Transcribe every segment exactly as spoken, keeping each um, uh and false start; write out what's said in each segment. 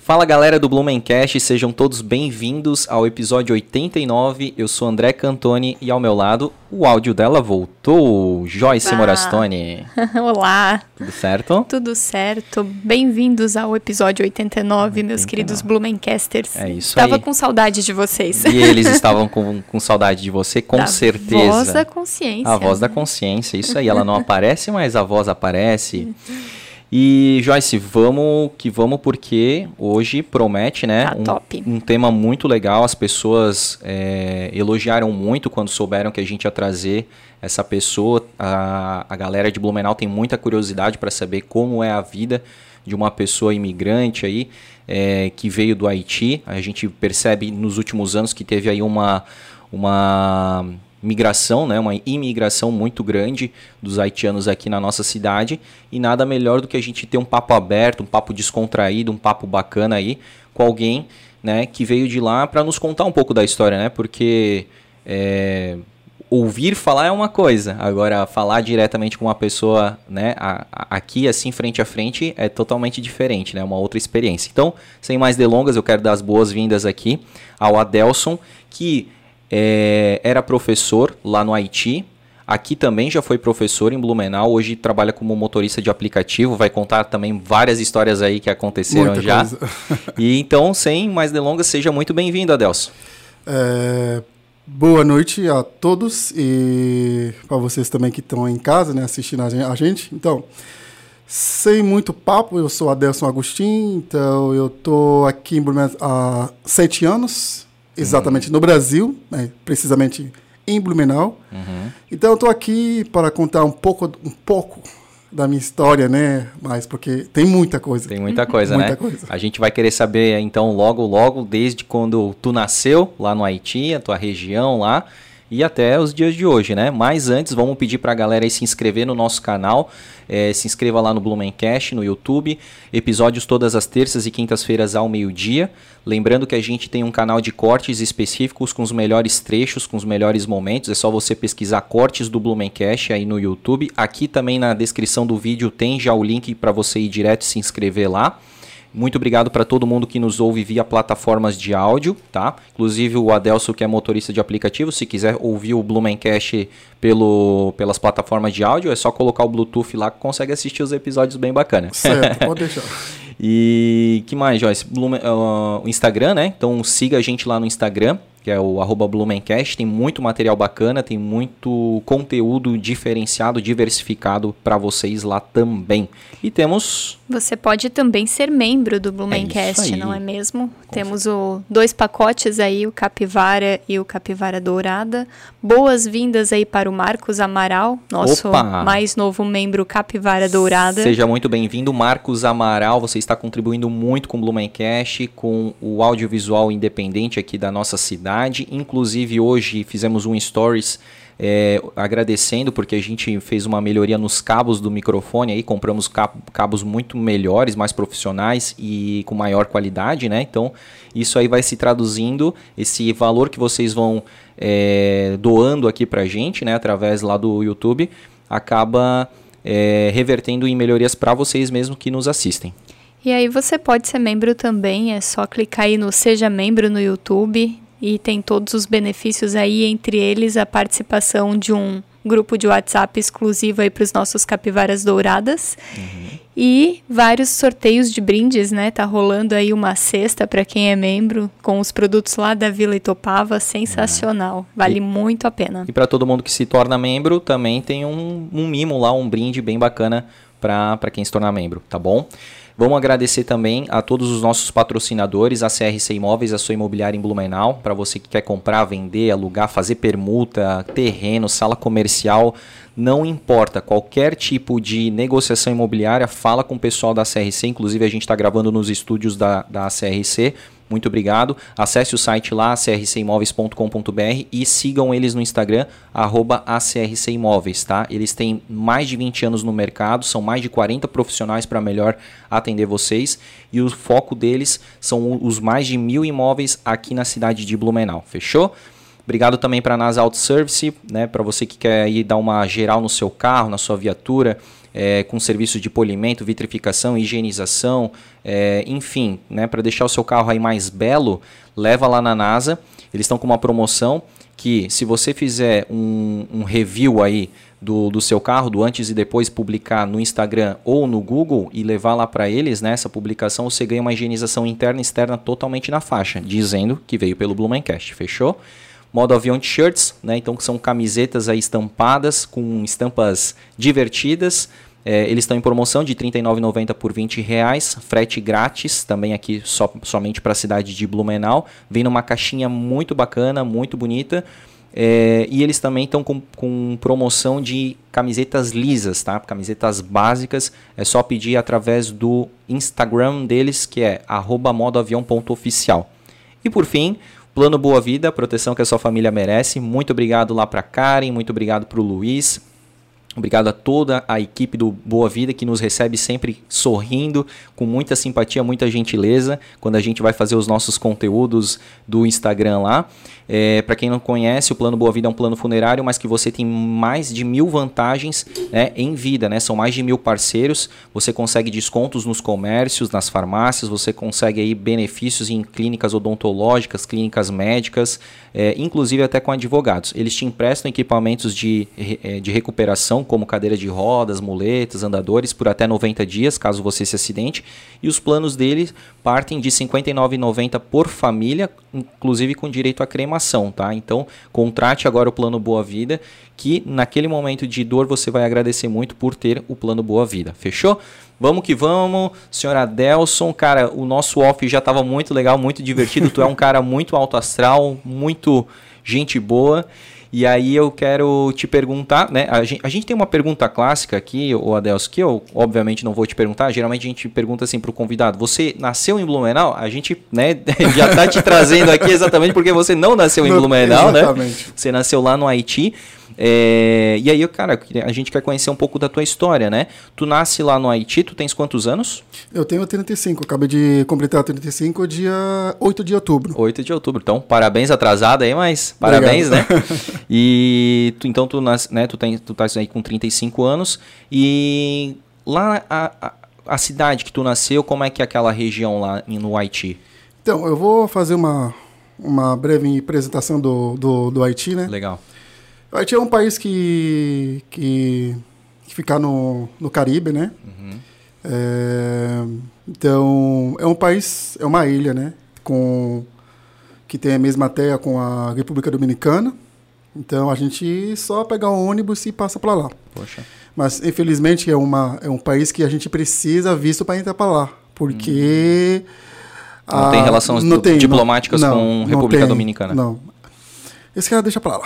Fala galera do Blumencast, sejam todos bem-vindos ao episódio oitenta e nove. Eu sou André Cantoni e ao meu lado o áudio dela voltou, Joyce Morastoni. Olá. Tudo certo? Tudo certo. Bem-vindos ao episódio oitenta e nove, meus queridos Blumencasters. É isso Tava aí. com saudade de vocês. E eles estavam com, com saudade de você, com da certeza. A voz da consciência. A voz da consciência, isso aí. Ela não aparece, mas a voz aparece. E, Joyce, vamos que vamos, porque hoje promete, né? Tá um, top. um tema muito legal. As pessoas é, elogiaram muito quando souberam que a gente ia trazer essa pessoa. A, a galera de Blumenau tem muita curiosidade para saber como é a vida de uma pessoa imigrante aí, é, que veio do Haiti. A gente percebe nos últimos anos que teve aí uma... uma migração, né, uma imigração muito grande dos haitianos aqui na nossa cidade, e nada melhor do que a gente ter um papo aberto, um papo descontraído, um papo bacana aí com alguém, né, que veio de lá para nos contar um pouco da história, né, porque é, ouvir falar é uma coisa, agora falar diretamente com uma pessoa, né, a, a, aqui assim frente a frente é totalmente diferente, né, uma outra experiência. Então, sem mais delongas, eu quero dar as boas-vindas aqui ao Adelson, que É, era professor lá no Haiti, aqui também já foi professor em Blumenau, hoje trabalha como motorista de aplicativo, vai contar também várias histórias aí que aconteceram Muita já. Coisa. E então, sem mais delongas, seja muito bem-vindo, Adelson. É, boa noite a todos e para vocês também que estão em casa, né, assistindo a gente. Então, sem muito papo, eu sou Adelson Agostinho, então eu estou aqui em Blumenau há sete anos. Exatamente, uhum. No Brasil, né, precisamente em Blumenau. Uhum. Então eu estou aqui para contar um pouco, um pouco da minha história, né? Mas porque tem muita coisa. Tem muita coisa, muita né? Coisa. A gente vai querer saber, então, logo, logo, desde quando tu nasceu lá no Haiti, a tua região lá, e até os dias de hoje, né? Mas antes, vamos pedir para a galera aí se inscrever no nosso canal. É, se inscreva lá no Blumencast, no YouTube. Episódios todas as terças e quintas-feiras ao meio-dia. Lembrando que a gente tem um canal de cortes específicos com os melhores trechos, com os melhores momentos. É só você pesquisar cortes do Blumencast aí no YouTube. Aqui também na descrição do vídeo tem já o link para você ir direto e se inscrever lá. Muito obrigado para todo mundo que nos ouve via plataformas de áudio, tá? Inclusive o Adelson, que é motorista de aplicativo, se quiser ouvir o Blumencast pelo, pelas plataformas de áudio, é só colocar o Bluetooth lá que consegue assistir os episódios bem bacanas. Certo, pode deixar. E que mais, Joyce? Blumen, uh, o Instagram, né? Então siga a gente lá no Instagram, que é o arroba Blumencast, tem muito material bacana, tem muito conteúdo diferenciado, diversificado para vocês lá também. E temos... Você pode também ser membro do Blumencast, é não é mesmo? Com temos o, dois pacotes aí, o Capivara e o Capivara Dourada. Boas-vindas aí para o Marcos Amaral, nosso Opa. mais novo membro Capivara Dourada. Seja muito bem-vindo, Marcos Amaral. Você está contribuindo muito com o Blumencast, com o audiovisual independente aqui da nossa cidade. Inclusive, hoje fizemos um stories É, agradecendo, porque a gente fez uma melhoria nos cabos do microfone aí, compramos cabos muito melhores, mais profissionais e com maior qualidade, né? Então isso aí vai se traduzindo, esse valor que vocês vão é, doando aqui pra gente, né, através lá do YouTube, acaba é, revertendo em melhorias para vocês mesmos que nos assistem. E aí você pode ser membro também, é só clicar aí no Seja Membro no YouTube. E tem todos os benefícios aí, entre eles a participação de um grupo de WhatsApp exclusivo aí para os nossos capivaras douradas. Uhum. E vários sorteios de brindes, né? Tá rolando aí uma cesta para quem é membro com os produtos lá da Vila Itopava, sensacional. Vale e, muito a pena. E para todo mundo que se torna membro, também tem um, um mimo lá, um brinde bem bacana para quem se torna membro, tá bom? Vamos agradecer também a todos os nossos patrocinadores, a C R C Imóveis, a sua imobiliária em Blumenau, para você que quer comprar, vender, alugar, fazer permuta, terreno, sala comercial, não importa, qualquer tipo de negociação imobiliária, fala com o pessoal da C R C, inclusive a gente está gravando nos estúdios da, da C R C. Muito obrigado. Acesse o site lá, c r c imóveis ponto com ponto b r, e sigam eles no Instagram, arroba a c r c imóveis, tá? Eles têm mais de vinte anos no mercado, são mais de quarenta profissionais para melhor atender vocês, e o foco deles são os mais de mil imóveis aqui na cidade de Blumenau, fechou? Obrigado também para a NASA Auto Service, né, para você que quer ir dar uma geral no seu carro, na sua viatura, é, com serviço de polimento, vitrificação, higienização, é, enfim, né, para deixar o seu carro aí mais belo, leva lá na NASA. Eles estão com uma promoção que, se você fizer um, um review aí do, do seu carro, do antes e depois, publicar no Instagram ou no Google e levar lá para eles, né, essa publicação, você ganha uma higienização interna e externa totalmente na faixa, dizendo que veio pelo Blumencast, fechou? Modo avião t-shirts, né, então são camisetas aí estampadas com estampas divertidas. É, eles estão em promoção de trinta e nove reais e noventa centavos por vinte reais, frete grátis, também aqui só, somente para a cidade de Blumenau. Vem numa caixinha muito bacana, muito bonita. É, e eles também estão com, com promoção de camisetas lisas, tá? Camisetas básicas. É só pedir através do Instagram deles, que é arroba modoavião ponto oficial. E por fim, Plano Boa Vida, a proteção que a sua família merece. Muito obrigado lá para Karen, muito obrigado para o Luiz. Obrigado a toda a equipe do Boa Vida que nos recebe sempre sorrindo, com muita simpatia, muita gentileza, quando a gente vai fazer os nossos conteúdos do Instagram lá. É, para quem não conhece, o Plano Boa Vida é um plano funerário, mas que você tem mais de mil vantagens, né, em vida, né? São mais de mil parceiros, você consegue descontos nos comércios, nas farmácias, você consegue aí benefícios em clínicas odontológicas, clínicas médicas, é, inclusive até com advogados. Eles te emprestam equipamentos de, de recuperação, como cadeira de rodas, muletas, andadores, por até noventa dias, caso você se acidente. E os planos deles partem de cinquenta e nove reais e noventa centavos por família, inclusive com direito à cremação, tá? Então, contrate agora o Plano Boa Vida, que naquele momento de dor você vai agradecer muito por ter o Plano Boa Vida. Fechou? Vamos que vamos, senhor Adelson. Cara, o nosso off já estava muito legal, muito divertido. Tu é um cara muito alto astral, muito gente boa. E aí eu quero te perguntar, né? A gente, a gente tem uma pergunta clássica aqui, o Adelson, que eu obviamente não vou te perguntar. Geralmente a gente pergunta assim para o convidado: você nasceu em Blumenau? A gente, né, já está te trazendo aqui exatamente porque você não nasceu em Blumenau, né? Você nasceu lá no Haiti. É, e aí, cara, a gente quer conhecer um pouco da tua história, né? Tu nasce lá no Haiti, tu tens quantos anos? Eu tenho trinta e cinco, acabei de completar trinta e cinco dia oito de outubro. oito de outubro, então parabéns atrasado aí, mas parabéns, obrigado, né? E tu, então tu, nas, né, tu, tem, tu tá aí com trinta e cinco anos e lá a, a, a cidade que tu nasceu, como é que é aquela região lá no Haiti? Então, eu vou fazer uma, uma breve apresentação do, do, do Haiti, né? Legal. O Haiti é um país que, que, que fica no, no Caribe, né? Uhum. É, então, é um país, é uma ilha, né? Com, que tem a mesma terra com a República Dominicana. Então, a gente só pega um ônibus e passa para lá. Poxa. Mas, infelizmente, é, uma, é um país que a gente precisa visto para entrar para lá. Porque... Uhum. Não a, tem relações não tem, diplomáticas não, com a República tem, Dominicana? Não. Esse cara deixa pra lá.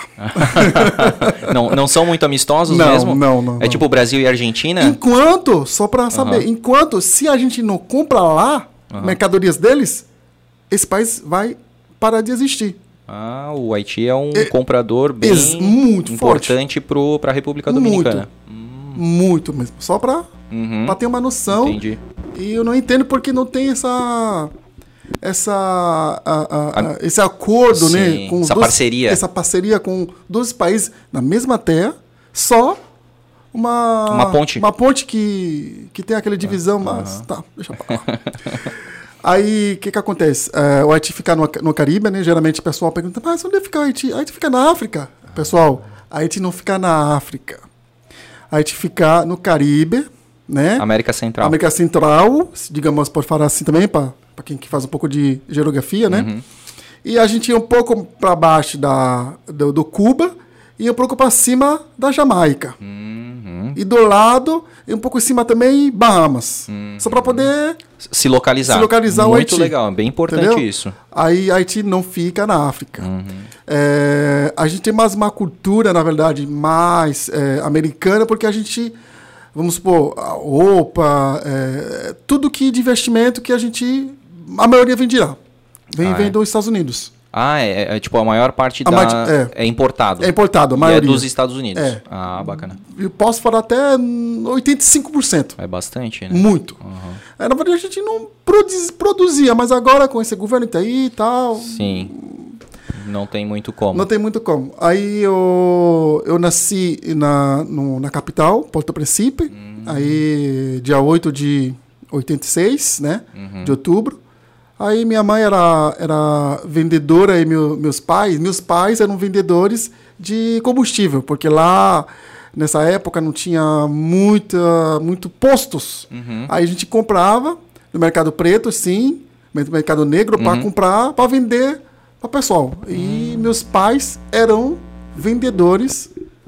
não, não são muito amistosos não, mesmo? Não, não. É não. Tipo Brasil e Argentina? Enquanto, só pra saber, uhum. enquanto se a gente não compra lá uhum. mercadorias deles, esse país vai parar de existir. Ah, o Haiti é um é, comprador bem muito importante para a República Dominicana. Muito, hum. muito mesmo. Só pra, uhum. pra ter uma noção. Entendi. E eu não entendo porque não tem essa... Essa, a, a, a, esse acordo, sim, né, com essa dois, parceria, essa parceria com dois países na mesma terra, só uma uma ponte, uma ponte que que tem aquela divisão, uhum. mas tá, deixa pra lá. Aí o que que acontece? É, o Haiti fica no, no Caribe, né? Geralmente o pessoal pergunta, mas onde fica o Haiti? O Haiti fica na África, pessoal. O Haiti não fica na África. O Haiti fica no Caribe, né? América Central. América Central, digamos, pode falar assim também para para quem que faz um pouco de geografia, né? Uhum. E a gente ia um pouco para baixo da, do, do Cuba e um pouco para cima da Jamaica. Uhum. E do lado, e um pouco em cima também, Bahamas. Uhum. Só para poder... Se localizar. Se localizar Muito o Haiti. Muito legal, é bem importante. Entendeu? Isso. Aí Haiti não fica na África. Uhum. É, a gente tem mais uma cultura, na verdade, mais é, americana, porque a gente... Vamos supor, a roupa, é, tudo que de investimento que a gente... A maioria vem de lá. Vem, ah, vem é? dos Estados Unidos. Ah, é, é tipo a maior parte a da... Ma- é. é importado. É importado, a maioria. E é dos Estados Unidos. É. Ah, bacana. Eu posso falar até oitenta e cinco por cento. É bastante, né? Muito. Uhum. É, na verdade, a gente não produz, produzia, mas agora com esse governo que tá aí e tal... Sim. não tem muito como. Não tem muito como. Aí eu, eu nasci na, no, na capital, Porto Príncipe, hum. aí dia oito de oitenta e seis, né, uhum. de outubro. Aí minha mãe era, era vendedora e meu, meus pais, meus pais eram vendedores de combustível, porque lá nessa época não tinha muita, muito postos. Uhum. Aí a gente comprava no mercado preto, sim, no mercado negro, uhum. para comprar, para vender para o pessoal. E uhum. meus pais eram vendedores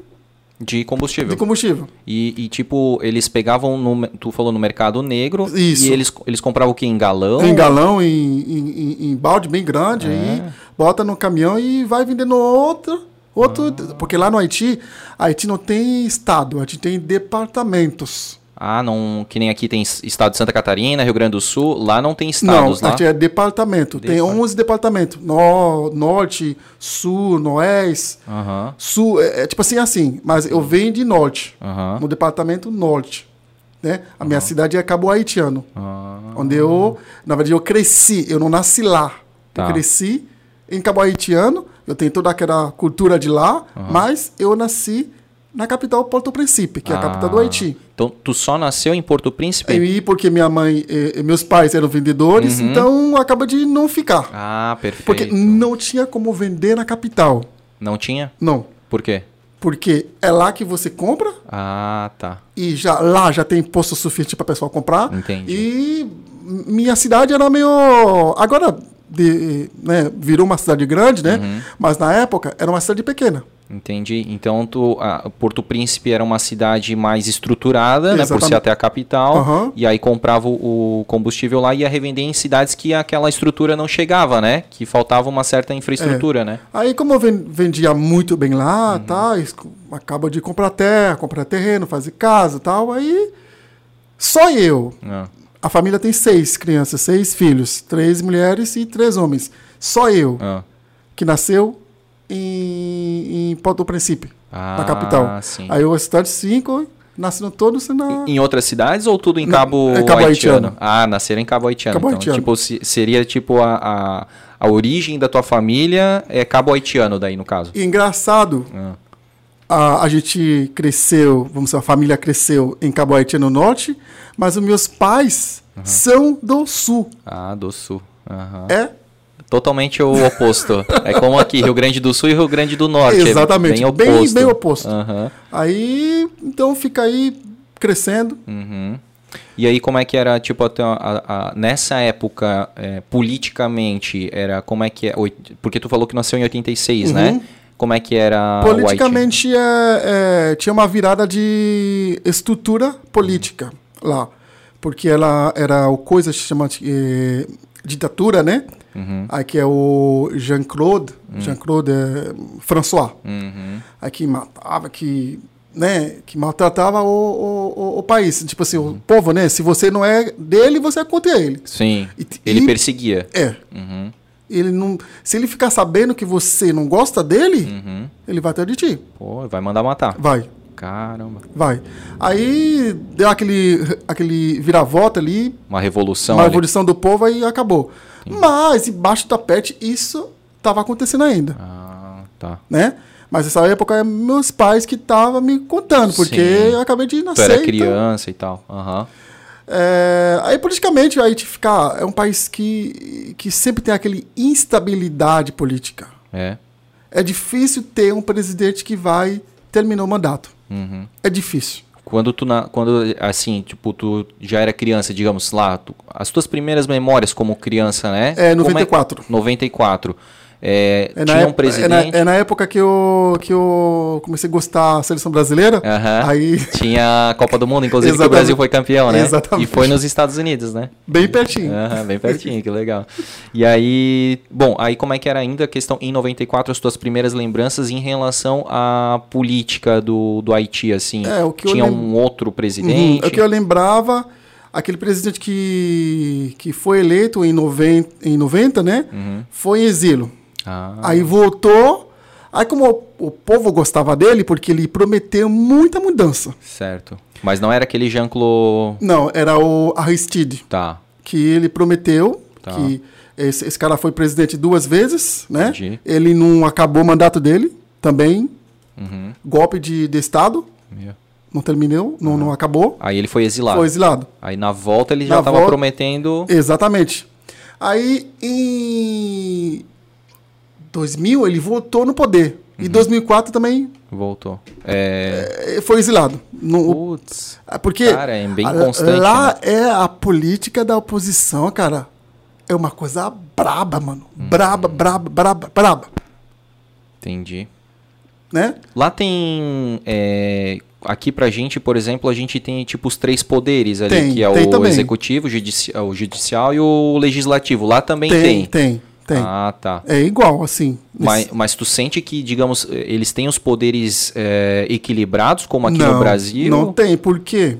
de combustível. De combustível. E, e tipo, eles pegavam, no, tu falou no mercado negro, Isso. e eles, eles compravam o quê? Em galão? Em galão, em, em, em, em balde bem grande, é. aí bota no caminhão e vai vendendo outro, outro ah. porque lá no Haiti, Haiti não tem estado, a Haiti tem departamentos. Ah, não, que nem aqui tem estado de Santa Catarina, Rio Grande do Sul, lá não tem estados, não, lá? Não, é departamento, Depart... tem onze departamentos, no, norte, sul, oeste, uh-huh. sul, é, é tipo assim, assim, mas eu venho de norte, uh-huh. no departamento norte, né? A uh-huh. minha cidade é Cabo Haitiano, uh-huh. onde eu, na verdade, eu cresci, eu não nasci lá, tá. eu cresci em Cabo Haitiano, eu tenho toda aquela cultura de lá, uh-huh. mas eu nasci na capital Porto Príncipe, que ah, é a capital do Haiti. Então, tu só nasceu em Porto Príncipe? E porque minha mãe e meus pais eram vendedores, uhum. então acaba de não ficar. Ah, perfeito. Porque não tinha como vender na capital. Não tinha? Não. Por quê? Porque é lá que você compra. Ah, tá. E já, lá já tem posto suficiente para o pessoal comprar. Entendi. E minha cidade era meio... Agora de, né, virou uma cidade grande, né? Uhum. Mas na época era uma cidade pequena. Entendi. Então, tu, a Porto Príncipe era uma cidade mais estruturada, né, por ser até a capital, uhum. e aí comprava o combustível lá e ia revender em cidades que aquela estrutura não chegava, né? Que faltava uma certa infraestrutura, é. né? Aí, como eu vendia muito bem lá, uhum. tá, acaba de comprar terra, comprar terreno, fazer casa e tal, aí só eu. Ah. A família tem seis crianças, seis filhos, três mulheres e três homens. Só eu, ah. que nasceu em, em Porto Príncipe, ah, na capital. Sim. Aí eu cidade cinco, nasceram todos na... Em outras cidades ou tudo em Cabo, na, Cabo Haitiano? Haitiano? Ah, nasceram em Cabo Haitiano. Cabo então, Haitiano. Tipo, se, seria tipo a, a, a origem da tua família é Cabo Haitiano daí, no caso. E engraçado, ah. a, a gente cresceu, vamos dizer, a família cresceu em Cabo Haitiano Norte, mas os meus pais uhum. são do Sul. Ah, do Sul. Uhum. É? Totalmente o oposto. É como aqui, Rio Grande do Sul e Rio Grande do Norte. Exatamente. É bem oposto. Bem, bem oposto. Uhum. Aí, então fica aí crescendo. Uhum. E aí como é que era, tipo, a, a, a, nessa época, é, politicamente, era como é que é... Porque tu falou que nasceu em oitenta e seis, uhum. né? Como é que era politicamente, o é, é, tinha uma virada de estrutura política uhum. lá. Porque ela era o coisa que se chama de é, ditadura, né? Uhum. Aqui é o Jean-Claude, uhum. Jean-Claude é, François, uhum. aqui matava, que, né, que maltratava o, o, o país. Tipo assim, uhum. o povo, né? Se você não é dele, você é contra ele. Sim, e, ele e, perseguia. É. Uhum. Ele não, se ele ficar sabendo que você não gosta dele, uhum. ele vai atrás de ti. Pô, vai mandar matar. Vai. Caramba. Vai. Aí deu aquele, aquele vira-volta ali. Uma revolução. Uma ali. revolução do povo, aí acabou. Sim. Mas, embaixo do tapete, isso estava acontecendo ainda. Ah, tá. Né? Mas nessa época, é meus pais que estavam me contando, porque Sim. eu acabei de nascer. Tu era criança então... e tal. Uhum. É, aí, politicamente, aí te ficar, é um país que, que sempre tem aquele instabilidade política. É. É difícil ter um presidente que vai terminar o mandato. Uhum. É difícil. Quando tu, na, quando, assim, tipo, tu já era criança, digamos lá, tu, as tuas primeiras memórias como criança, né? É, noventa e quatro. É, noventa e quatro. É, é tinha um época, presidente... É na, é na época que eu, que eu comecei a gostar da seleção brasileira. Uhum. Aí... Tinha a Copa do Mundo, inclusive, que o Brasil foi campeão, né? Exatamente. E foi nos Estados Unidos, né? Bem pertinho. Uhum, bem pertinho, que legal. E aí, bom, aí como é que era ainda a questão, em noventa e quatro, as tuas primeiras lembranças em relação à política do, do Haiti, assim? É, o que tinha eu lem... um outro presidente? Uhum. O que eu lembrava... Aquele presidente que, que foi eleito em noventa, em noventa, né? Uhum. Foi em exílio. Ah. Aí voltou. Aí como o, o povo gostava dele, porque ele prometeu muita mudança. Certo. Mas não era aquele Jean-Claude... Não, era o Aristide. Tá. Que ele prometeu tá. que Esse, esse cara foi presidente duas vezes, né? Entendi. Ele não acabou o mandato dele, também. Uhum. Golpe de, de Estado. Meu. Não terminou, não, Uhum. não acabou. Aí ele foi exilado. Foi exilado. Aí na volta ele Na já estava volta- prometendo... Exatamente. Aí, em dois mil, ele voltou no poder. Em dois mil e quatro também Voltou. É... eh, foi exilado. No, Putz. porque Cara, é bem a- constante, lá né? é a política da oposição, cara. É uma coisa braba, mano. Uhum. Braba, braba, braba, braba. Entendi. Né? Lá tem... é, Aqui pra gente, por exemplo, a gente tem tipo os três poderes ali, Tem, que é tem o também. executivo, o judici- o judicial e o legislativo. Lá também Tem, tem. tem, tem. Ah, tá. É igual, assim. Mas, mas tu sente que, digamos, eles têm os poderes é, equilibrados, como aqui não, no Brasil? Não tem, porque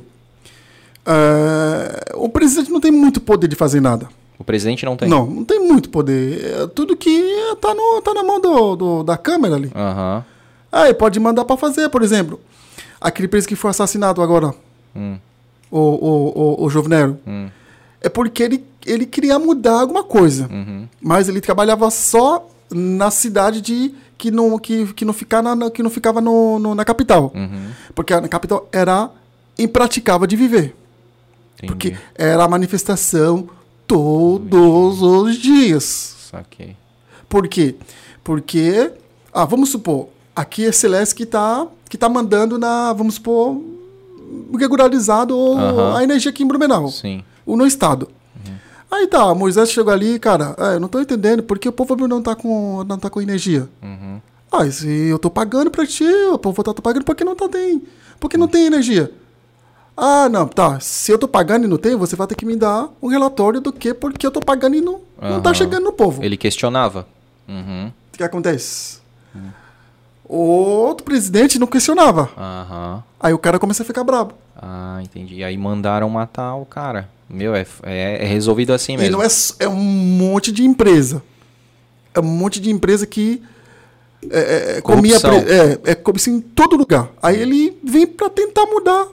eh, o presidente não tem muito poder de fazer nada. O presidente não tem? Não, não tem muito poder. É tudo que tá, no, tá na mão do, do- da Câmara ali. Aham. Aí pode mandar para fazer, por exemplo. Aquele preso que foi assassinado agora, Hum, o, o, o, o Jovenero. hum, É porque ele, ele queria mudar alguma coisa. uhum. Mas ele trabalhava só na cidade de que não, que, que não, ficar na, que não ficava no, no- na capital. Uhum. Porque na capital era impraticável de viver. Entendi. Porque era manifestação todos os dias. Saquei. Por quê? Porque, ah, vamos supor, aqui é Celeste que está que tá mandando na, vamos supor, regularizado o- Aham. a energia aqui em Blumenau, Sim. o no estado. Aí tá, Moisés chegou ali, cara, é, eu não tô entendendo porque o povo não tá com, não tá com energia. Uhum. Ah, se eu tô pagando pra ti, o povo tá pagando porque não tá tem, porque não tem energia. Ah, não, tá, se eu tô pagando e não tem, você vai ter que me dar um relatório do que porque eu tô pagando e não, não tá Aham. chegando no povo. Ele questionava. Uhum. O que acontece? O outro presidente não questionava. Aham. Aí o cara começa a ficar brabo. Ah, entendi. Aí mandaram matar o cara. Meu, é, é, é resolvido assim E mesmo. não é, s- é um monte de empresa. É um monte de empresa que é, é, comia Corrupção. pre- é, é como assim, em todo lugar. Aí ele vem pra tentar mudar,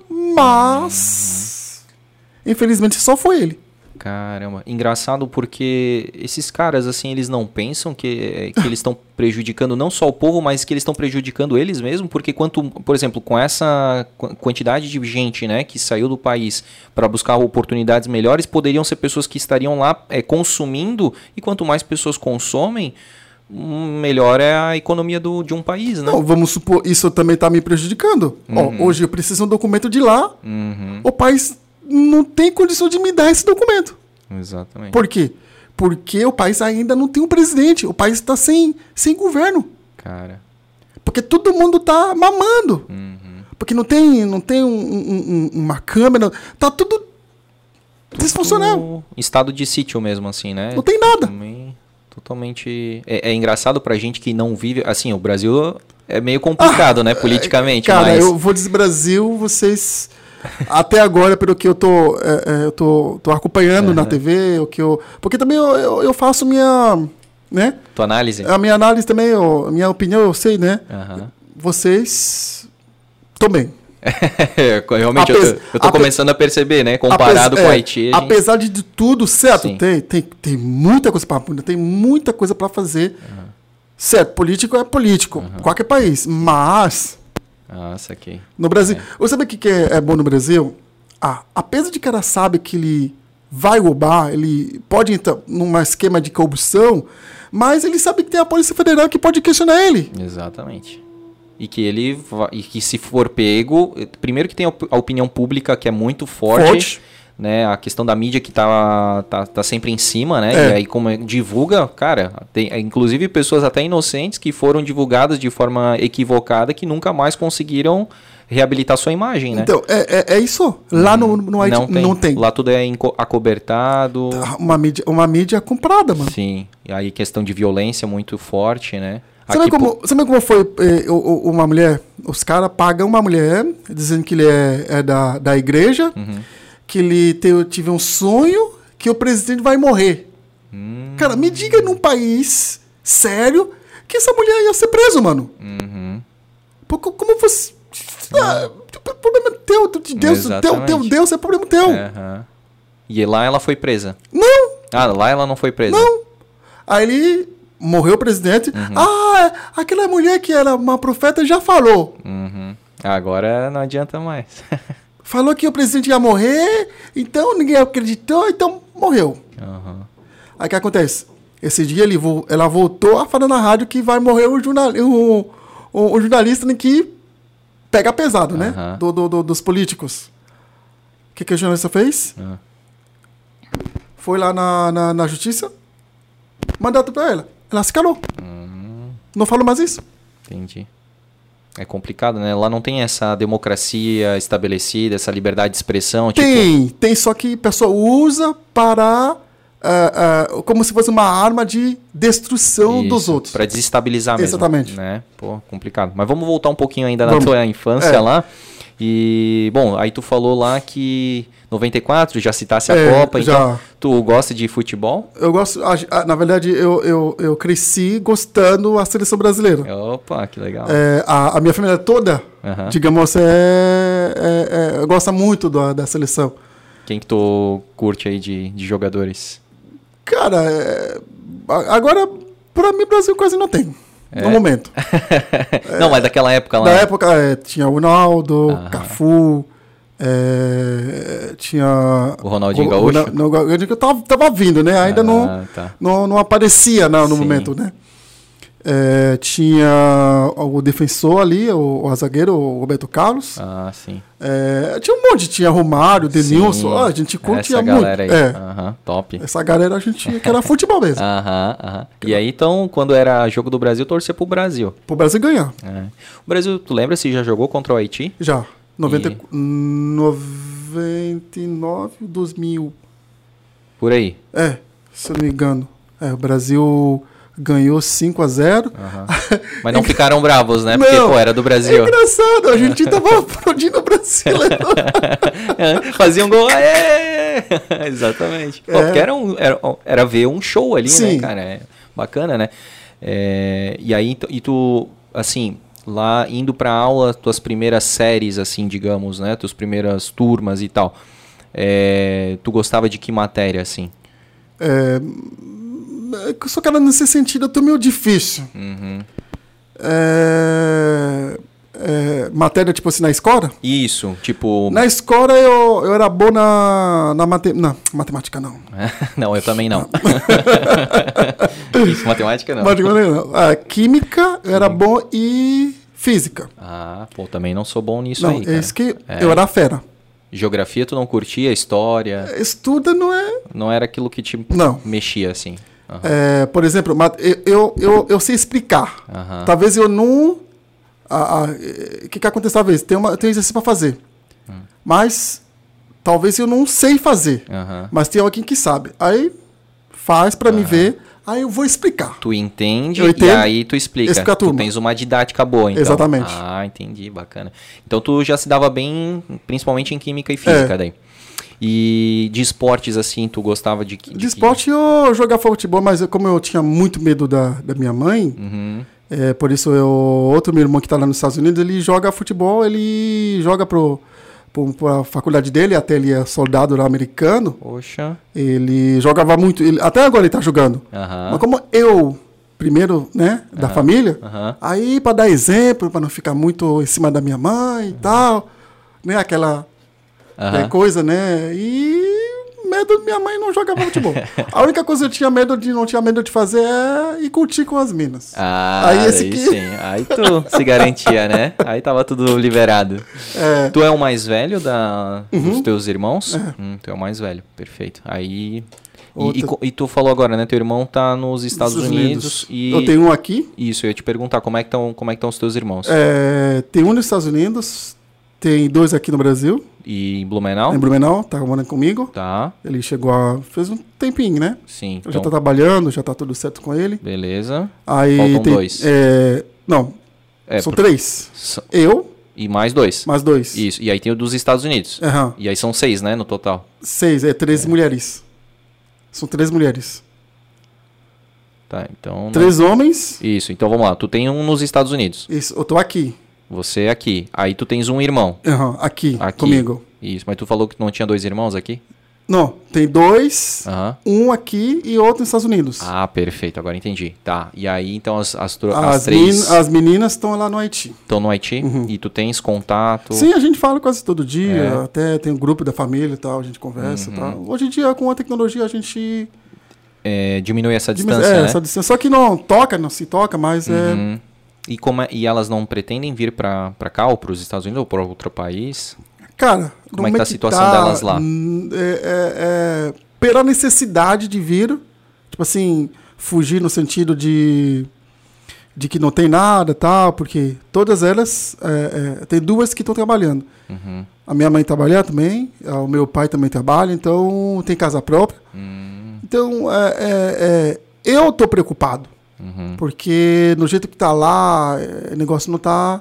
mas infelizmente só foi ele. Caramba, engraçado porque esses caras, assim, eles não pensam que, que eles estão prejudicando não só o povo, mas que eles estão prejudicando eles mesmos, porque quanto, por exemplo, com essa qu- quantidade de gente, né, que saiu do país para buscar oportunidades melhores, poderiam ser pessoas que estariam lá é, consumindo, e quanto mais pessoas consomem, hum, melhor é a economia do, de um país, né? Não, vamos supor, isso também tá me prejudicando. Ó, hoje eu preciso de um documento de lá, Uhum, o país não tem condição de me dar esse documento. exatamente. Por quê? Porque o país ainda não tem um presidente. O país está sem, sem governo. Cara, Porque todo mundo está mamando. uhum. Porque não tem, não tem um- um- um- uma câmera. Tá tudo disfuncional. O estado de sítio mesmo, assim, né? Não tem nada. Também totalmente... É, é engraçado pra gente que não vive... Assim, o Brasil é meio complicado, né? Politicamente, Cara, mas... eu vou dizer Brasil, vocês... Até agora, pelo que eu tô, é, é, eu tô, tô acompanhando na T V, o que eu, porque também eu, eu, eu faço minha, né? Tua análise? A minha análise também, eu- a minha opinião, eu sei, né? Aham. Vocês estão bem. Realmente, eu, Apes- tô- eu tô ape- começando a perceber, né? Comparado Apes- com o é, Haiti, a gente- Apesar de de tudo, certo, Sim. tem, tem, tem muita coisa para tem muita coisa para fazer. Certo, político é político, qualquer país, mas Ah, saquei. no Brasil, você sabe o que que é, é bom no Brasil? Ah, apesar de que cara sabe que ele vai roubar, ele pode entrar num esquema de corrupção, mas ele sabe que tem a Polícia Federal que pode questionar ele. Exatamente. E que ele va- e que se for pego, primeiro que tem a op- a opinião pública que é muito forte, Forte. né? A questão da mídia que tá, tá, tá sempre em cima, né? É. E aí como é- divulga, cara, tem é, inclusive pessoas até inocentes que foram divulgadas de forma equivocada que nunca mais conseguiram reabilitar sua imagem, né? Então, é, é, é isso. Lá no, no Haiti não, tem. não tem. Lá tudo é enco- acobertado. Uma mídia, uma mídia comprada, mano. Sim. E aí questão de violência muito forte, né? Sabe Aqui, como, pô- sabe como foi eh, o- o- uma mulher? Os caras pagam uma mulher, dizendo que ele é, é da, da igreja, Uhum. que ele te, tive um sonho que o presidente vai morrer. Hum, Cara, me diga num país sério que essa mulher ia ser presa, mano. uhum. Porque como você. Ah, o problema é teu, de Deus, teu, teu Exatamente. Deus é problema teu. Aham. E lá ela foi presa. Não, Ah, lá ela não foi presa. não. Aí ele morreu o presidente. Uhum. Ah, aquela mulher que era uma profeta já falou. Uhum. Agora não adianta mais. Falou que o presidente ia morrer, então ninguém acreditou, então morreu. Uhum. Aí o que acontece? Esse dia ele vo- ela voltou a falar na rádio que vai morrer o, jornal, o, o, o jornalista que pega pesado, né? Uhum. Do, do, do, dos políticos. O que, que o jornalista fez? Uhum. Foi lá na, na, na justiça, mandato pra ela. Ela se calou. Uhum. Não falou mais isso. Entendi. É complicado, né? Lá não tem essa democracia estabelecida, essa liberdade de expressão. Tem, tipo... tem, só que a pessoa usa para... Uh, uh, como se fosse uma arma de destruição Isso, dos outros. para desestabilizar mesmo. Exatamente. Né? Pô, complicado. Mas vamos voltar um pouquinho ainda na Vamos. tua infância É. lá. E, bom, aí tu falou lá que noventa e quatro, já citasse a É, Copa, então já. tu gosta de futebol? Eu gosto, a- a- na verdade, eu, eu, eu cresci gostando da seleção brasileira. Opa, que legal. É, a, a minha família toda, Aham. digamos, é, é, é, gosta muito da, da seleção. Quem que tu curte aí de, de jogadores? Cara, é, a- agora, pra mim, o Brasil quase não tem, É? no momento. Não, mas daquela época lá. Na época, é, tinha o Ronaldo, Aham. Cafu, é, tinha... O Ronaldinho o- Gaúcho? o- não, eu digo que tava, tava vindo, né? Ainda Ah, não, tá. não, não aparecia não, no Sim. momento, né? É, tinha o defensor ali, o, o zagueiro, o Roberto Carlos. Ah, sim. É, tinha um monte, tinha Romário, Denilson, Sim. ó, a gente curtia Essa muito. galera aí. É, Aham, top. essa galera a gente que era futebol mesmo, Aham, aham. E aí, então, quando era jogo do Brasil, torcia pro Brasil. pro Brasil ganhar. É. O Brasil, tu lembra se já jogou contra o Haiti? Já, noventa, E- noventa e nove, dois mil. Por aí. É, se eu não me engano. É, o Brasil ganhou cinco a zero. Aham. Mas não ficaram bravos, né? Porque, Não, pô, era do É Brasil. engraçado, a gente tava aplaudindo o Brasil. Fazia um gol. Aê! Exatamente. Pô, É. porque era, um, era, era ver um show ali, né, Sim. cara? É bacana, né? É, e aí, tu- e tu, assim, lá indo pra aula, tuas primeiras séries, assim, digamos, né? Tuas primeiras turmas e tal. É, tu gostava de que matéria, assim? É, só que ela nesse sentido eu tô meio difícil. Uhum. É, é, matéria tipo assim na escola? Isso, tipo... Na escola eu, eu era bom na, na mate, não, matemática não. Não, eu também não. Isso, matemática não. Matemática não. Ah, química eu era bom e física. Ah, pô, também não sou bom nisso não, aí, é cara. isso que É. eu era fera. Geografia tu não curtia, história, Estuda não é... não era aquilo que te Não. mexia assim. Aham. É, por exemplo, mat- eu, eu, eu, eu sei explicar. Aham. Talvez eu não... O que, que acontece talvez? Tem, uma, tem um exercício para fazer. Hum. Mas talvez eu não sei fazer. Aham. Mas tem alguém que sabe. Aí faz para me ver. Aí eu vou explicar. Tu entende Eu entendo. e aí tu explica. Explica a Tu turma. tens uma didática boa, então. Exatamente. Ah, entendi, bacana. Então tu já se dava bem, principalmente em química e física É. daí. E de esportes assim, tu gostava de que? De que- esporte eu jogava futebol, mas eu- como eu tinha muito medo da, da minha mãe, Uhum. é, por isso eu, outro meu irmão que está lá nos Estados Unidos, ele joga futebol, ele joga pro, pro, pra faculdade dele, até ele é soldado lá americano, Poxa. ele jogava muito, ele- até agora ele está jogando. Aham. Mas como eu, primeiro, né, da família, Aham. aí para dar exemplo, para não ficar muito em cima da minha mãe e tal, né, aquela Aham. é, coisa, né, e medo de minha mãe não jogava futebol. A única coisa que eu tinha medo de, não tinha medo de fazer é ir curtir com as minas. Ah, Aí esse aí aqui- sim. Aí tu se garantia, né? Aí tava tudo liberado. É, Tu é o mais velho da, dos Uhum. teus irmãos? É. Hum, tu é o mais velho, perfeito. Aí. E, Outra- e co- e tu falou agora, né? Teu irmão tá nos Estados, Unidos. E Eu tenho um aqui, isso, eu ia te perguntar como é que estão como é que estão os teus irmãos? é, tem um nos Estados Unidos, tem dois aqui no Brasil, E em Blumenau? em Blumenau, tá morando comigo. Tá, Ele chegou a, fez um tempinho, né? sim. Eu já Então, tá trabalhando, já tá tudo certo com ele. beleza. Aí Faltam tem, dois. é, não, É, são por- três. s- Eu, E mais dois. mais dois. Isso. E aí tem o dos Estados Unidos. Aham. E aí são seis, né, no total. Seis, é três mulheres. São três mulheres. Tá, então. Três homens. Isso, então vamos lá. Tu tem um nos Estados Unidos. Isso, eu tô aqui. Você aqui. Aí tu tens um irmão. Aham, aqui, Aqui. comigo. Isso, mas tu falou que não tinha dois irmãos aqui? Não, tem dois, Uhum. um aqui e outro nos Estados Unidos. Ah, perfeito, agora entendi. Tá, e aí então as, as, tro- as, as três men- as meninas estão lá no Haiti. estão no Haiti e tu tens contato? Sim, a gente fala quase todo dia, É. até tem um grupo da família e tal, a gente conversa e tal. Hoje em dia, com a tecnologia, a gente... É, diminui essa diminui- distância, é, né? essa distância. Só que não toca, não se toca, mas é... Uhum. E, como é- e elas não pretendem vir pra, pra cá ou pros Estados Unidos ou pra outro país? Cara, Como é que no tá a situação delas lá? hum, É, é, é, pela necessidade de vir, tipo assim, fugir no sentido de, de que não tem nada e tal, porque todas elas, é, é, tem duas que estão trabalhando. Uhum. A minha mãe trabalha também, o meu pai também trabalha, então tem casa própria. Hum. Então, é, é, é, eu tô preocupado, Uhum. porque no jeito que tá lá, é, o negócio não tá...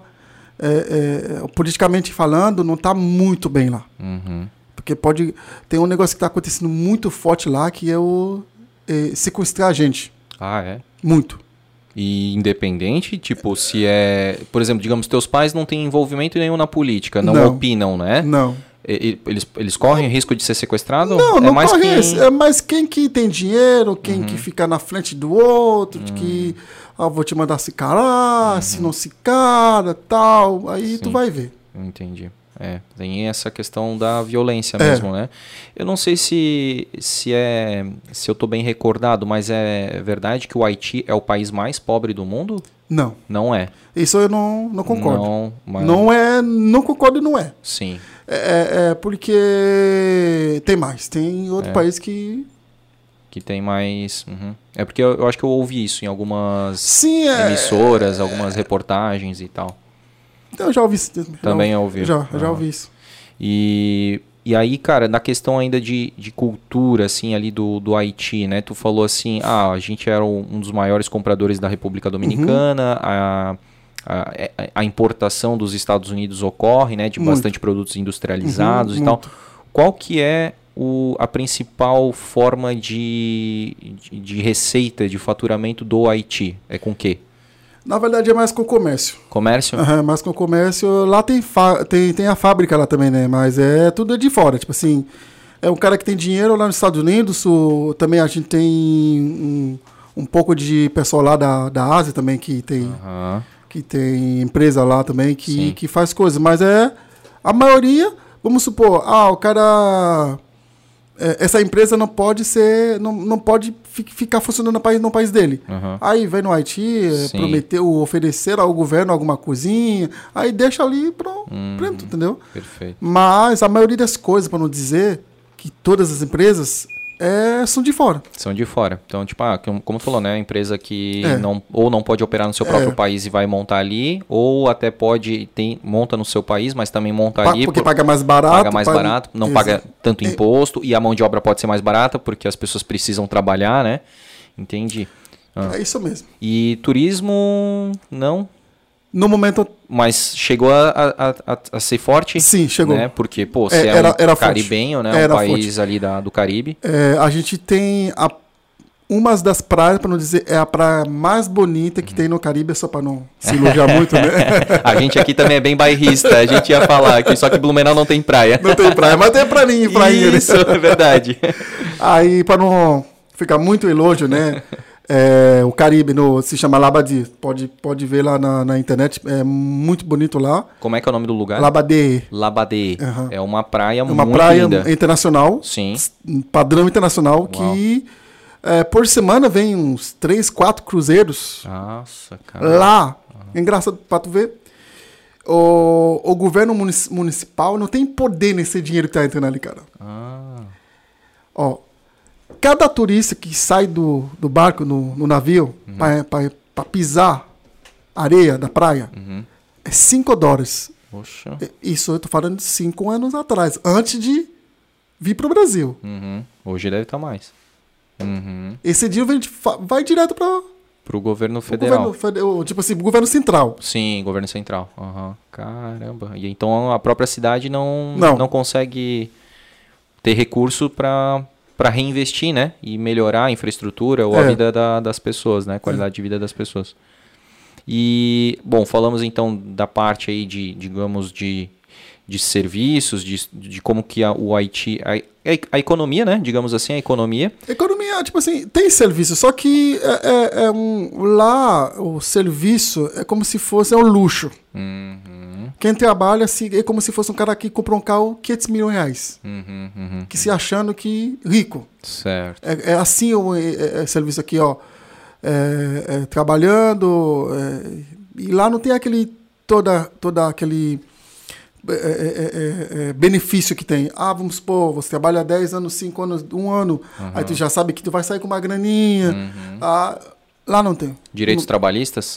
É, é, politicamente falando, não está muito bem lá. Uhum. Porque pode... Tem um negócio que está acontecendo muito forte lá, que é o é, sequestrar a gente. Ah, é? Muito. E independente, tipo, se é... Por exemplo, digamos, teus pais não têm envolvimento nenhum na política, não, Não. opinam, né? Não. E- e- Eles, eles correm risco de ser sequestrado? Não, é não mais corre quem... esse. É mais quem que tem dinheiro, quem Uhum. que fica na frente do outro, de que... Ah, vou te mandar se calar, se não se cara, tal. Aí tu Sim. vai ver. Entendi. É, tem essa questão da violência É. mesmo, né? Eu não sei se, se é se eu tô bem recordado, mas é verdade que o Haiti é o país mais pobre do mundo? Não. Não é. Isso eu não, não concordo. Não, mas... Não é... Não concordo e não é. Sim. É, é porque tem mais. Tem outro É. país que... Que tem mais... Uhum. É porque eu, eu acho que eu ouvi isso em algumas Sim, é... emissoras, algumas reportagens e tal. Então, eu já ouvi isso. Também já, ouvi. Já, eu já Aham. ouvi isso. E, e aí, cara, na questão ainda de, de cultura, assim, ali do, do Haiti, né? Tu falou assim, ah, a gente era um um dos maiores compradores da República Dominicana, a, a, a importação dos Estados Unidos ocorre, né? De Muito. bastante produtos industrializados Uhum, e tal. muito. Qual que é o, a principal forma de, de, de receita, de faturamento do Haiti? É com o quê? Na verdade, é mais com o comércio. Comércio? Aham, mais com o comércio. Lá tem, fa- tem, tem a fábrica lá também, né? Mas é tudo de fora. Tipo assim, é um cara que tem dinheiro lá nos Estados Unidos. O, também a gente tem um, um pouco de pessoal lá da, da Ásia também que tem, Aham. que tem empresa lá também Sim. que, que faz coisas. Mas é a maioria, vamos supor, ah, o cara... é, essa empresa não pode ser, não, não pode fi- ficar funcionando no país, no país dele. Aham. Aí vai no Haiti, é, Sim. prometeu oferecer ao governo alguma coisinha, aí deixa ali pro, Hum. pronto, entendeu? Perfeito. Mas a maioria das coisas, para não dizer que todas as empresas é, são de fora. São de fora. Então, tipo, ah, como como tu falou, né? A empresa que É. não, ou não pode operar no seu próprio É. país e vai montar ali, ou até pode, tem, monta no seu país, mas também monta Pa- ali. porque por- paga mais barato. paga mais paga- barato, não Exa- paga tanto É. imposto, e a mão de obra pode ser mais barata, porque as pessoas precisam trabalhar, né? Entendi. Ah. É isso mesmo. E turismo, não? No momento, Mas chegou a, a, a, a ser forte? sim, chegou. Né? Porque, pô, É, você é, era- um era forte. caribenho, né? Era um país ali da, do Caribe. É, a gente tem a, umas das praias, para não dizer, é a praia mais bonita que tem no Caribe, só para não se elogiar muito, né? A gente aqui também é bem bairrista, a gente ia falar aqui, só que Blumenau não tem praia. Não tem praia, mas tem prainha, prainha. né? Isso, é verdade. Aí, para não ficar muito elogio, né? é, o Caribe no, se chama Labadie. Pode, pode ver lá na, na internet. É muito bonito lá. Como é que é o nome do lugar? Labadie. Labadê. Aham. É uma praia É uma muito praia linda. internacional. Sim. Padrão internacional. Que é, por semana vem uns três, quatro cruzeiros Nossa, cara. lá. É engraçado para tu ver. O, o governo munici- municipal não tem poder nesse dinheiro que tá entrando ali, cara. Ah, Ó, cada turista que sai do, do barco no, no navio Uhum. para pisar areia da praia uhum. é cinco dólares. Poxa. Isso eu tô falando de cinco anos atrás, antes de vir pro Brasil. Uhum. Hoje deve estar mais. Uhum. Esse dinheiro vem de- fa- vai direto para Pro governo o federal. governo, fede- tipo assim, o governo central. Sim, governo central. Aham. Caramba. E então a própria cidade não, Não. não consegue ter recurso para para reinvestir, né? E melhorar a infraestrutura ou a É. vida da- das pessoas, né? A qualidade de vida das pessoas. E, bom, falamos então da parte aí de, digamos, de, de serviços, de, de como que a, o Haiti... A, a economia, né? Digamos assim, a economia. Economia, tipo assim, tem serviço, só que é, é, é um, lá o serviço é como se fosse é um luxo. Uhum. Quem trabalha assim, é como se fosse um cara que comprou um carro quinhentos mil reais. Uhum, uhum, que se achando que rico. Certo. É, é assim o é, é serviço aqui, ó. É, é, trabalhando. É, e lá não tem aquele. Toda, toda aquele. É, é, é, benefício que tem. Ah, vamos supor, você trabalha dez anos, cinco anos, um ano, uhum. aí tu já sabe que tu vai sair com uma graninha. Uhum. Ah, lá não tem. Direitos não, trabalhistas?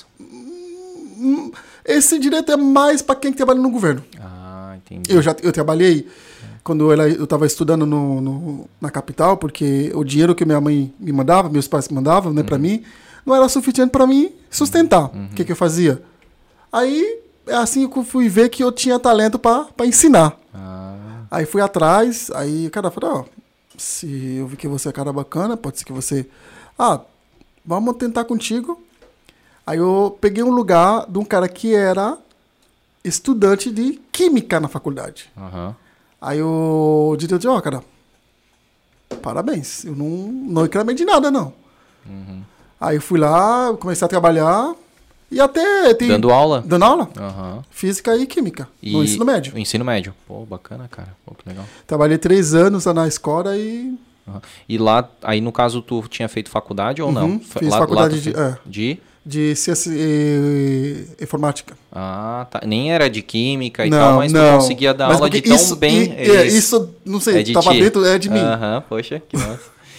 Esse direito é mais para quem trabalha no governo. Ah, entendi. Eu já eu trabalhei quando eu estava estudando no, no, na capital, porque o dinheiro que minha mãe me mandava, meus pais me mandavam, né, uhum. para mim, não era suficiente para mim sustentar. O uhum. que, que eu fazia? Aí é assim que eu fui ver que eu tinha talento para ensinar. Ah. Aí fui atrás, aí o cara falou, ó, se eu vi que você é cara bacana, pode ser que você... Ah, vamos tentar contigo. Aí eu peguei um lugar de um cara que era estudante de química na faculdade. Uhum. Aí o diretor disse, ó, oh, cara, parabéns, eu não, não reclamei de nada, não. Uhum. Aí eu fui lá, comecei a trabalhar... E até tem... Dando aula? Dando aula. Uhum. Física e química. E no ensino médio. No ensino médio. Pô, bacana, cara. Pô, que legal. Trabalhei três anos na escola e... Uhum. E lá, aí no caso, tu tinha feito faculdade ou não? Uhum. Fiz lá, faculdade lá de, fe... é, de... De ciência e informática. Ah, tá. Nem era de química e não, tal, mas não. tu conseguia dar mas aula de tão isso, bem... E, é, isso, não sei, é de tava ti. dentro, é de mim. Aham, uhum, poxa, que massa.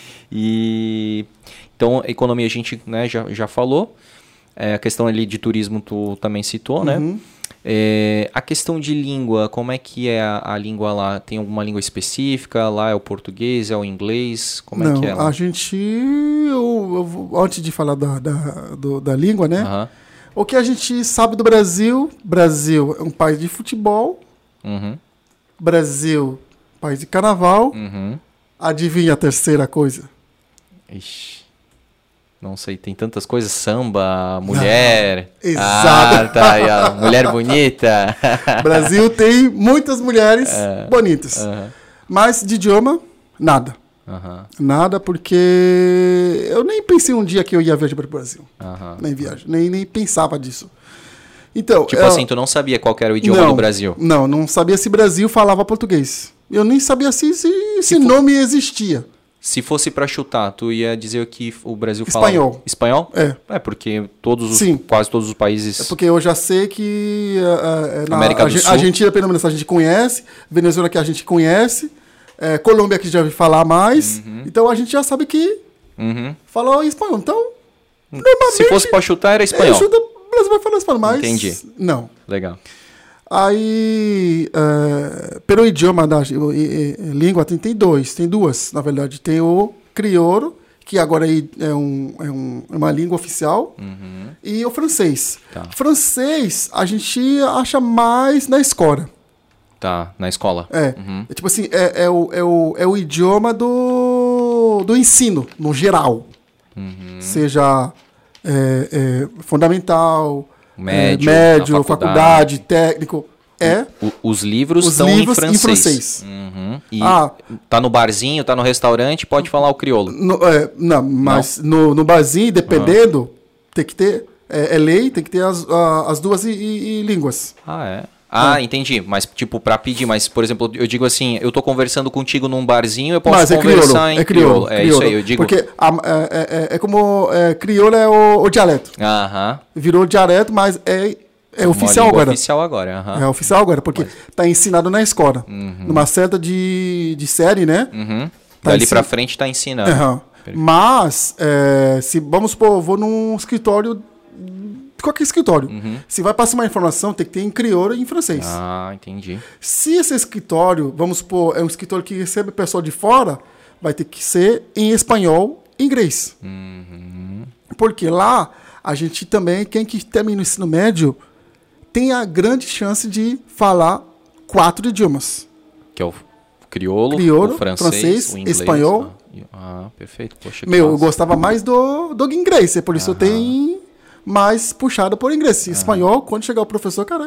E... Então, economia a gente, né, já, já falou. É, a questão ali de turismo tu também citou, né? Uhum. É, a questão de língua, como é que é a, a língua lá? Tem alguma língua específica? Lá é o português, é o inglês? Como Não, é que é lá? A gente, eu, eu, antes de falar da, da, do, da língua, né? Uhum. O que a gente sabe do Brasil, Brasil é um país de futebol, uhum. Brasil, país de carnaval. Uhum. Adivinha a terceira coisa? Ixi. Não sei, tem tantas coisas, samba, mulher... Não, exato. Ah, tá aí, ó, mulher bonita. Brasil tem muitas mulheres uh, bonitas. Uh-huh. Mas de idioma, nada. Uh-huh. Nada, porque eu nem pensei um dia que eu ia viajar para o Brasil. Uh-huh. Nem viajo, nem, nem pensava disso. Então, tipo eu, assim, tu não sabia qual era o idioma não, do Brasil? Não, não sabia se Brasil falava português. Eu nem sabia se esse se nome for... existia. Se fosse para chutar, tu ia dizer que o Brasil fala... Espanhol. Espanhol? É. É, porque todos os, Sim. quase todos os países... É porque eu já sei que... Uh, na América do a, Sul. Argentina, pelo menos, a gente conhece. Venezuela, que a gente conhece. É, Colômbia, que já ouvi falar mais. Uhum. Então, a gente já sabe que uhum. fala espanhol. Então, se fosse para chutar, era espanhol. É, o Brasil vai falar espanhol, mas... Entendi. Não. Legal. Aí, uh, pelo idioma da uh, língua, tem, tem dois. Tem duas, na verdade. Tem o crioulo, que agora é, um, é um, uma língua oficial, uhum. e o francês. Tá. Francês, a gente acha mais na escola. Tá, na escola. É, uhum. é tipo assim, é, é, o, é, o, é o idioma do, do ensino, no geral. Uhum. Seja é, é, fundamental, médio, é, médio faculdade. faculdade, técnico... É. O, os livros estão em francês. Em francês. Uhum. E ah, tá no barzinho, tá no restaurante, pode falar o crioulo. No, é, não, mas não? No, no barzinho, dependendo, uhum. tem que ter. É, é lei, tem que ter as, a, as duas e, e, e línguas. Ah, é? Ah, é. Entendi. Mas, tipo, pra pedir, mas, por exemplo, eu digo assim, eu tô conversando contigo num barzinho, eu posso mas conversar é crioulo, em é crioulo. É crioulo. isso aí, eu digo. Porque a, é, é, é como é, crioulo é o, o dialeto. Aham. Virou dialeto, mas é. É oficial agora. oficial agora, uhum. É oficial agora, porque Mas... tá ensinado na escola. Uhum. Numa certa de, de série, né? Uhum. Tá Dali ensin... pra frente tá ensinando. Uhum. Mas, é, se vamos supor, eu vou num escritório, qualquer escritório. Uhum. Se vai passar uma informação, tem que ter em crioulo e em francês. Ah, entendi. Se esse escritório, vamos supor, é um escritório que recebe pessoal de fora, vai ter que ser em espanhol e inglês. Uhum. Porque lá, a gente também, quem que termina o ensino médio... tem a grande chance de falar quatro idiomas. Que é o crioulo, crioulo o francês, francês o inglês. espanhol. Ah, perfeito. Poxa, Meu, massa. eu gostava mais do, do inglês, por isso Aham. eu tenho mais puxado por inglês. Aham. Espanhol, quando chegar o professor, cara, eu,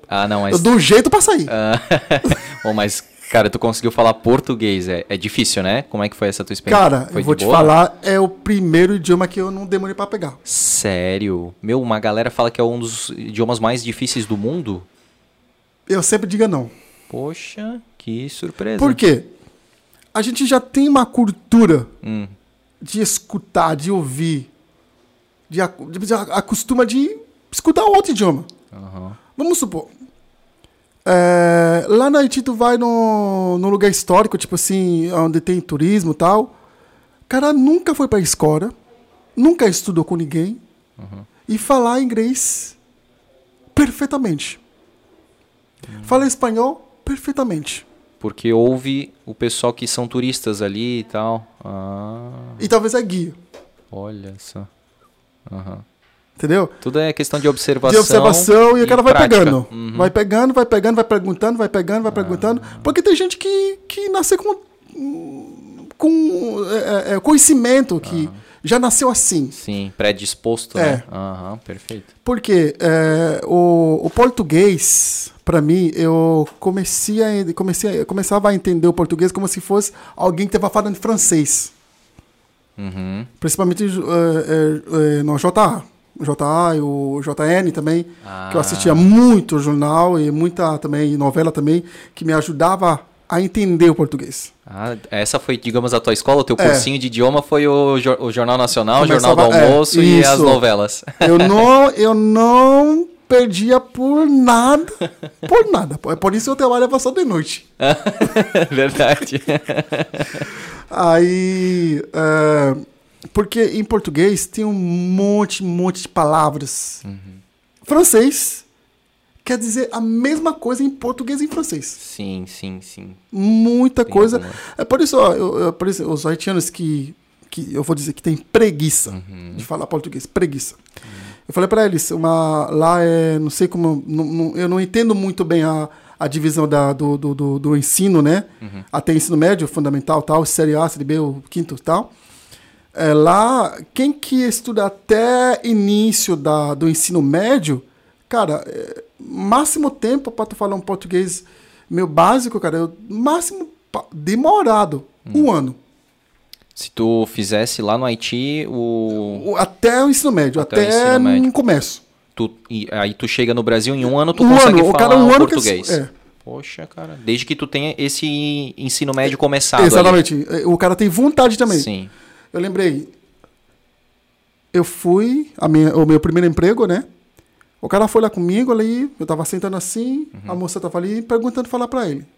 Ah, não, mas... Eu dou um jeito pra sair. Ah, bom, mas, cara, tu conseguiu falar português. É, é difícil, né? Como é que foi essa tua experiência? Cara, foi eu vou de te boa? falar, é o primeiro idioma que eu não demorei pra pegar. Sério? Meu, uma galera fala que é um dos idiomas mais difíceis do mundo. Eu sempre digo não. Poxa, que surpresa. Por quê? A gente já tem uma cultura Hum. de escutar, de ouvir, de, acu- de, de acostuma de escutar outro idioma. Aham. Vamos supor, é, lá na Haiti tu vai no, no lugar histórico, tipo assim, onde tem turismo e tal, o cara nunca foi pra escola, nunca estudou com ninguém, e falar inglês perfeitamente. Fala espanhol perfeitamente. Porque houve o pessoal que são turistas ali e tal. Ah, E talvez é guia, olha só. Aham. entendeu? Tudo é questão de observação. De observação e o cara vai prática. pegando. Uhum. Vai pegando, vai pegando, vai perguntando, vai pegando, vai perguntando. Porque tem gente que, que nasceu com, com é, é, conhecimento, que já nasceu assim. Sim, predisposto, É. né? Aham, perfeito. Porque é, o, o português, para mim, eu comecei a, comecei a, eu começava a entender o português como se fosse alguém que estava falando francês. Uhum. Principalmente é, é, é, no J A. O J A e o J N também, Ah. que eu assistia muito jornal e muita também novela também, que me ajudava a entender o português. Ah, essa foi, digamos, a tua escola, o teu É. cursinho de idioma foi o, jor- o Jornal Nacional, o Começava- Jornal do é, Almoço e as isso. novelas. Eu não, eu não perdia por nada, por nada. É por isso que eu trabalhava só de noite. Verdade. Aí, é, porque em português tem um monte, monte de palavras. Francês quer dizer a mesma coisa em português e em francês. Sim, sim, sim. Muita Tem coisa. alguma. É por isso, ó, eu, eu- por isso os haitianos que, que eu vou dizer que tem preguiça Uhum. de falar português, preguiça. Eu falei para eles, uma, lá é, não sei como, não- não- eu não entendo muito bem a, a divisão da, do, do, do, do ensino, né? Uhum. Até ensino médio, fundamental, tal, série A, série B, o quinto e tal. É, lá, quem que estuda até início da, do ensino médio, cara, é, máximo tempo para tu falar um português meu básico, cara, eu, máximo pa- demorado, um ano. Se tu fizesse lá no Haiti, o, O- Até o ensino médio, Até o até, ensino médio. no começo. tu, e aí tu chega no Brasil, em um ano tu Um consegue ano, o falar cara, um ano que- português. é. Poxa, cara. Desde que tu tenha esse ensino médio começado. Exatamente. O cara tem vontade também. Ali. Sim. Eu lembrei. Eu fui, a minha, o meu primeiro emprego, né? O cara foi lá comigo, ali, eu tava sentando assim, a moça tava ali perguntando falar pra ele.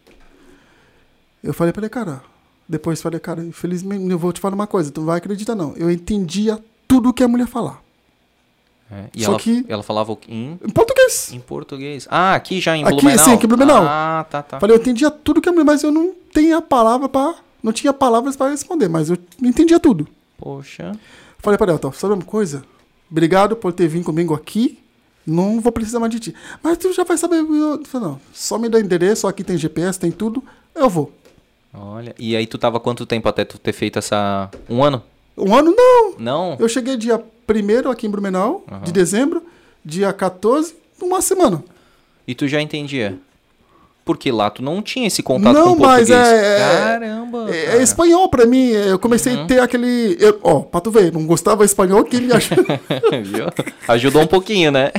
Eu falei pra ele, cara, depois falei, cara, infelizmente, eu vou te falar uma coisa, tu não vai acreditar não. Eu entendia tudo que a mulher falar. É. E Só ela, que- ela falava o quê? em, Em português. em português. Ah, aqui já em Aqui, Blumenau? sim, aqui em Blumenau. Ah, tá, tá. Falei, eu entendia tudo que a mulher, mas eu não tinha a palavra pra. Não tinha palavras pra responder, mas eu entendia tudo. Poxa. Falei pra ela, tá, sabe uma coisa? Obrigado por ter vindo comigo aqui. Não vou precisar mais de ti. Mas tu já vai saber. Eu falei, não, só me dá endereço, aqui tem G P S, tem tudo. Eu vou. Olha. E aí tu tava quanto tempo até tu ter feito essa... Um ano? Um ano não. Não? Eu cheguei dia primeiro aqui em Blumenau, de dezembro, dia quatorze, uma semana. E tu já entendia? Porque lá tu não tinha esse contato Não, com o mas português. é- é- Caramba, É, cara. é espanhol pra mim. Eu comecei a ter aquele. eu- Ó, pra tu ver, não gostava espanhol, que me achou. Viu? Ajudou um pouquinho, né?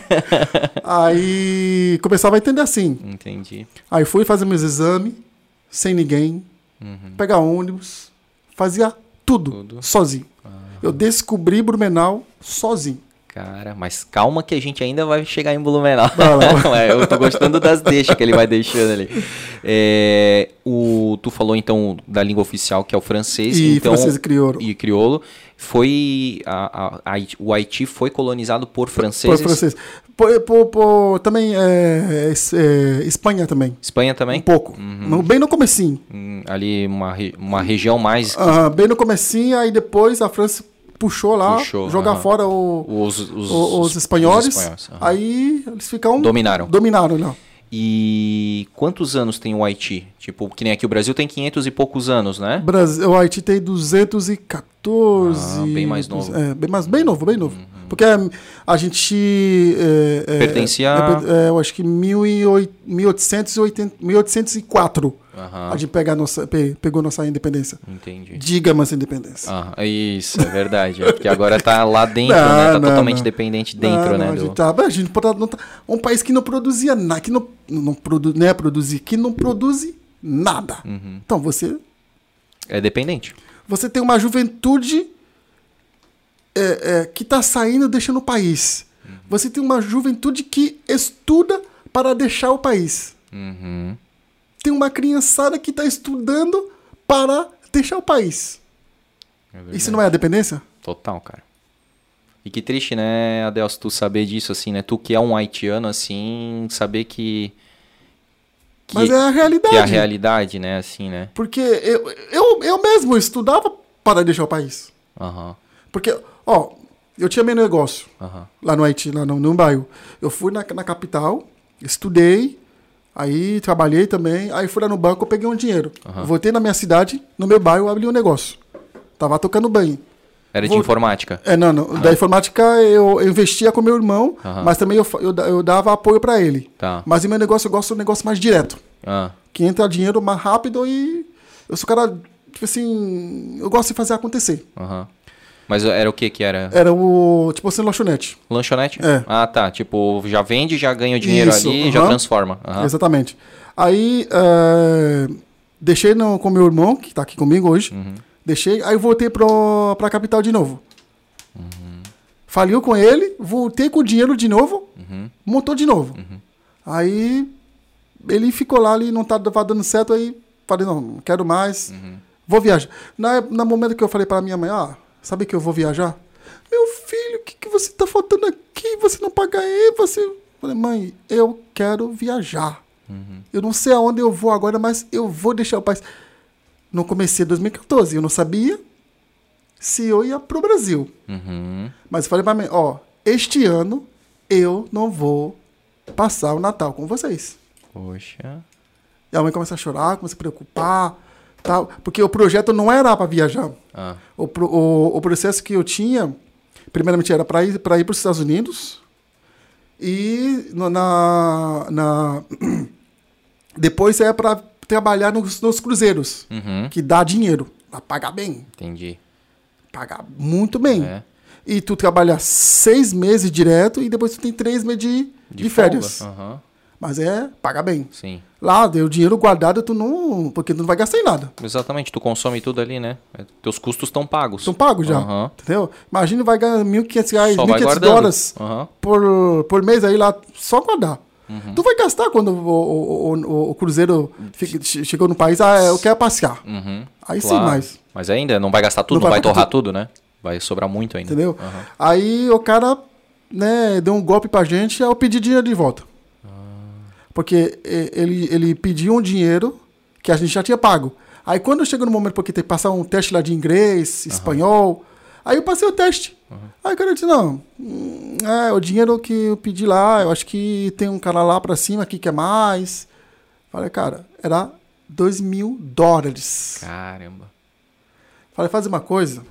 Aí começava a entender assim. Entendi. Aí fui fazer meus exames, sem ninguém, pegar ônibus, fazia tudo, Tudo. sozinho. Eu descobri Blumenau sozinho. Cara, mas calma que a gente ainda vai chegar em Blumenau. Vai lá. É, eu tô gostando das deixas que ele vai deixando ali. É, o, tu falou então da língua oficial, que é o francês. E então, francês e crioulo. E crioulo. Foi, a, a- a- o Haiti foi colonizado por Por franceses? francês. Por, por- por- também é, é, é, Espanha também. Espanha Um também? pouco. No- bem no comecinho. Hum, ali uma, re- uma região mais... Ah, bem no comecinho, aí depois a França puxou lá, Puxou, jogar aham. fora o, Os, os, o- os, espanhóis. os espanhóis, aham. Aí eles ficaram... Dominaram. Dominaram, não. E quantos anos tem o Haiti? Tipo, que nem aqui o Brasil tem quinhentos e poucos anos, né? Brasil, o Haiti tem duzentos e quatorze. Ah, bem mais novo. É, bem, mais, bem novo, bem novo. Uhum. Porque a gente... É, é, pertencia... É, é, eu acho que mil e oitocentos e oitenta, mil oitocentos e quatro uhum. a gente pega a nossa, pe, pegou nossa independência. Entendi. Diga-me essa independência. Ah, isso, é verdade. É porque agora tá lá dentro, não, né? Tá não, totalmente não. dependente dentro, não, né? Não, do... a gente tá, a gente não tá, um país que não produzia nada, que não, não, produ, né, produzir, que não produz nada. Uhum. Então você... É dependente. Você tem uma juventude... É, é, que está saindo deixando o país. Uhum. Você tem uma juventude que estuda para deixar o país. Uhum. Tem uma criançada que está estudando para deixar o país. É Isso não é a dependência? Total, cara. E que triste, né, Adelso, tu saber disso, assim, né? Tu que é um haitiano, assim, saber que... que Mas é a realidade. Que é a realidade, né, assim, né? Porque eu, eu, eu mesmo estudava para deixar o país. Aham. Uhum. Porque... Ó, eu tinha meu negócio uhum. lá no Haiti, lá no, no bairro. Eu fui na, na capital, estudei, aí trabalhei também, aí fui lá no banco, eu peguei um dinheiro. Uhum. Voltei na minha cidade, no meu bairro, abri um negócio. Tava tocando bem. Era Vou... de informática? É, não, não. Uhum. Da informática eu, eu investia com meu irmão, uhum. mas também eu, eu, eu dava apoio para ele. Tá. Mas o meu negócio, eu gosto de um negócio mais direto. Uhum. Que entra dinheiro mais rápido e eu sou cara, tipo assim, eu gosto de fazer acontecer. Aham. Uhum. Mas era o que que era? Era o, tipo assim, lanchonete. Lanchonete? É. Ah, tá. Tipo, já vende, já ganha o dinheiro Isso, ali e uh-huh. já transforma. Uhum. Exatamente. Aí, uh, deixei no, com meu irmão, que tá aqui comigo hoje. Uhum. Deixei, aí voltei pro, pra capital de novo. Uhum. Faliu com ele, voltei com o dinheiro de novo, uhum. montou de novo. Uhum. Aí, ele ficou lá ali, não tava dando certo, aí falei, não, não quero mais, uhum. vou viajar. Na, no momento que eu falei pra minha mãe, ah, sabe que eu vou viajar? Meu filho, o que, que você tá faltando aqui? Você não paga aí, você... Eu falei, mãe, eu quero viajar. Uhum. Eu não sei aonde eu vou agora, mas eu vou deixar o país. No começo de dois mil e quatorze, eu não sabia se eu ia pro Brasil. Uhum. Mas eu falei pra mim, ó, este ano eu não vou passar o Natal com vocês. Poxa. E a mãe começa a chorar, começa a se preocupar... Tal, porque o projeto não era para viajar. Ah. O, o, o processo que eu tinha, primeiramente, era para ir para ir para os Estados Unidos e no, na, na depois é para trabalhar nos, nos cruzeiros, uhum. que dá dinheiro, para pagar bem. Entendi. Pagar muito bem. É. E tu trabalha seis meses direto e depois tu tem três meses de, de, de férias. Uhum. Mas é, paga bem. Sim. Lá, deu dinheiro guardado, tu não... Porque tu não vai gastar em nada. Exatamente, tu consome tudo ali, né? Teus custos estão pagos. Estão pagos já, uhum. entendeu? Imagina, vai ganhar mil e quinhentos reais, mil e quinhentos dólares uhum. por, por mês aí lá, só guardar. Uhum. Tu vai gastar quando o, o, o, o cruzeiro fica, chegou no país, ah, eu quero passear. Uhum. Aí claro. Sim, mas... Mas ainda, não vai gastar tudo, não, não vai, vai torrar tudo. tudo, né? Vai sobrar muito ainda. Entendeu? Uhum. Aí o cara, né, deu um golpe pra gente, aí eu pedi dinheiro de volta. Porque ele, ele pediu um dinheiro que a gente já tinha pago. Aí quando chegou no momento, porque tem que passar um teste lá de inglês, uhum. espanhol, aí eu passei o teste. Uhum. Aí o cara disse, não, é o dinheiro que eu pedi lá, eu acho que tem um cara lá pra cima que quer mais. Falei, cara, era dois mil dólares. Caramba. Falei, faz uma coisa,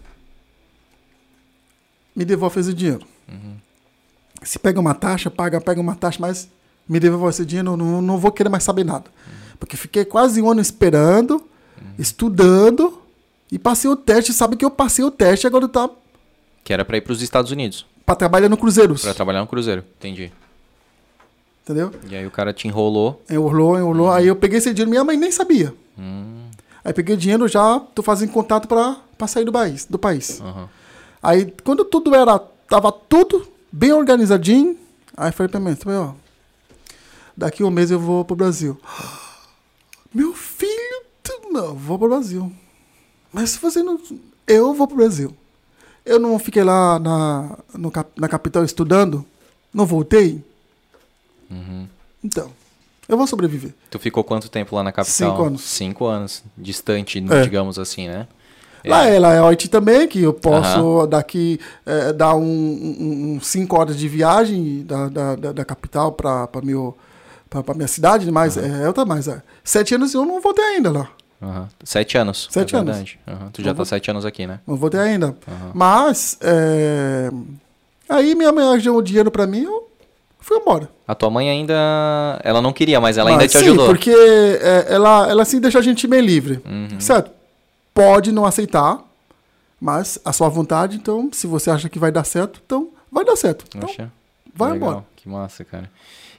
me devolve esse dinheiro. Uhum. Se pega uma taxa, paga, pega uma taxa, mas... me devolve esse dinheiro, não, não vou querer mais saber nada. Uhum. Porque fiquei quase um ano esperando, uhum. estudando, e passei o teste. Sabe que eu passei o teste, agora tá... Que era para ir para os Estados Unidos. Para trabalhar no cruzeiros. Para trabalhar no cruzeiro, entendi. Entendeu? E aí o cara te enrolou. Enrolou, enrolou. Uhum. Aí eu peguei esse dinheiro, minha mãe nem sabia. Uhum. Aí peguei o dinheiro, já tô fazendo contato para sair do país. Do país. Uhum. Aí quando tudo era... Tava tudo bem organizadinho, aí falei pra mim, ó... Daqui um mês eu vou pro Brasil. Meu filho, não, vou pro Brasil. Mas se você não... Eu vou pro Brasil. Eu não fiquei lá na, no, na capital estudando? Não voltei? Uhum. Então, eu vou sobreviver. Tu ficou quanto tempo lá na capital? Cinco anos. Cinco anos. Distante, é. digamos assim, né? Lá é, lá é Haiti também, que eu posso uhum. daqui é, dar um, um, um cinco horas de viagem da, da, da, da capital para meu... para minha cidade, mas uhum. é outra mais. É. Sete anos eu não voltei ainda lá. Uhum. Sete anos. Sete é anos. Uhum. Tu já não tá vou... sete anos aqui, né? Não voltei ainda. Uhum. Mas, é... aí minha mãe arranjou o dinheiro para mim, eu fui embora. A tua mãe ainda... Ela não queria, mas ela mas, ainda te sim, ajudou. Sim, porque é, ela, ela assim deixa a gente meio livre. Uhum. Certo? Pode não aceitar, mas a sua vontade, então, se você acha que vai dar certo, então vai dar certo. Então, Oxa, vai legal. embora. Que massa, cara.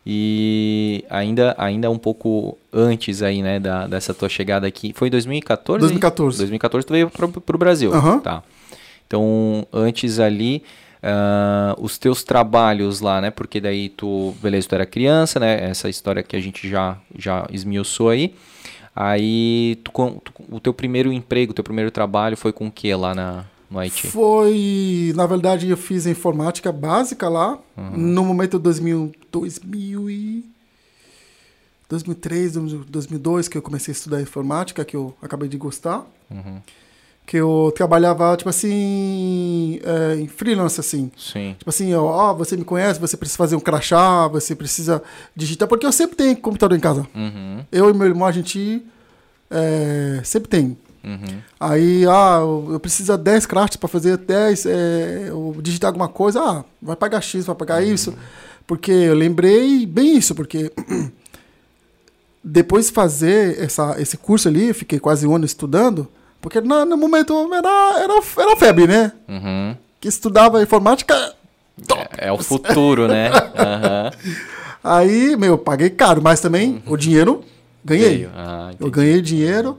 E ainda, ainda um pouco antes aí, né, da, dessa tua chegada aqui, foi em dois mil e quatorze? dois mil e quatorze. dois mil e quatorze tu veio pro, pro Brasil. Uhum. Tá. Então, antes ali, uh, os teus trabalhos lá, né, porque daí tu, beleza, tu era criança, né, essa história que a gente já, já esmiuçou aí. Aí, tu, tu, o teu primeiro emprego, o teu primeiro trabalho foi com o que lá na, no Haiti? Foi, na verdade, eu fiz informática básica lá, uhum. no momento de dois mil, dois mil e... dois mil e três, dois mil e dois, que eu comecei a estudar informática, que eu acabei de gostar. Uhum. Que eu trabalhava, tipo assim, é, em freelance, assim. Sim. Tipo assim, ó, oh, você me conhece, você precisa fazer um crachá, você precisa digitar, porque eu sempre tenho computador em casa. Uhum. Eu e meu irmão, a gente é, sempre tem. Uhum. Aí, ah, eu, eu preciso de dez crachás para fazer dez, é, eu digitar alguma coisa, ah, vai pagar X, vai pagar uhum. isso. Porque eu lembrei bem isso, porque depois de fazer essa, esse curso ali, eu fiquei quase um ano estudando, porque no, no momento era, era, era febre, né? Uhum. Que estudava informática, top. É, é o futuro, né? Uhum. Aí, meu, eu paguei caro, mas também uhum. o dinheiro ganhei. Ah, eu ganhei dinheiro.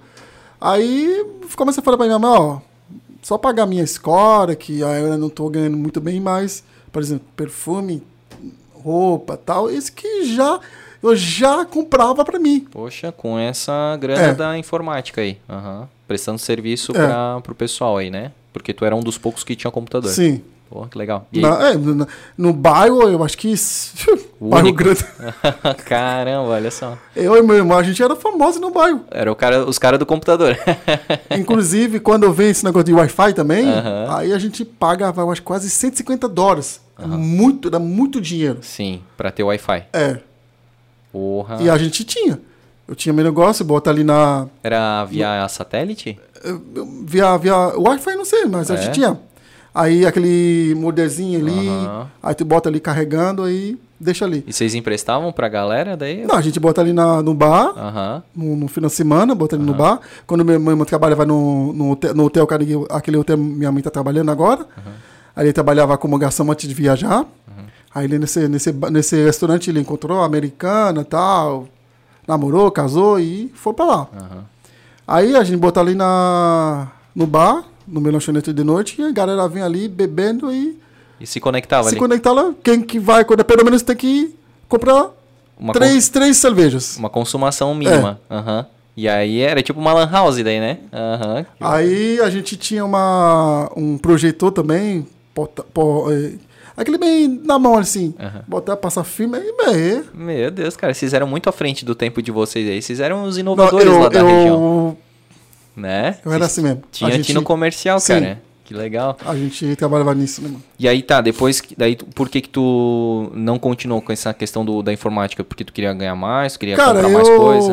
Aí comecei a falar pra minha mãe, ó, só pagar minha escola, que eu ainda não tô ganhando muito bem, mas, por exemplo, perfume, roupa, tal, esse que já eu já comprava pra mim. Poxa, com essa grana é. da informática aí, uhum. prestando serviço é. para pro pessoal aí, né? Porque tu era um dos poucos que tinha computador. Sim. Pô, que legal. E Na, é, no, no bairro, eu acho que... O bairro único. grande. Caramba, olha só. Eu e meu irmão, a gente era famoso no bairro. Era o cara, os caras do computador. Inclusive, quando eu venho esse negócio de Wi-Fi também, uhum. aí a gente pagava, eu acho, quase cento e cinquenta dólares. Uhum. Muito, dá muito dinheiro. Sim, pra ter Wi-Fi. É. Porra. E a gente tinha. Eu tinha meu negócio, bota ali na... Era via no... satélite? Via, via Wi-Fi, não sei, mas é? a gente tinha. Aí aquele modezinho ali, uhum. aí tu bota ali carregando, aí deixa ali. E vocês emprestavam pra galera daí? Não, a gente bota ali na, no bar, uhum. no, no final de semana, bota ali uhum. no bar. Quando minha mãe trabalhava no, no hotel, no hotel, aquele hotel minha mãe tá trabalhando agora, uhum. aí ele trabalhava como garçom antes de viajar. Uhum. Aí ele nesse, nesse, nesse restaurante ele encontrou a americana e tal, namorou, casou e foi pra lá. Uhum. Aí a gente botou ali na, no bar, no meu lanchonete de noite, e a galera vinha ali bebendo e... E se conectava se ali? Se conectava, quem que vai, quando, pelo menos tem que comprar uma três, cons... três cervejas. Uma consumação mínima. É. Uhum. E aí era tipo uma lan house daí, né? Uhum. Aí a gente tinha uma, um projetor também, pota, po, é, aquele bem na mão assim, uhum. botar, passar filme e meio. Meu Deus, cara, vocês eram muito à frente do tempo de vocês aí. Vocês eram os inovadores Não, eu, lá da eu... região. Né? Eu era assim mesmo. Tinha a gente... no comercial, Sim. cara. Que legal. A gente trabalhava nisso, né, mano? E aí tá, depois, daí, por que que tu não continuou com essa questão do, da informática? Porque tu queria ganhar mais, tu queria cara, comprar eu... mais coisa?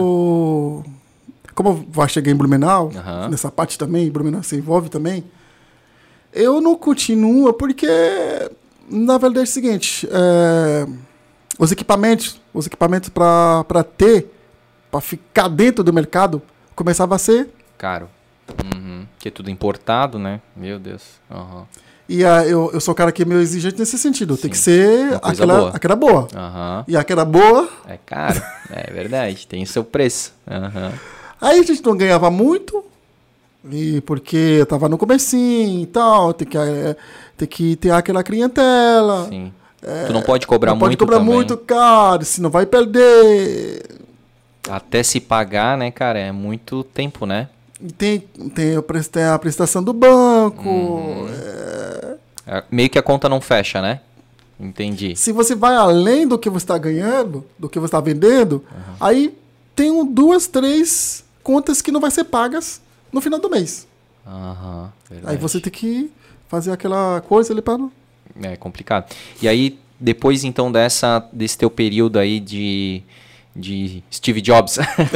Como eu cheguei em Blumenau, uhum. nessa parte também, Blumenau se envolve também, eu não continuo porque, na verdade é o seguinte, é... os equipamentos, os equipamentos para ter, para ficar dentro do mercado, começava a ser caro. Uhum. Que é tudo importado, né? Meu Deus. Uhum. E a, eu, eu sou o cara que é meio exigente nesse sentido. Sim. Tem que ser aquela boa. aquela boa. Uhum. E aquela boa... É caro. É verdade. Tem o seu preço. Uhum. Aí a gente não ganhava muito. E porque eu tava no comecinho e tal. Tem que, é, tem que ter aquela clientela. Sim. É, tu não pode cobrar não muito Não pode cobrar também. muito caro. Senão vai perder. Até se pagar, né, cara? É muito tempo, né? Tem, tem, tem a prestação do banco. Uhum. É... É, meio que a conta não fecha, né? Entendi. Se você vai além do que você está ganhando, do que você está vendendo, uhum. aí tem um, duas, três contas que não vai ser pagas no final do mês. Uhum, aí você tem que fazer aquela coisa ali para... É complicado. E aí, depois então dessa, desse teu período aí de... de Steve Jobs,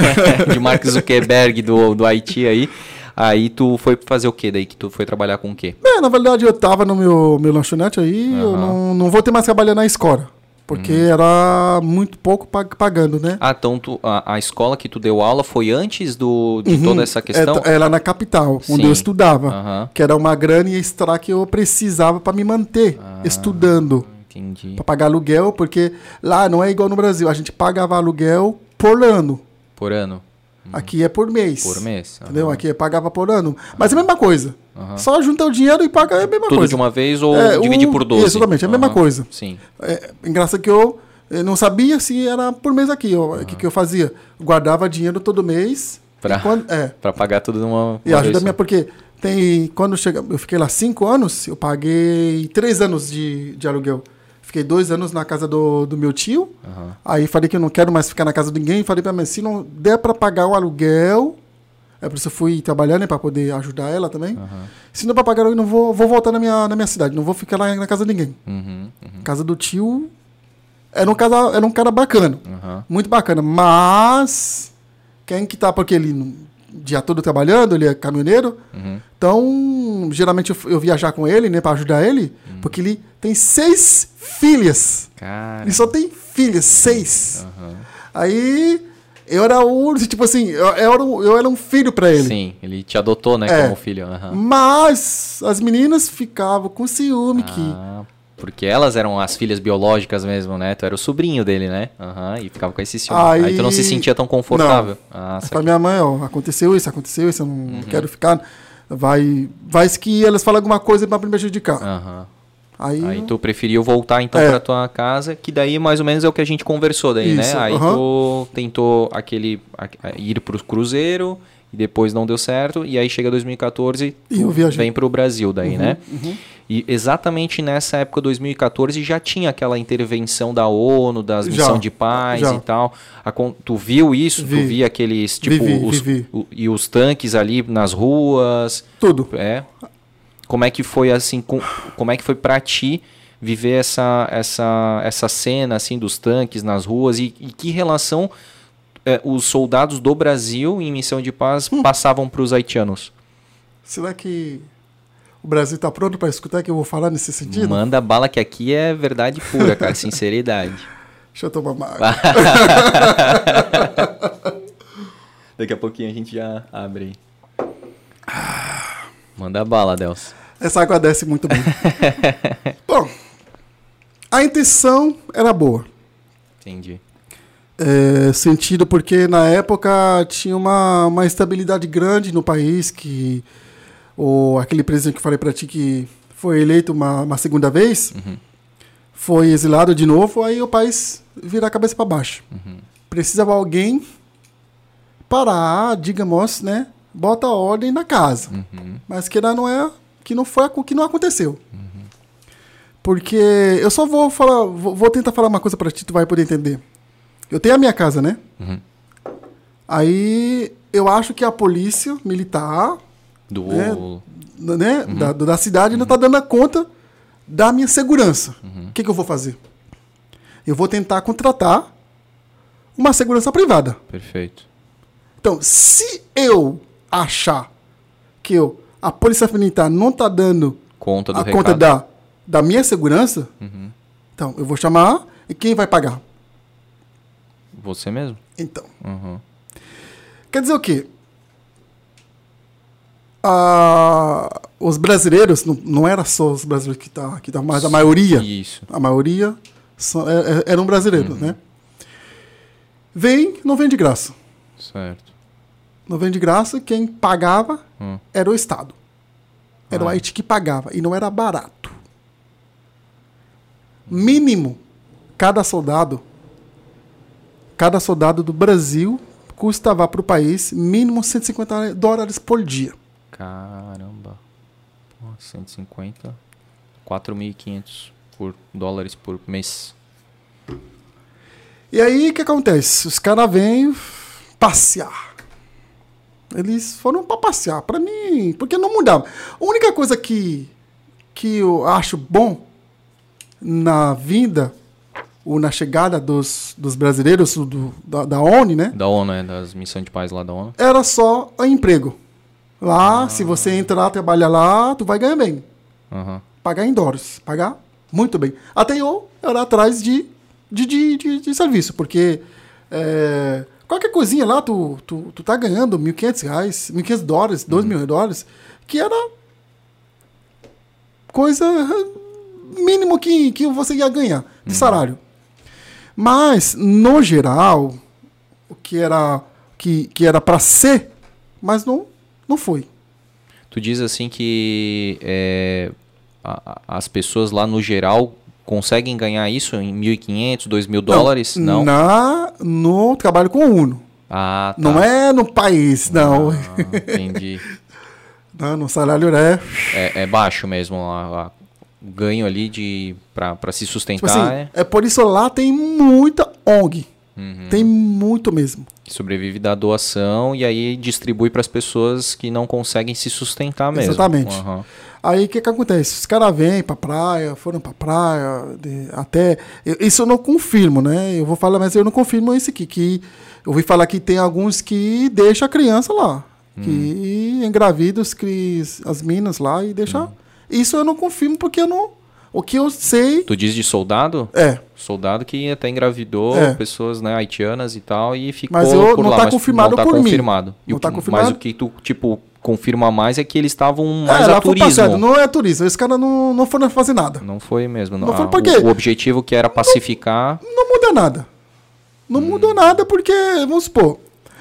de Mark Zuckerberg do, do Haiti aí. Aí tu foi fazer o quê daí? Que tu foi trabalhar com o quê? É, na verdade eu tava no meu, meu lanchonete aí, uhum. eu não, não vou ter mais trabalhar na escola. Porque uhum. era muito pouco pagando, né? Ah, então tu, a, a escola que tu deu aula foi antes do, de uhum. toda essa questão? É, era na capital, Sim. onde eu estudava. Uhum. Que era uma grana extra que eu precisava para me manter ah, estudando. Entendi. Para pagar aluguel, porque lá não é igual no Brasil. A gente pagava aluguel por ano. Por ano? Uhum. Aqui é por mês. Por mês. Uhum. Entendeu? Aqui é pagava por ano. Mas é a mesma coisa. Uhum. Só junta o dinheiro e paga é a mesma Tudo coisa. de uma vez ou é, divide um, por doze? Exatamente, é a mesma uhum. coisa. Sim. É, engraçado que eu, eu não sabia se era por mês aqui. O uhum. que, que eu fazia? Eu guardava dinheiro todo mês. Pra, quando, é, pra pagar tudo numa, uma E ajuda vez minha, porque tem, quando chega, eu fiquei lá cinco anos, eu paguei três anos de, de aluguel. Fiquei dois anos na casa do, do meu tio. Uhum. Aí falei que eu não quero mais ficar na casa de ninguém. Falei pra mim, se não der pra pagar o aluguel... É por isso que eu fui trabalhar, né? Pra poder ajudar ela também. Uhum. Se não pra pagar, eu não vou, vou voltar na minha, na minha cidade. Não vou ficar lá na casa de ninguém. Uhum, uhum. Casa do tio... Era um, casa, era um cara bacana. Uhum. Muito bacana. Mas... Quem que tá... Porque ele... O dia todo trabalhando, ele é caminhoneiro. Uhum. Então, geralmente eu, eu viajar com ele, né? Pra ajudar ele. Uhum. Porque ele tem seis filhas. Cara. Ele só tem filhas. Seis. Uhum. Aí... Eu era o... Tipo assim, eu, eu, era, um, eu era um filho pra ele. Sim, ele te adotou, né, é. como filho. Uhum. Mas as meninas ficavam com ciúme ah, que... Porque elas eram as filhas biológicas mesmo, né? Tu era o sobrinho dele, né? Uhum, e ficava com esse ciúme. Aí, Aí tu não se sentia tão confortável. Não. Ah, pra minha mãe, ó, aconteceu isso, aconteceu isso, eu não uhum. quero ficar... Vai, vai que elas falam alguma coisa pra me prejudicar. Aham. Uhum. Aí, aí tu preferiu voltar então é. pra tua casa, que daí mais ou menos é o que a gente conversou daí, Isso, né? Aí uh-huh. tu tentou aquele, a, a, ir pro cruzeiro e depois não deu certo, e aí chega dois mil e quatorze e tu vem pro Brasil daí, uhum, né? Uhum. E exatamente nessa época, dois mil e quatorze, já tinha aquela intervenção da ONU, das missões de paz já. E tal. A, tu viu isso? Vi. Tu via aqueles, tipo, vi, vi, os, vi, vi. O, e os tanques ali nas ruas? Tudo. É. Como é que foi assim, com, como é que foi pra ti viver essa, essa, essa cena assim dos tanques nas ruas e, e que relação eh, os soldados do Brasil em missão de paz hum. passavam para os haitianos? Será que o Brasil tá pronto para escutar o que eu vou falar nesse sentido? Manda bala que aqui é verdade pura, cara, sinceridade. Deixa eu tomar uma água. Daqui a pouquinho a gente já abre aí. Manda bala, Adelson. Essa água desce muito bem. Bom, a intenção era boa. Entendi. É, sentido porque na época tinha uma, uma estabilidade grande no país, que o, aquele presidente que eu falei para ti que foi eleito uma, uma segunda vez, uhum. foi exilado de novo, aí o país vira a cabeça para baixo. Uhum. Precisava alguém parar, digamos, né? Bota ordem na casa. Uhum. Mas que não é, que não foi, que não aconteceu. Uhum. Porque eu só vou falar, vou, vou tentar falar uma coisa para ti, tu vai poder entender. Eu tenho a minha casa, né? Uhum. Aí eu acho que a polícia militar do né, né, uhum. da, da cidade uhum. não está dando conta da minha segurança. O uhum. que, que eu vou fazer? Eu vou tentar contratar uma segurança privada. Perfeito. Então, se eu achar que eu, a polícia militar não está dando conta do a recado. conta da, da minha segurança, uhum. então eu vou chamar e quem vai pagar? Você mesmo? Então. Uhum. Quer dizer o quê? Ah, os brasileiros, não, não era só os brasileiros que estavam, que tá, mas a maioria. Isso. A maioria são, é, eram brasileiros, uhum. né? Vem, não vem de graça. Certo. Não vem de graça, quem pagava hum. era o Estado. Era ah. o Haiti que pagava, e não era barato. Mínimo, cada soldado, cada soldado do Brasil custava para o país mínimo cento e cinquenta dólares por dia. Caramba. Pô, cento e cinquenta, quatro mil e quinhentos por dólares por mês. E aí, o que acontece? Os caras vêm passear. Eles foram para passear. Para mim, porque não mudava. A única coisa que, que eu acho bom na vinda ou na chegada dos, dos brasileiros do, da, da ONU, né? Da ONU, né? Das missões de paz lá da ONU. Era só o emprego. Lá, ah. se você entrar, trabalhar lá, tu vai ganhar bem. Uhum. Pagar em dólares. Pagar muito bem. Até eu era atrás de, de, de, de, de serviço, porque é, qualquer coisinha lá, tu, tu, tu tá ganhando mil e quinhentos reais, mil e quinhentos dólares, dois mil dólares, que era coisa mínimo que, que você ia ganhar de uhum. salário. Mas, no geral, o que era que, que era para ser, mas não, não foi. Tu diz assim que é, a, as pessoas lá, no geral, conseguem ganhar isso em mil e quinhentos, dois mil dólares? Não. Na, no trabalho com o Uno. Ah, tá. Não é no país, não. Ah, entendi. Não, no salário é... É, é baixo mesmo a, a o ganho ali de para se sustentar. Tipo assim, é... é por isso lá tem muita O N G. Uhum. Tem muito mesmo. Que sobrevive da doação e aí distribui para as pessoas que não conseguem se sustentar mesmo. Exatamente. Uhum. Aí o que que acontece? Os caras vêm pra praia, foram pra praia, de, até... Eu, isso eu não confirmo, né? Eu vou falar, mas eu não confirmo isso aqui, que eu ouvi falar que tem alguns que deixam a criança lá. Hum. Que engravida os, as minas lá e deixa... Hum. Isso eu não confirmo porque eu não... O que eu sei... Tu diz de soldado? É. Soldado que até engravidou é. pessoas, né, haitianas e tal e ficou mas eu, por não lá. Tá mas confirmado não tá por confirmado. mim. E não o tá que, confirmado. Mas o que tu, tipo, confirma mais é que eles estavam mais é, a turismo. Passado, não é turismo. Esse cara não, não foram fazer nada. Não foi mesmo. Não, não foi ah, porque... o, o objetivo que era pacificar... Não, não muda nada. Não hum. mudou nada porque, vamos supor...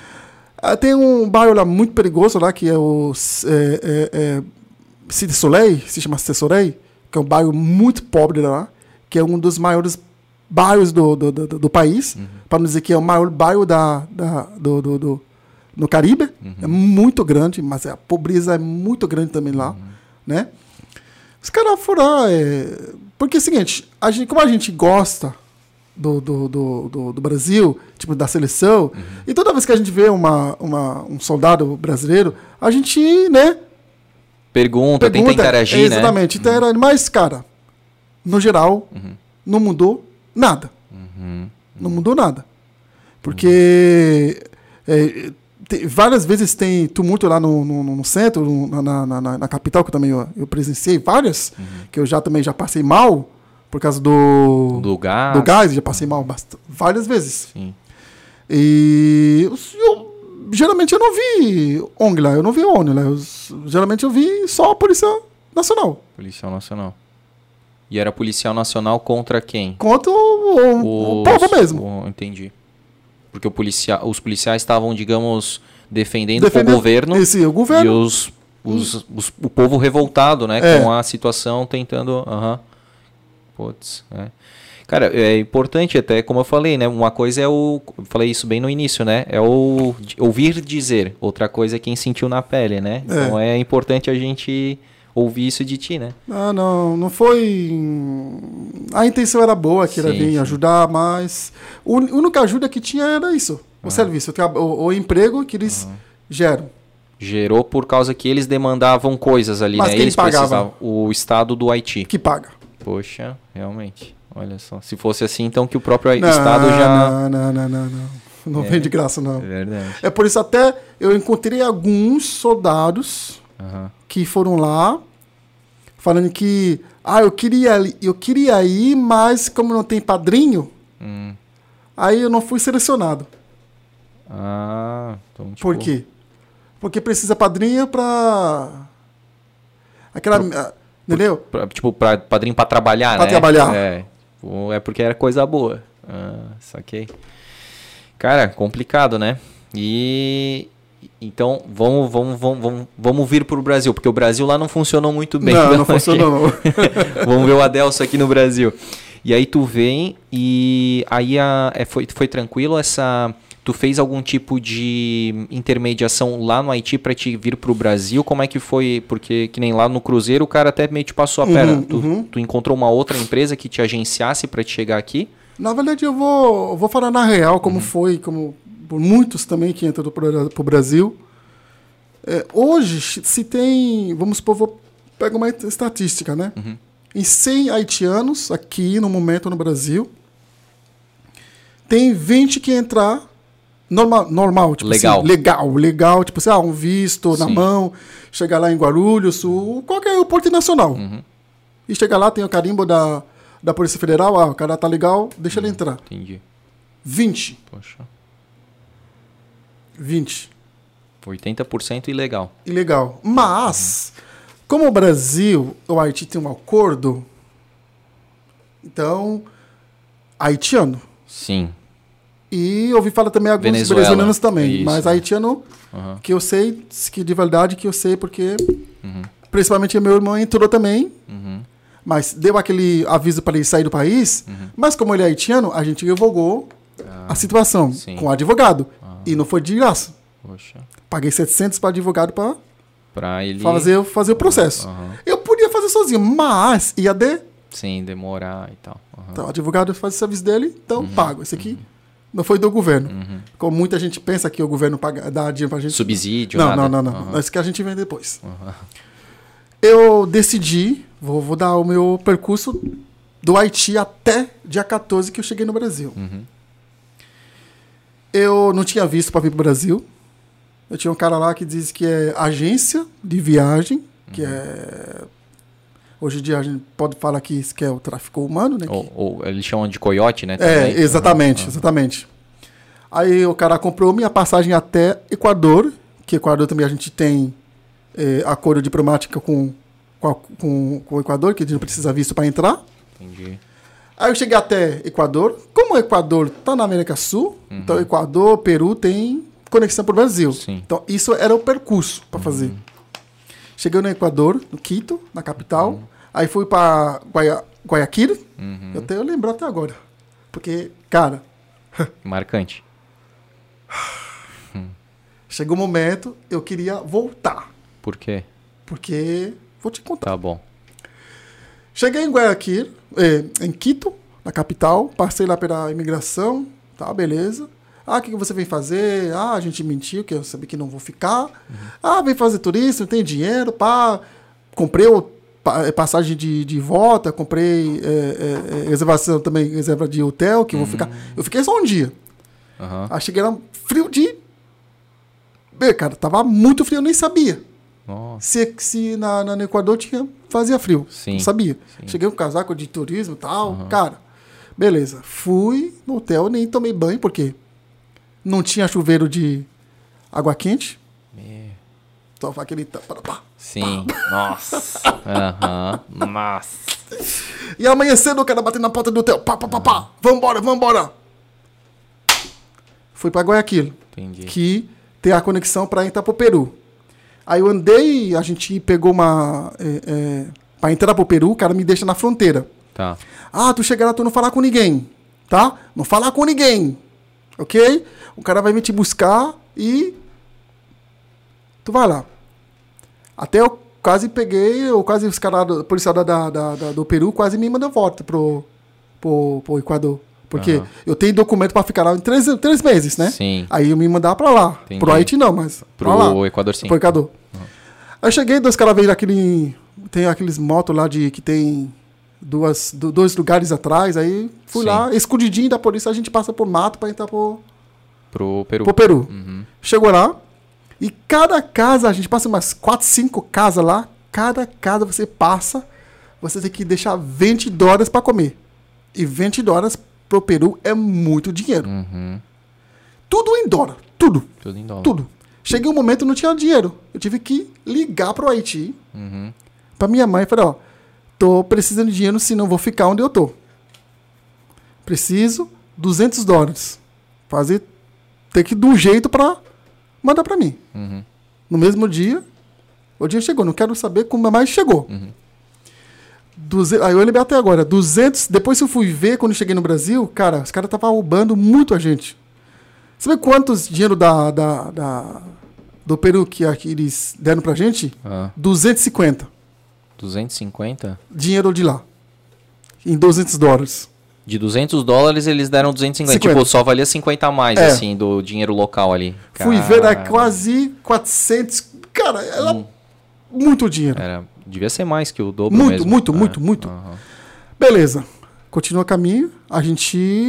Tem um bairro lá muito perigoso lá, que é o é, é, é, Cité Soleil, se chama Cité Soleil, que é um bairro muito pobre lá, que é um dos maiores bairros do, do, do, do país, uhum. para não dizer que é o maior bairro da, da, do, do, do, no Caribe. Uhum. É muito grande, mas a pobreza é muito grande também lá. Uhum. Né? Os caras foram... É, porque é o seguinte, a gente, como a gente gosta... Do, do, do, do, do Brasil, tipo da seleção, uhum. e toda vez que a gente vê uma, uma, um soldado brasileiro, a gente, né? Pergunta, pergunta tenta interagir, é, exatamente, né? Exatamente. Uhum. Mas, cara, no geral, uhum. não mudou nada. Uhum. Não mudou nada. Porque uhum. é, tem, várias vezes tem tumulto lá no, no, no centro, no, na, na, na, na capital, que eu também eu, eu presenciei várias, uhum. que eu já também já passei mal, por causa do... Do gás. Do gás, já passei mal bastante, várias vezes. Sim. E eu, eu, geralmente eu não vi O N G lá, eu não vi O N G lá. Eu, geralmente eu vi só a Polícia Nacional. Policial Nacional. E era Policial Nacional contra quem? Contra o, o, o povo mesmo. O, entendi. Porque o policia, os policiais estavam, digamos, defendendo, defendendo o governo. Esse, o governo. E os, os, os, os, o povo revoltado, né? É. Com a situação, tentando... Uh-huh. Putz, é. Cara, é importante até, como eu falei, né? Uma coisa é o... Eu falei isso bem no início, né? É o ouvir dizer. Outra coisa é quem sentiu na pele, né? É. Então é importante a gente ouvir isso de ti, né? Ah, não, não foi... A intenção era boa, que era sim, vir sim. ajudar, mas... A única ajuda que tinha era isso. O ah. serviço, o, o emprego que eles ah. geram. Gerou por causa que eles demandavam coisas ali, mas né? Quem eles pagava? precisavam. O Estado do Haiti. Que paga. Poxa, realmente. Olha só. Se fosse assim, então que o próprio não, Estado já... Não, não, não, não. Não, não é, vem de graça, não. É verdade. É por isso até eu encontrei alguns soldados uhum. que foram lá falando que ah, eu queria, eu queria ir, mas como não tem padrinho, hum. aí eu não fui selecionado. Ah, então tipo... Por quê? Porque precisa padrinho pra... Aquela... Pro... Entendeu? Pra, tipo, pra, padrinho pra trabalhar, pra né? Pra trabalhar. É, é porque era coisa boa. Ah, saquei. Cara, complicado, né? E... Então, vamos, vamos, vamos, vamos, vamos vir pro Brasil, porque o Brasil lá não funcionou muito bem. Não, não, não funcionou não. Vamos ver o Adelso aqui no Brasil. E aí tu vem e aí a, é, foi, foi tranquilo essa... Tu fez algum tipo de intermediação lá no Haiti para te vir pro Brasil? Como é que foi? Porque que nem lá no cruzeiro o cara até meio te passou a perna. Uhum, tu, uhum. tu encontrou uma outra empresa que te agenciasse para te chegar aqui? Na verdade eu vou, eu vou falar na real como uhum. foi, como por muitos também que entram pro, pro Brasil. É, hoje se tem, vamos supor, vou pegar uma estatística, né? Uhum. Em cem haitianos aqui no momento no Brasil, Tem vinte que entrar normal, normal tipo legal. Assim, legal, legal, tipo assim, ah, um visto Sim. na mão, chegar lá em Guarulhos, ou qualquer aeroporto nacional. Uhum. E chegar lá, tem o carimbo da, da Polícia Federal, ah, o cara tá legal, deixa uhum. ele entrar. Entendi. vinte. Poxa. vinte. oitenta por cento ilegal. Ilegal. Mas, uhum. como o Brasil, o Haiti tem um acordo, então, haitiano. Sim. E ouvi falar também alguns Venezuela. brasileiros também. Isso. Mas haitiano, uhum. que eu sei, que de verdade que eu sei, porque uhum. principalmente meu irmão entrou também. Uhum. Mas deu aquele aviso para ele sair do país. Uhum. Mas como ele é haitiano, a gente revogou ah, a situação sim. com o advogado. Ah. E não foi de graça. Poxa. Paguei setecentos para advogado para pra ele... fazer, fazer o processo. Uhum. Eu podia fazer sozinho, mas ia de... Sim, demorar e tal. Uhum. Então, o advogado faz o serviço dele, então uhum. pago. Esse aqui... Uhum. Não foi do governo. Uhum. Como muita gente pensa que o governo paga, dá dinheiro pra gente. Subsídio, não, nada. Não, não, não. Uhum. não. Isso que a gente vem depois. Uhum. Eu decidi, vou, vou dar o meu percurso do Haiti até dia quatorze que eu cheguei no Brasil. Uhum. Eu não tinha visto para vir pro Brasil. Eu tinha um cara lá que diz que é agência de viagem, uhum. que é... Hoje em dia a gente pode falar que isso que é o tráfico humano, né? Ou, ou eles chamam de coiote, né? Também. É, exatamente, uhum. exatamente. Aí o cara comprou minha passagem até Equador, que Equador também a gente tem é, acordo diplomático com, com, com, com o Equador, que a gente não precisa visto para entrar. Entendi. Aí eu cheguei até Equador. Como o Equador está na América Sul, uhum. então Equador, Peru tem conexão para o Brasil. Sim. Então isso era o percurso para uhum. fazer. Cheguei no Equador, no Quito, na capital. Uhum. Aí fui para Guaya, Guayaquil. Uhum. Eu até eu lembro até agora. Porque, cara... Marcante. Chegou um momento, eu queria voltar. Por quê? Porque... Vou te contar. Tá bom. Cheguei em Guayaquil, eh, em Quito, na capital. Passei lá pela imigração. Tá, beleza. Ah, o que, que você vem fazer? Ah, a gente mentiu, que eu sabia que não vou ficar. Uhum. Ah, vem fazer turismo, não tem dinheiro, pá. Comprei o passagem de, de volta, comprei é, é, reservação também, reserva de hotel, que uhum. vou ficar. Eu fiquei só um dia. Uhum. Aí cheguei lá, frio de... Bem, cara, tava muito frio, eu nem sabia. Nossa. Se, se na, na, no Equador tinha, fazia frio. Sim. Não sabia. Sim. Cheguei com um casaco de turismo e tal. Uhum. Cara, beleza. Fui no hotel, nem tomei banho, porque não tinha chuveiro de água quente. É. Só aquele... Pá, pá, sim. Pá. Nossa. Aham. Uhum. Nossa. E amanhã cedo o cara batendo na porta do hotel. Pá, pá, pá, pá. Vambora, vambora. Fui pra Guayaquil. Entendi. Que tem a conexão pra entrar pro Peru. Aí eu andei, a gente pegou uma... É, é, pra entrar pro Peru, o cara me deixa na fronteira. Tá. Ah, tu chega lá, tu não falar com ninguém. Tá? Não falar com ninguém. Ok? O cara vai vir te buscar e... Tu vai lá. Até eu quase peguei, eu quase os caras, o policial da, da, da, do Peru quase me mandou volta pro, pro, pro Equador. Porque uhum. eu tenho documento para ficar lá em três, três meses, né? Sim. Aí eu me mandava para lá. Entendi. Pro Haiti não, mas pro lá. Equador sim. Pro Equador. Uhum. Aí eu cheguei, dois caras veio daquele... Tem aqueles motos lá de que tem duas, do, dois lugares atrás. Aí fui sim. lá, escondidinho da polícia, a gente passa por mato para entrar pro... Pro Peru. Pro Peru. Uhum. Chegou lá. E cada casa, a gente passa umas quatro, cinco casas lá. Cada casa você passa, você tem que deixar vinte dólares para comer. E vinte dólares pro Peru é muito dinheiro. Uhum. Tudo em dólar. Tudo. Tudo em dólar. Tudo. Cheguei um momento e não tinha dinheiro. Eu tive que ligar pro Haiti. Uhum. Pra minha mãe e falei, ó, tô precisando de dinheiro, senão vou ficar onde eu tô. Preciso duzentos dólares. Fazer, ter que dar um jeito pra mandar pra mim. Uhum. No mesmo dia, o dia chegou. Não quero saber como mais chegou. Uhum. duzentos, aí eu lembrei até agora. duzentos, depois que eu fui ver, quando eu cheguei no Brasil, cara, os caras estavam roubando muito a gente. Sabe quantos dinheiro da, da, da, do Peru que, que eles deram pra gente? Ah. duzentos e cinquenta. duzentos e cinquenta? Dinheiro de lá. Em duzentos dólares. De duzentos dólares eles deram duzentos e cinquenta. cinquenta. Tipo, só valia cinquenta a mais, é. assim, do dinheiro local ali. Fui ver, era quase quatrocentos. Cara, era hum. muito dinheiro. Era, devia ser mais que o dobro muito, mesmo. Muito, é. muito, muito, Uhum. Beleza. Continua o caminho. A gente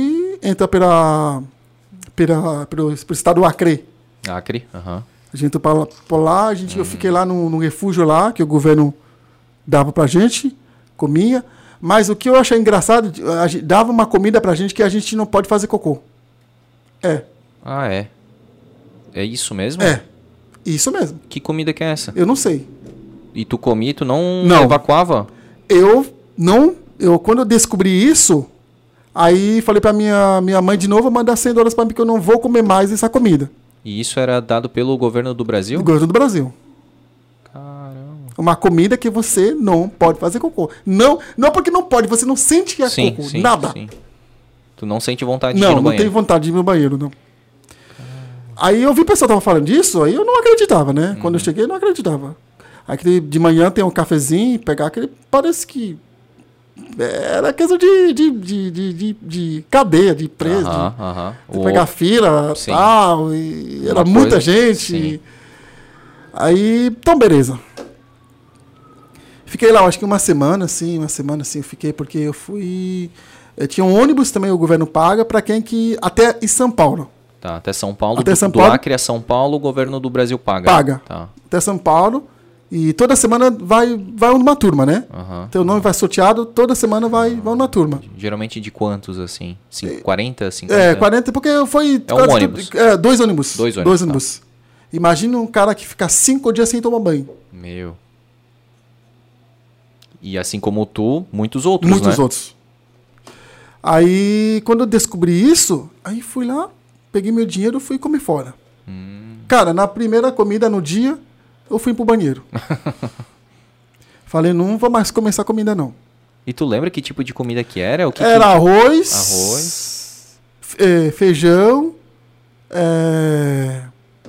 entra pela, pela, pelo, pelo estado do Acre. Acre, aham. Uhum. A gente entrou por lá, a gente, hum. eu fiquei lá no, no refúgio lá, que o governo dava pra gente, comia. Mas o que eu achei engraçado, a gente dava uma comida pra gente que a gente não pode fazer cocô. É. Ah, é? É isso mesmo? É. Isso mesmo. Que comida que é essa? Eu não sei. E tu comia e tu não, não evacuava? Eu não... Eu, quando eu descobri isso, aí falei pra minha, minha mãe de novo, mandar cem dólares pra mim, que eu não vou comer mais essa comida. E isso era dado pelo governo do Brasil? Do governo do Brasil. Caramba. Uma comida que você não pode fazer cocô. Não, não porque não pode, você não sente que é sim, cocô. Sim, nada. Sim. Tu não sente vontade não, de ir no não banheiro? Não, não tenho vontade de ir no banheiro, não. Aí eu vi o pessoal tava falando disso, aí eu não acreditava, né? Uhum. Quando eu cheguei, eu não acreditava. Aí de manhã tem um cafezinho, pegar aquele... Parece que... Era coisa de, de, de, de, de, de cadeia, de preso. Aham, de, aham. de o... pegar fila e tal. E era Uma muita coisa... gente. Sim. Aí, então beleza. Fiquei lá, acho que uma semana, assim, uma semana assim eu fiquei, porque eu fui... Eu tinha um ônibus também, o governo paga, para quem que... Até em São Paulo. Tá, até São Paulo. Até do, São do Paulo. Acre a São Paulo, o governo do Brasil paga. Paga. Tá. Até São Paulo. E toda semana vai, vai uma turma, né? Uhum. Teu nome vai sorteado, toda semana vai, vai uma turma. Geralmente de quantos, assim? Cinco, quarenta, cinquenta? É, quarenta, porque foi... É um ônibus. Tudo, é, dois ônibus. Dois ônibus. Dois ônibus. Tá. Imagina um cara que fica cinco dias sem tomar banho. Meu. E assim como tu, muitos outros, Muitos né? outros. Aí, quando eu descobri isso, aí fui lá, peguei meu dinheiro e fui comer fora. Hum. Cara, na primeira comida no dia, eu fui pro banheiro. Falei, não vou mais começar a comida, não. E tu lembra que tipo de comida que era? O que era que... arroz, arroz. É, feijão, é,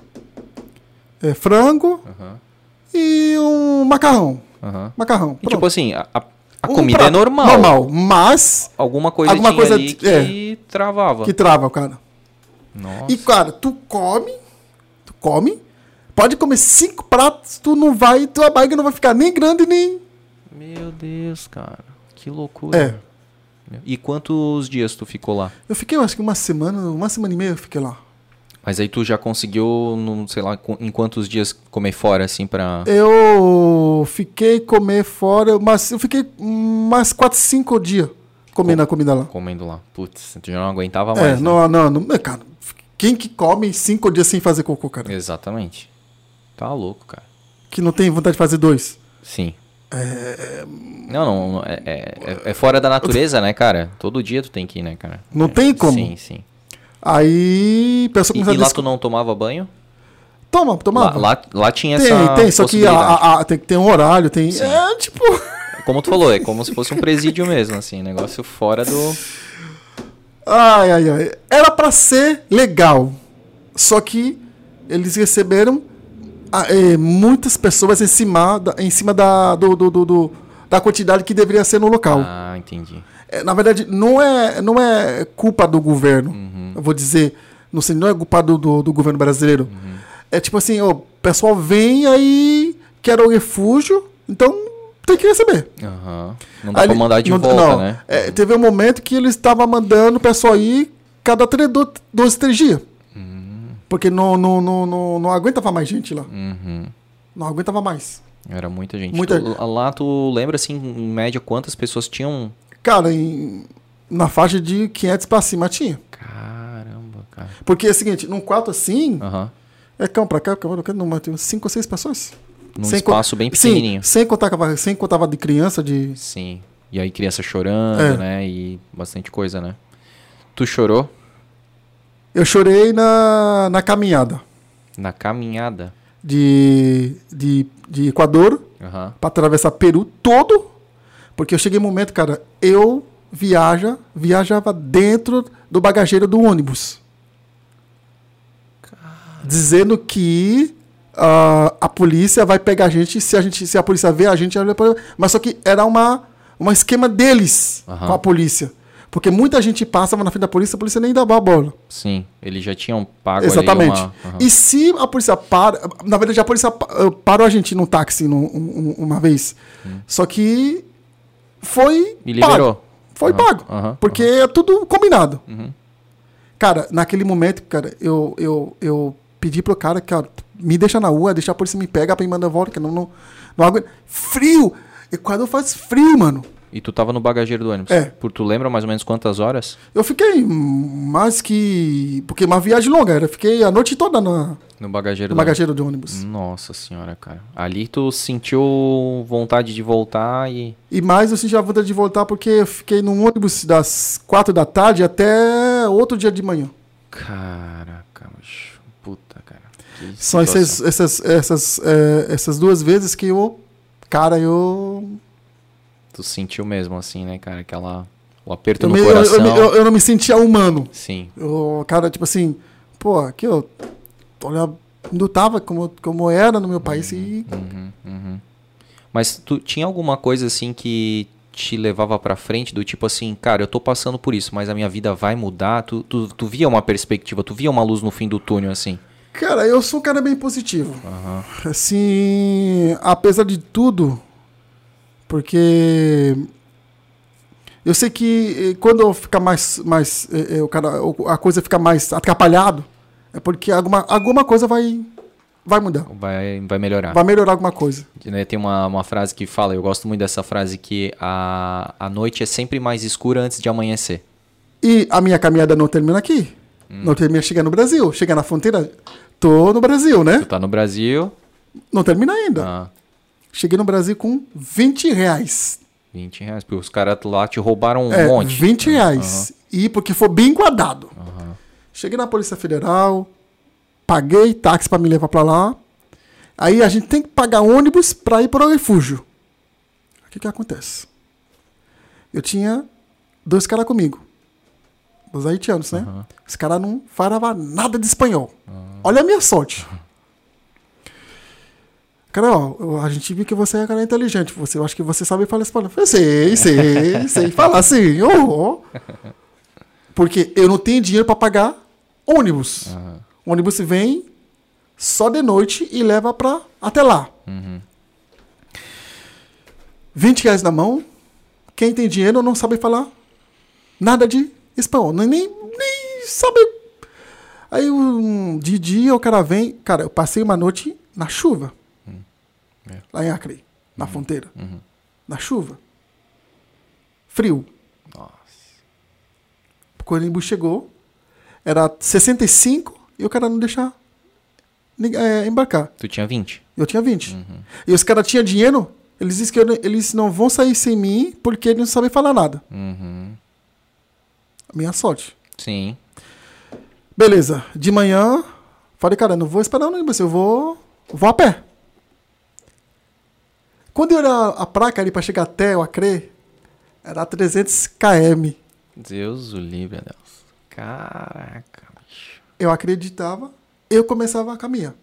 é, frango uhum. e um macarrão. Uhum. Macarrão. E, tipo assim, a, a um comida prato, é normal. Normal, mas... Alguma coisa alguma tinha coisa ali que é, travava. Que trava, cara. Nossa. E, cara, tu come, tu come, pode comer cinco pratos, tu não vai, tua barriga não vai ficar nem grande, nem... Meu Deus, cara. Que loucura. É. E quantos dias tu ficou lá? Eu fiquei, eu acho que uma semana, uma semana e meia eu fiquei lá. Mas aí tu já conseguiu, não sei lá, em quantos dias comer fora, assim, pra... Eu fiquei comer fora, mas eu fiquei mais quatro, cinco dias comendo Com, a comida lá. Comendo lá. Putz, tu já não aguentava é, mais, não, né? não, não, cara, quem que come cinco dias sem fazer cocô, cara? Exatamente. Tá louco, cara. Que não tem vontade de fazer dois? Sim. É... Não, não, é, é, é fora da natureza, né, cara? Todo dia tu tem que ir, né, cara? Não é, tem como. Sim, sim. Aí... E, e lá tu não tomava banho? Toma, tomava. Lá, lá, lá tinha tem, essa Tem, só que a, a, a, tem que ter um horário, tem... Sim. É, tipo... Como tu falou, é como se fosse um presídio mesmo, assim, negócio fora do... Ai, ai, ai. Era pra ser legal, só que eles receberam é, muitas pessoas em cima, da, em cima da, do, do, do, do, da quantidade que deveria ser no local. Ah, entendi. É, na verdade, não é, não é culpa do governo, uhum. eu vou dizer, não sei, não é culpa do, do, do governo brasileiro. Uhum. É tipo assim, o pessoal vem aí, quer o refúgio, então tem que receber. Uhum. Não dá aí, pra mandar de não, volta, não, né? É, teve um momento que eles estavam mandando o pessoal ir cada três, dois, três dias. Uhum. Porque não, não, não, não, não aguentava mais gente lá. Uhum. Não aguentava mais. Era muita gente. Muita... Tu, lá tu lembra, assim, em média, quantas pessoas tinham? Cara, em, na faixa de quinhentos pra cima tinha. Caramba, cara. Porque é o seguinte, num quarto assim, uhum. é cão pra cá, cão pra cá, não, tem cinco ou seis pessoas. Num sem espaço bem pequenininho. Sim, sem contar, sem contar de criança, de... Sim. E aí criança chorando, é. né? E bastante coisa, né? Tu chorou? Eu chorei na, na caminhada. Na caminhada? De, de, de Equador, uhum. pra atravessar Peru todo. Porque eu cheguei um momento, cara, eu viaja, viajava dentro do bagageiro do ônibus. Caramba. Dizendo que uh, a polícia vai pegar a gente, se a, gente, se a polícia ver a gente... Mas só que era uma, uma esquema deles uhum. com a polícia. Porque muita gente passava na frente da polícia, a polícia nem dava a bola. Sim, eles já tinham pago. Exatamente. Ali uma... uhum. E se a polícia para... Na verdade, a polícia parou a gente num táxi num, um, uma vez. Hum. Só que foi Me liberou. Pago. Foi uhum. pago. Uhum. Porque uhum. é tudo combinado. Uhum. cara, naquele momento, cara, eu, eu, eu pedi pro cara, cara, me deixa na rua, deixa a polícia me pegar pra me mandar volta, que não, não, não aguento. Frio! Equador faz frio, mano. E tu tava no bagageiro do ônibus? É. Por tu lembra mais ou menos quantas horas? Eu fiquei mais que... Porque uma viagem longa, era. Fiquei a noite toda na, No bagageiro no do bagageiro de ônibus. ônibus. Nossa senhora, cara. Ali tu sentiu vontade de voltar e... E mais eu senti a vontade de voltar porque eu fiquei num ônibus das quatro da tarde até outro dia de manhã. Caraca, macho. Puta, cara. Que São essas, situação. essas, essas, é, essas duas vezes que eu... Cara, eu... Tu sentiu mesmo assim, né, cara? Aquela... O aperto Eu, no me- eu, coração. eu, eu, eu não me sentia humano. Sim. Eu, cara, tipo assim... Pô, aqui eu... Olha, não tava como, como era no meu país e... Uhum, uhum. Mas tu tinha alguma coisa assim que te levava pra frente do tipo assim, cara, eu tô passando por isso, mas a minha vida vai mudar? Tu, tu, tu via uma perspectiva, tu via uma luz no fim do túnel assim? Cara, eu sou um cara bem positivo. Aham. Assim, apesar de tudo, porque eu sei que eh, quando fica mais, mais eh, eh, o cara, o- a coisa fica mais atrapalhado, é porque alguma, alguma coisa vai, vai mudar, Vai, vai melhorar. vai melhorar alguma coisa. Né, tem uma, uma frase que fala, eu gosto muito dessa frase, que a, a noite é sempre mais escura antes de amanhecer. E a minha caminhada não termina aqui, não termina chegando no Brasil, chega na fronteira, tô no Brasil, Tu né? tá no Brasil, Não termina ainda. ah, Cheguei no Brasil com vinte reais. vinte reais, porque os caras lá te roubaram um É, monte. vinte reais. E porque foi bem enquadrado. Aham. Cheguei na Polícia Federal, paguei táxi para me levar para lá. Aí a gente tem que pagar ônibus para ir para o refúgio. O que que acontece? Eu tinha dois caras comigo. Os haitianos, né? Aham. Os caras não falavam nada de espanhol. Olha a minha sorte. Cara, ó, eu- a gente viu que você é um cara inteligente. Você, eu acho que você sabe falar espanhol. Eu falei, sei, sei, sei falar assim. Oh, oh. Porque eu não tenho dinheiro para pagar ônibus. Aham. O ônibus vem só de noite e leva pra até lá. Uhum. vinte reais na mão. Quem tem dinheiro não sabe falar nada de espanhol. Nem, nem, nem sabe. Aí um, de dia o cara vem. Cara, eu passei uma noite na chuva. É. Lá em Acre, na fronteira. Uhum. Na chuva. Frio. Nossa. Quando o ônibus chegou, era sessenta e cinco e o cara não deixar nin- é, embarcar. Tu tinha vinte? Eu tinha vinte. E os caras tinham dinheiro, eles dizem que eu não- eles não vão sair sem mim porque eles não sabem falar nada. Uhum. Minha sorte. Sim. Beleza. De manhã, falei, cara, não vou esperar no ônibus, eu vou, vou a pé. Quando eu olhei a, a placa ali para chegar até o Acre, era trezentos quilômetros. Deus o livre, Deus. Caraca, bicho. Eu acreditava, eu começava a caminhar.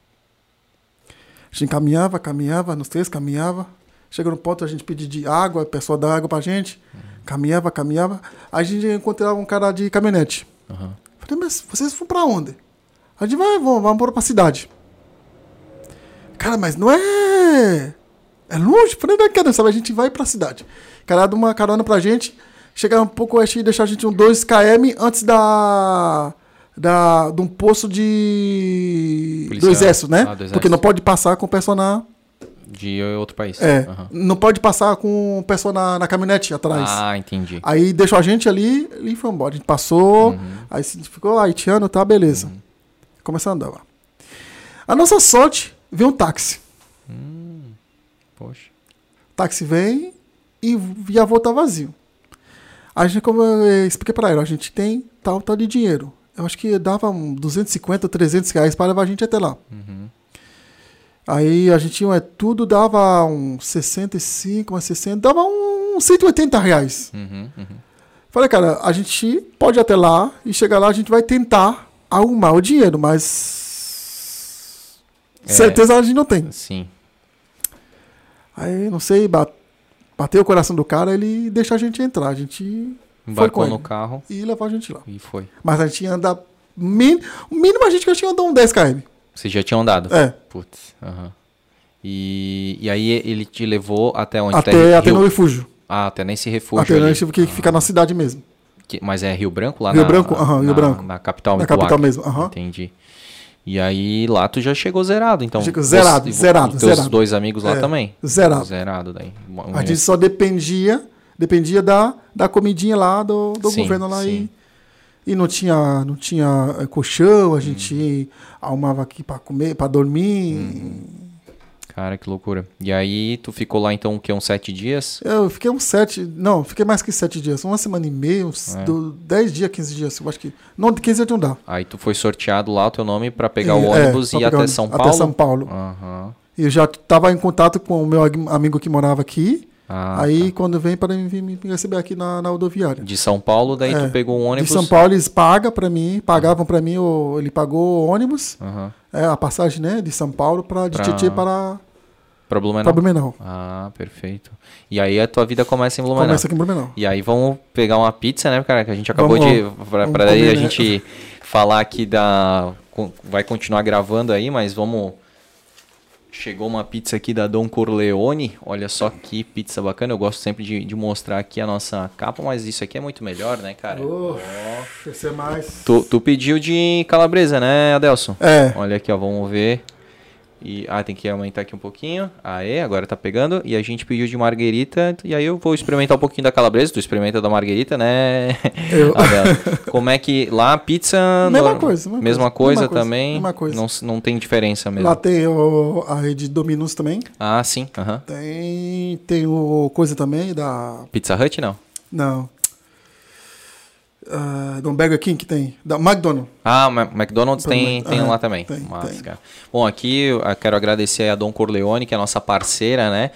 A gente caminhava, caminhava, nos três caminhava. Chega no ponto, a gente pedia de água, o pessoal dá água pra gente. Caminhava, caminhava. Aí a gente encontrava um cara de caminhonete. Uhum. Falei, mas vocês vão pra onde? A gente vai, vamos, vamos embora pra cidade. Cara, mas não é... É longe? Falei, não quero, sabe? A gente vai pra cidade. O cara dá uma carona pra gente. Chegar um pouco, acho que deixar a gente uns dois quilômetros antes da... Da, de um posto de... Policial. do exército, né? Ah, do exército. Porque não pode passar com o pessoal na... De outro país. É, Uhum. não pode passar com o pessoal na, na caminhonete atrás. Ah, entendi. Aí deixou a gente ali e foi embora. A gente passou, Uhum. aí se ficou haitiano, tá, beleza. Começou a andar lá. A nossa sorte, veio um táxi. Poxa. O táxi vem e ia voltar vazio. A gente, como eu expliquei pra ela, a gente tem tal, tal de dinheiro. Eu acho que dava um duzentos e cinquenta, trezentos reais para levar a gente até lá. Uhum. Aí a gente tinha tudo, dava uns sessenta e cinco, umas sessenta, dava uns cento e oitenta reais. Uhum. Uhum. Falei, cara, a gente pode ir até lá e chegar lá, a gente vai tentar arrumar o dinheiro, mas É. certeza a gente não tem. Sim. Aí, não sei, ba- bateu o coração do cara, ele deixa a gente entrar. A gente foi Embarcou com no ele carro e levou a gente lá. e foi. Mas a gente ia andar, min, o mínimo a gente que tinha andado uns dez quilômetros. Vocês já tinham andado? É, Putz. Aham. E, e aí ele te levou até onde? até, até Rio- no refúgio. Ah, até nesse refúgio Até no ali. refúgio que fica na cidade mesmo. Que, mas é Rio Branco lá Rio na, Branco, aham, na, Rio Branco. na capital, Na capital Acre. mesmo, aham. Entendi. E aí lá tu já chegou zerado, então. Chegou zerado, você, zerado, teus zerado. dois amigos lá É, também? zerado. Zerado daí. Um- A gente só dependia, dependia da, da comidinha lá do, do Sim, governo lá sim. e, e não tinha, não tinha eh, colchão, a gente arrumava aqui para comer, para dormir. Cara, que loucura. E aí tu ficou lá então o quê? Uns sete dias? Eu fiquei uns sete, não, fiquei mais que sete dias, uma semana e meia, uns É. do, dez dias, quinze dias, eu acho que, não, quinze dias não dá. Aí tu foi sorteado lá o teu nome pra pegar o É, ônibus pra e ir pegar até o- São até Paulo? São Paulo. Aham. E eu já estava em contato com o meu ag- amigo que morava aqui, Ah, aí tá. quando vem para vir me receber aqui na, na rodoviária. De São Paulo, daí É, tu pegou um ônibus. De São Paulo eles pagam para mim, pagavam para mim, o, ele pagou o ônibus, Aham. é, a passagem, né, de São Paulo para de Pra- Tietê para Pra Blumenau? para Blumenau. Ah, perfeito. E aí a tua vida começa em Blumenau. Começa aqui em Blumenau. E aí vamos pegar uma pizza, né, cara? Que a gente acabou Vamos- de. Pra, vamos pra daí comer, a né? gente falar aqui da. com- Vai continuar gravando aí, mas vamos. Chegou uma pizza aqui da Don Corleone. Olha só que pizza bacana. Eu gosto sempre de, de mostrar aqui a nossa capa, mas isso aqui é muito melhor, né, cara? Oh, esse é mais. Tu, tu pediu de calabresa, né, Adelson? É. Olha aqui, ó, vamos ver. E, ah, tem que aumentar aqui um pouquinho. Aê, agora tá pegando. E a gente pediu de marguerita. E aí eu vou experimentar um pouquinho da calabresa. Tu experimenta da marguerita, né? Eu. Adelson? Como é que... Lá a pizza... Mesma no- coisa, mesma Mesma coisa, coisa, mesma coisa, também? mesma coisa. Não, s- não tem diferença mesmo? Lá tem o, a rede Domino's também. Ah, sim. aham. Tem, tem o coisa também da. Pizza Hut, não? Não. Uh, do Burger King que tem. Da McDonald's. Ah, Ma- McDonald's Pelo tem, Mac- tem ah, lá também. tem, Massa, tem. cara. Bom, aqui eu quero agradecer a Don Corleone, que é a nossa parceira, né?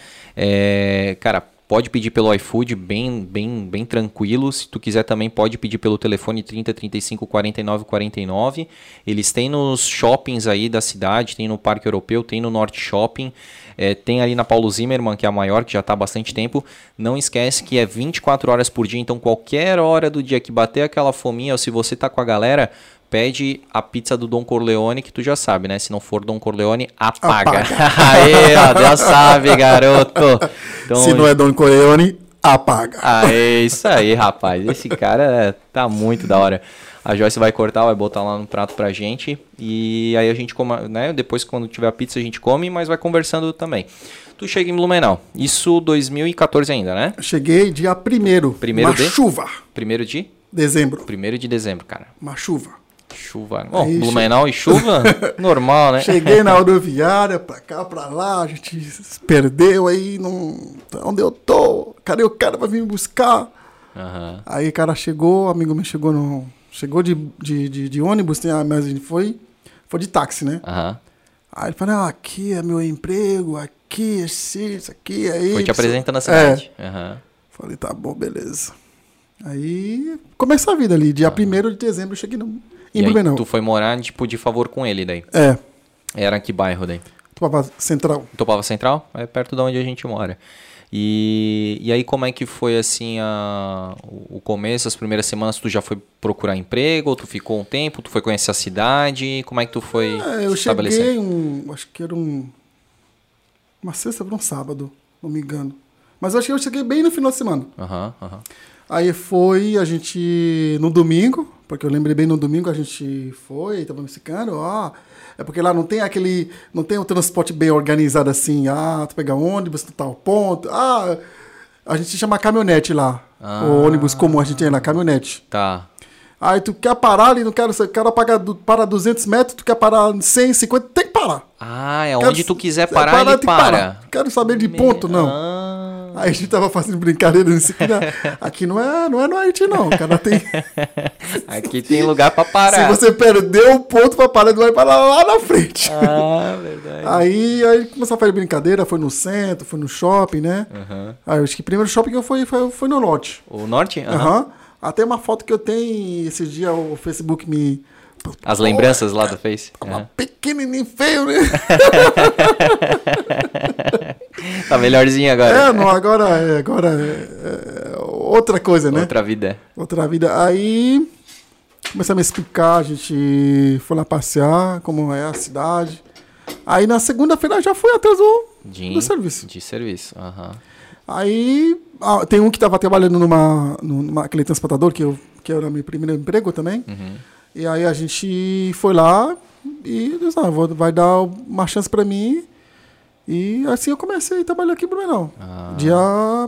É, cara, pode pedir pelo iFood, bem, bem, bem tranquilo. Se tu quiser também, pode pedir pelo telefone trinta, trinta e cinco, quarenta e nove, quarenta e nove. Eles têm nos shoppings aí da cidade, tem no Parque Europeu, tem no Norte Shopping. É, tem ali na Paulo Zimmermann, que é a maior, que já está há bastante tempo. Não esquece que é vinte e quatro horas por dia, então qualquer hora do dia que bater aquela fominha, ou se você tá com a galera, pede a pizza do Don Corleone, que tu já sabe, né? Se não for Don Corleone, apaga. Aí, ó, já sabe, garoto. Então, Se não é Don Corleone, apaga. ah, é isso aí, rapaz. Esse cara tá muito da hora. A Joyce vai cortar, vai botar lá no prato pra gente. E aí a gente come, né? Depois, quando tiver a pizza, a gente come, mas vai conversando também. Tu chega em Blumenau. Isso dois mil e quatorze ainda, né? Cheguei dia primeiro. Primeiro uma de? chuva. Primeiro de? Dezembro. Primeiro de dezembro, cara. Uma chuva. Chuva. Bom, Aí, Blumenau e chuva, normal, né? Cheguei na rodoviária, pra cá, pra lá, a gente se perdeu aí, não... onde eu tô? Cadê o cara pra vir me buscar? Aham. Aí o cara chegou, amigo meu chegou no... Chegou de, de, de, de ônibus, né? Mas a gente foi, foi de táxi, né? Aham. Aí ele falou, ah, aqui é meu emprego, aqui é isso, aqui é isso. Foi te apresentando na É. cidade. Aham. Falei, tá bom, beleza. Aí começa a vida ali. Dia primeiro de dezembro eu cheguei no, E em aí Blumenau. tu foi morar, tipo, de favor com ele daí. É, Era que bairro daí? Tupava Central. Topava Central? É perto de onde a gente mora. E, e aí como é que foi assim a, o o começo, as primeiras semanas? Tu já foi procurar emprego? Ou tu ficou um tempo? Tu foi conhecer a cidade? Como é que tu foi É, eu se estabelecer? cheguei um... Acho que era um... Uma sexta para um sábado, não me engano. Mas eu acho que eu cheguei bem no final de semana. Aham, aham. Aí foi, a gente, no domingo, porque eu lembrei bem no domingo, a gente foi, tava me ficando, ah, é porque lá não tem aquele, não tem o transporte bem organizado assim, ah, tu pega ônibus, tu tal ponto, ah, a gente chama caminhonete lá, Ah. o ônibus comum a gente tem lá, caminhonete. Tá. Aí tu quer parar ali, não quero, o cara paga do, para duzentos metros, tu quer parar cem, cinquenta, tem que parar. Ah, é Quero- onde tu quiser quer parar, ele tem que para. parar. Quero saber de ponto, não. Ah. Aí a gente tava fazendo brincadeira nisso aqui, né? Aqui não é, não é no Haiti, não. O cara tem. Aqui tem lugar pra Se parar. você perdeu o ponto pra parar, vai parar lá na frente. Ah, verdade. Aí, aí começou a fazer brincadeira, foi no centro, foi no shopping, né? Aham. Aí eu acho que o primeiro shopping que eu fui foi, foi no norte. O norte? Aham. Aham. Até uma foto que eu tenho, esses dias o Facebook me. As lembranças lá do Face. Uma Aham. pequenininho feio, né? Tá melhorzinho agora. É, não, agora, é, agora é, é outra coisa, né? Outra vida. Outra vida. Aí começou a me explicar, a gente foi lá passear, como é a cidade. Aí na segunda-feira já fui atrás do, De, do serviço. De serviço. Aham. Aí ah, tem um que estava trabalhando numa, numa aquele transportador que, eu, que era meu primeiro emprego também. Uhum. E aí a gente foi lá e disse, ah, vou, vai dar uma chance para mim. E assim eu comecei a trabalhar aqui em Blumenau. Ah. Dia,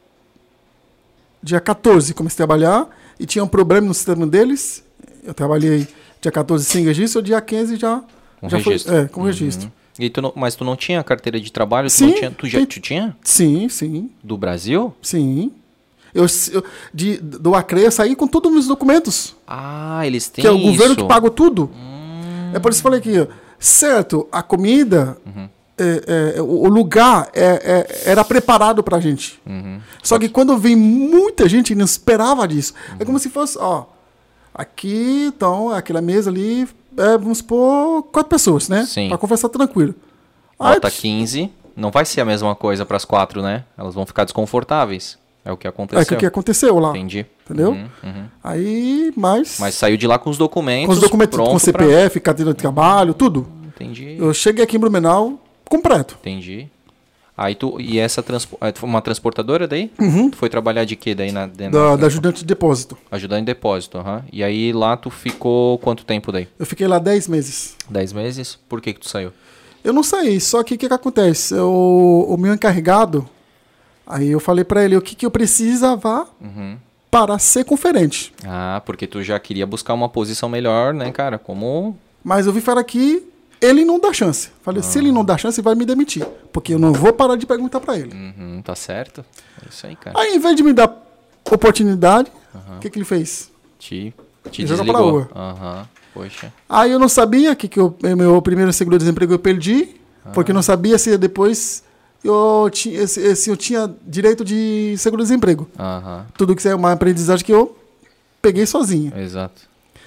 dia quatorze comecei a trabalhar e tinha um problema no sistema deles. Eu trabalhei dia quatorze sem registro, dia quinze já, Com já registro. foi. É, com Uhum. registro. E tu não, mas tu não tinha carteira de trabalho? Tu Sim, não tinha, tu já tem- tu tinha? Sim, sim, Do Brasil? sim. Eu, eu, de, do Acre eu saí com todos os meus documentos. Ah, eles têm Que é o isso. governo que paga tudo. Hum. É por isso que eu falei aqui, ó, certo, a comida, Uhum. é, é, o o lugar é, é, era preparado pra gente. Uhum. Só que quando vem muita gente não esperava disso. É como se fosse, ó, aqui, então, aquela mesa ali, é, vamos supor, quatro pessoas, né? Sim. Pra conversar tranquilo. Aí, Nota quinze. Não vai ser a mesma coisa para as quatro, né? Elas vão ficar desconfortáveis. É o que aconteceu. é que o que aconteceu lá. Entendi. Entendeu? Uhum, uhum. Aí, mas, Mas saiu de lá com os documentos. com os documentos, pronto com C P F, carteira de trabalho, tudo. Pra... Entendi. Eu cheguei aqui em Blumenau completo. Entendi. Aí tu. E essa transpo... ah, tu foi uma transportadora daí? Uhum. Tu foi trabalhar de quê daí na. dentro Da, na- da ajudante de depósito. Ajudando em depósito, aham. E aí lá tu ficou quanto tempo daí? Eu fiquei lá dez meses. Dez meses? Por que que tu saiu? Eu não saí, só que o que, que acontece? O, o meu encarregado, aí eu falei pra ele o que, que eu precisava Uhum. para ser conferente. Ah, porque tu já queria buscar uma posição melhor, né, cara? Como. Mas eu vim falar que ele não dá chance. Falei, se ele não dá chance, vai me demitir. Porque eu não vou parar de perguntar pra ele. Uhum, tá certo? É isso aí, cara. Aí, em vez de me dar oportunidade, o que, que ele fez? Te, te Me joga pra desligou. rua. Aham, poxa. Aí eu não sabia que, que eu, meu primeiro seguro-desemprego eu perdi, porque eu não sabia se depois eu tinha, se, se eu tinha direito de seguro-desemprego. Aham, Tudo que isso é uma aprendizagem que eu peguei sozinho. exato.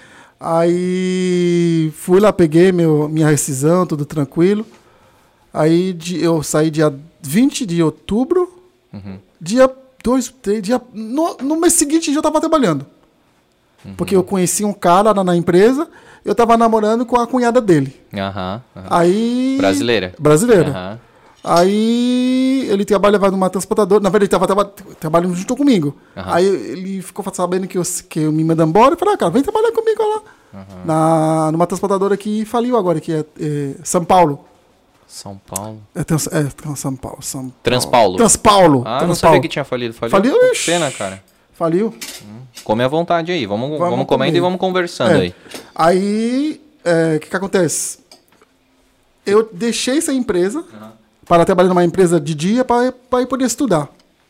Aí fui lá, peguei meu, minha rescisão, tudo tranquilo. Aí de- eu saí dia vinte de outubro, Uhum. dia dois, três, dia, no, no mês seguinte eu já estava trabalhando. Porque eu conheci um cara lá na empresa, eu estava namorando com a cunhada dele. Aham, aham. Aí... Brasileira. Brasileira. Aham. Aí ele trabalhava numa transportadora, na verdade ele estava trabalhando junto comigo. Aham. Aí ele ficou sabendo que eu, que eu me mando embora e falou, ah, cara, vem trabalhar comigo lá. Na, numa transportadora que faliu agora, que é, é São Paulo. São Paulo. É, trans, é trans, São Paulo. São Paulo. Transpaulo. Transpaulo. Ah, não Transpaulo. sabia que tinha falido. Faliu? Faliu, Que ixi. pena, cara. Faliu. Come à vontade aí. Vamos, vamos, Vamos comendo comer. e vamos conversando É. aí. Aí, é, o que, que acontece? Eu deixei essa empresa para trabalhar numa empresa de dia para, para ir poder estudar.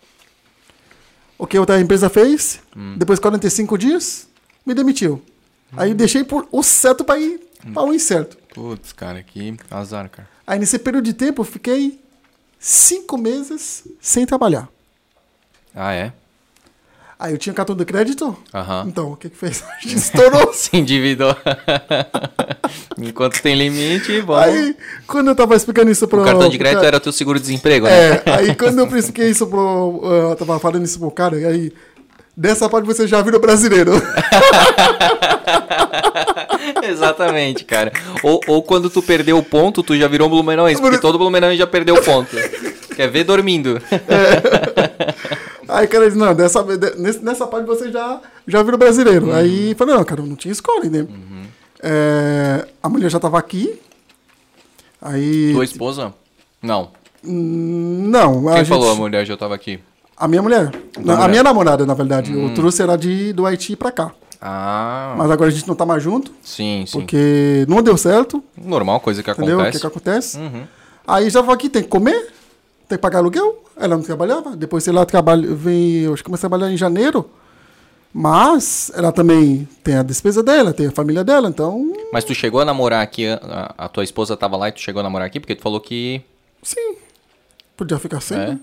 O que outra empresa fez? Depois de quarenta e cinco dias, me demitiu. Aí deixei por o certo para ir para o incerto. Putz, cara, que azar, cara. Aí nesse período de tempo eu fiquei cinco meses sem trabalhar. Ah, é? Aí eu tinha cartão de crédito. Aham. Então, o que que fez? A gente estourou. Se endividou. Enquanto tem limite, vamos. Aí, quando eu tava explicando isso pro... O cartão de pro crédito cara- era teu seguro-desemprego, né? É, aí quando eu expliquei isso pro... Eu tava falando isso pro cara, e aí... Dessa parte você já vira brasileiro. Exatamente, cara. Ou, ou quando tu perdeu o ponto, tu já virou um Blumenauense, porque todo Blumenauense já perdeu o ponto. Quer ver dormindo. Aí o cara disse, não, dessa, de- nesse- nessa parte você já, já vira brasileiro. Uhum. Aí eu falei, não, cara, eu não tinha escola, né? É, a mulher já tava aqui. Aí... Tua esposa? Não. Hum, Não, a Quem gente- falou a mulher já tava aqui? A minha mulher. Não, mulher. A minha namorada, na verdade. Hum. Eu trouxe ela de, do Haiti pra cá. Ah, Mas agora a gente não tá mais junto, sim, sim. porque não deu certo, Normal, coisa que entendeu? O que, acontece. que acontece? Uhum. Aí já vou aqui, tem que comer, tem que pagar aluguel. Ela não trabalhava. Depois, sei lá, trabalha, vem, eu acho que comecei a trabalhar em janeiro. Mas ela também tem a despesa dela, tem a família dela, então... Mas tu chegou a namorar aqui, a, a tua esposa tava lá e tu chegou a namorar aqui? Porque tu falou que... Sim, podia ficar sem, É? né?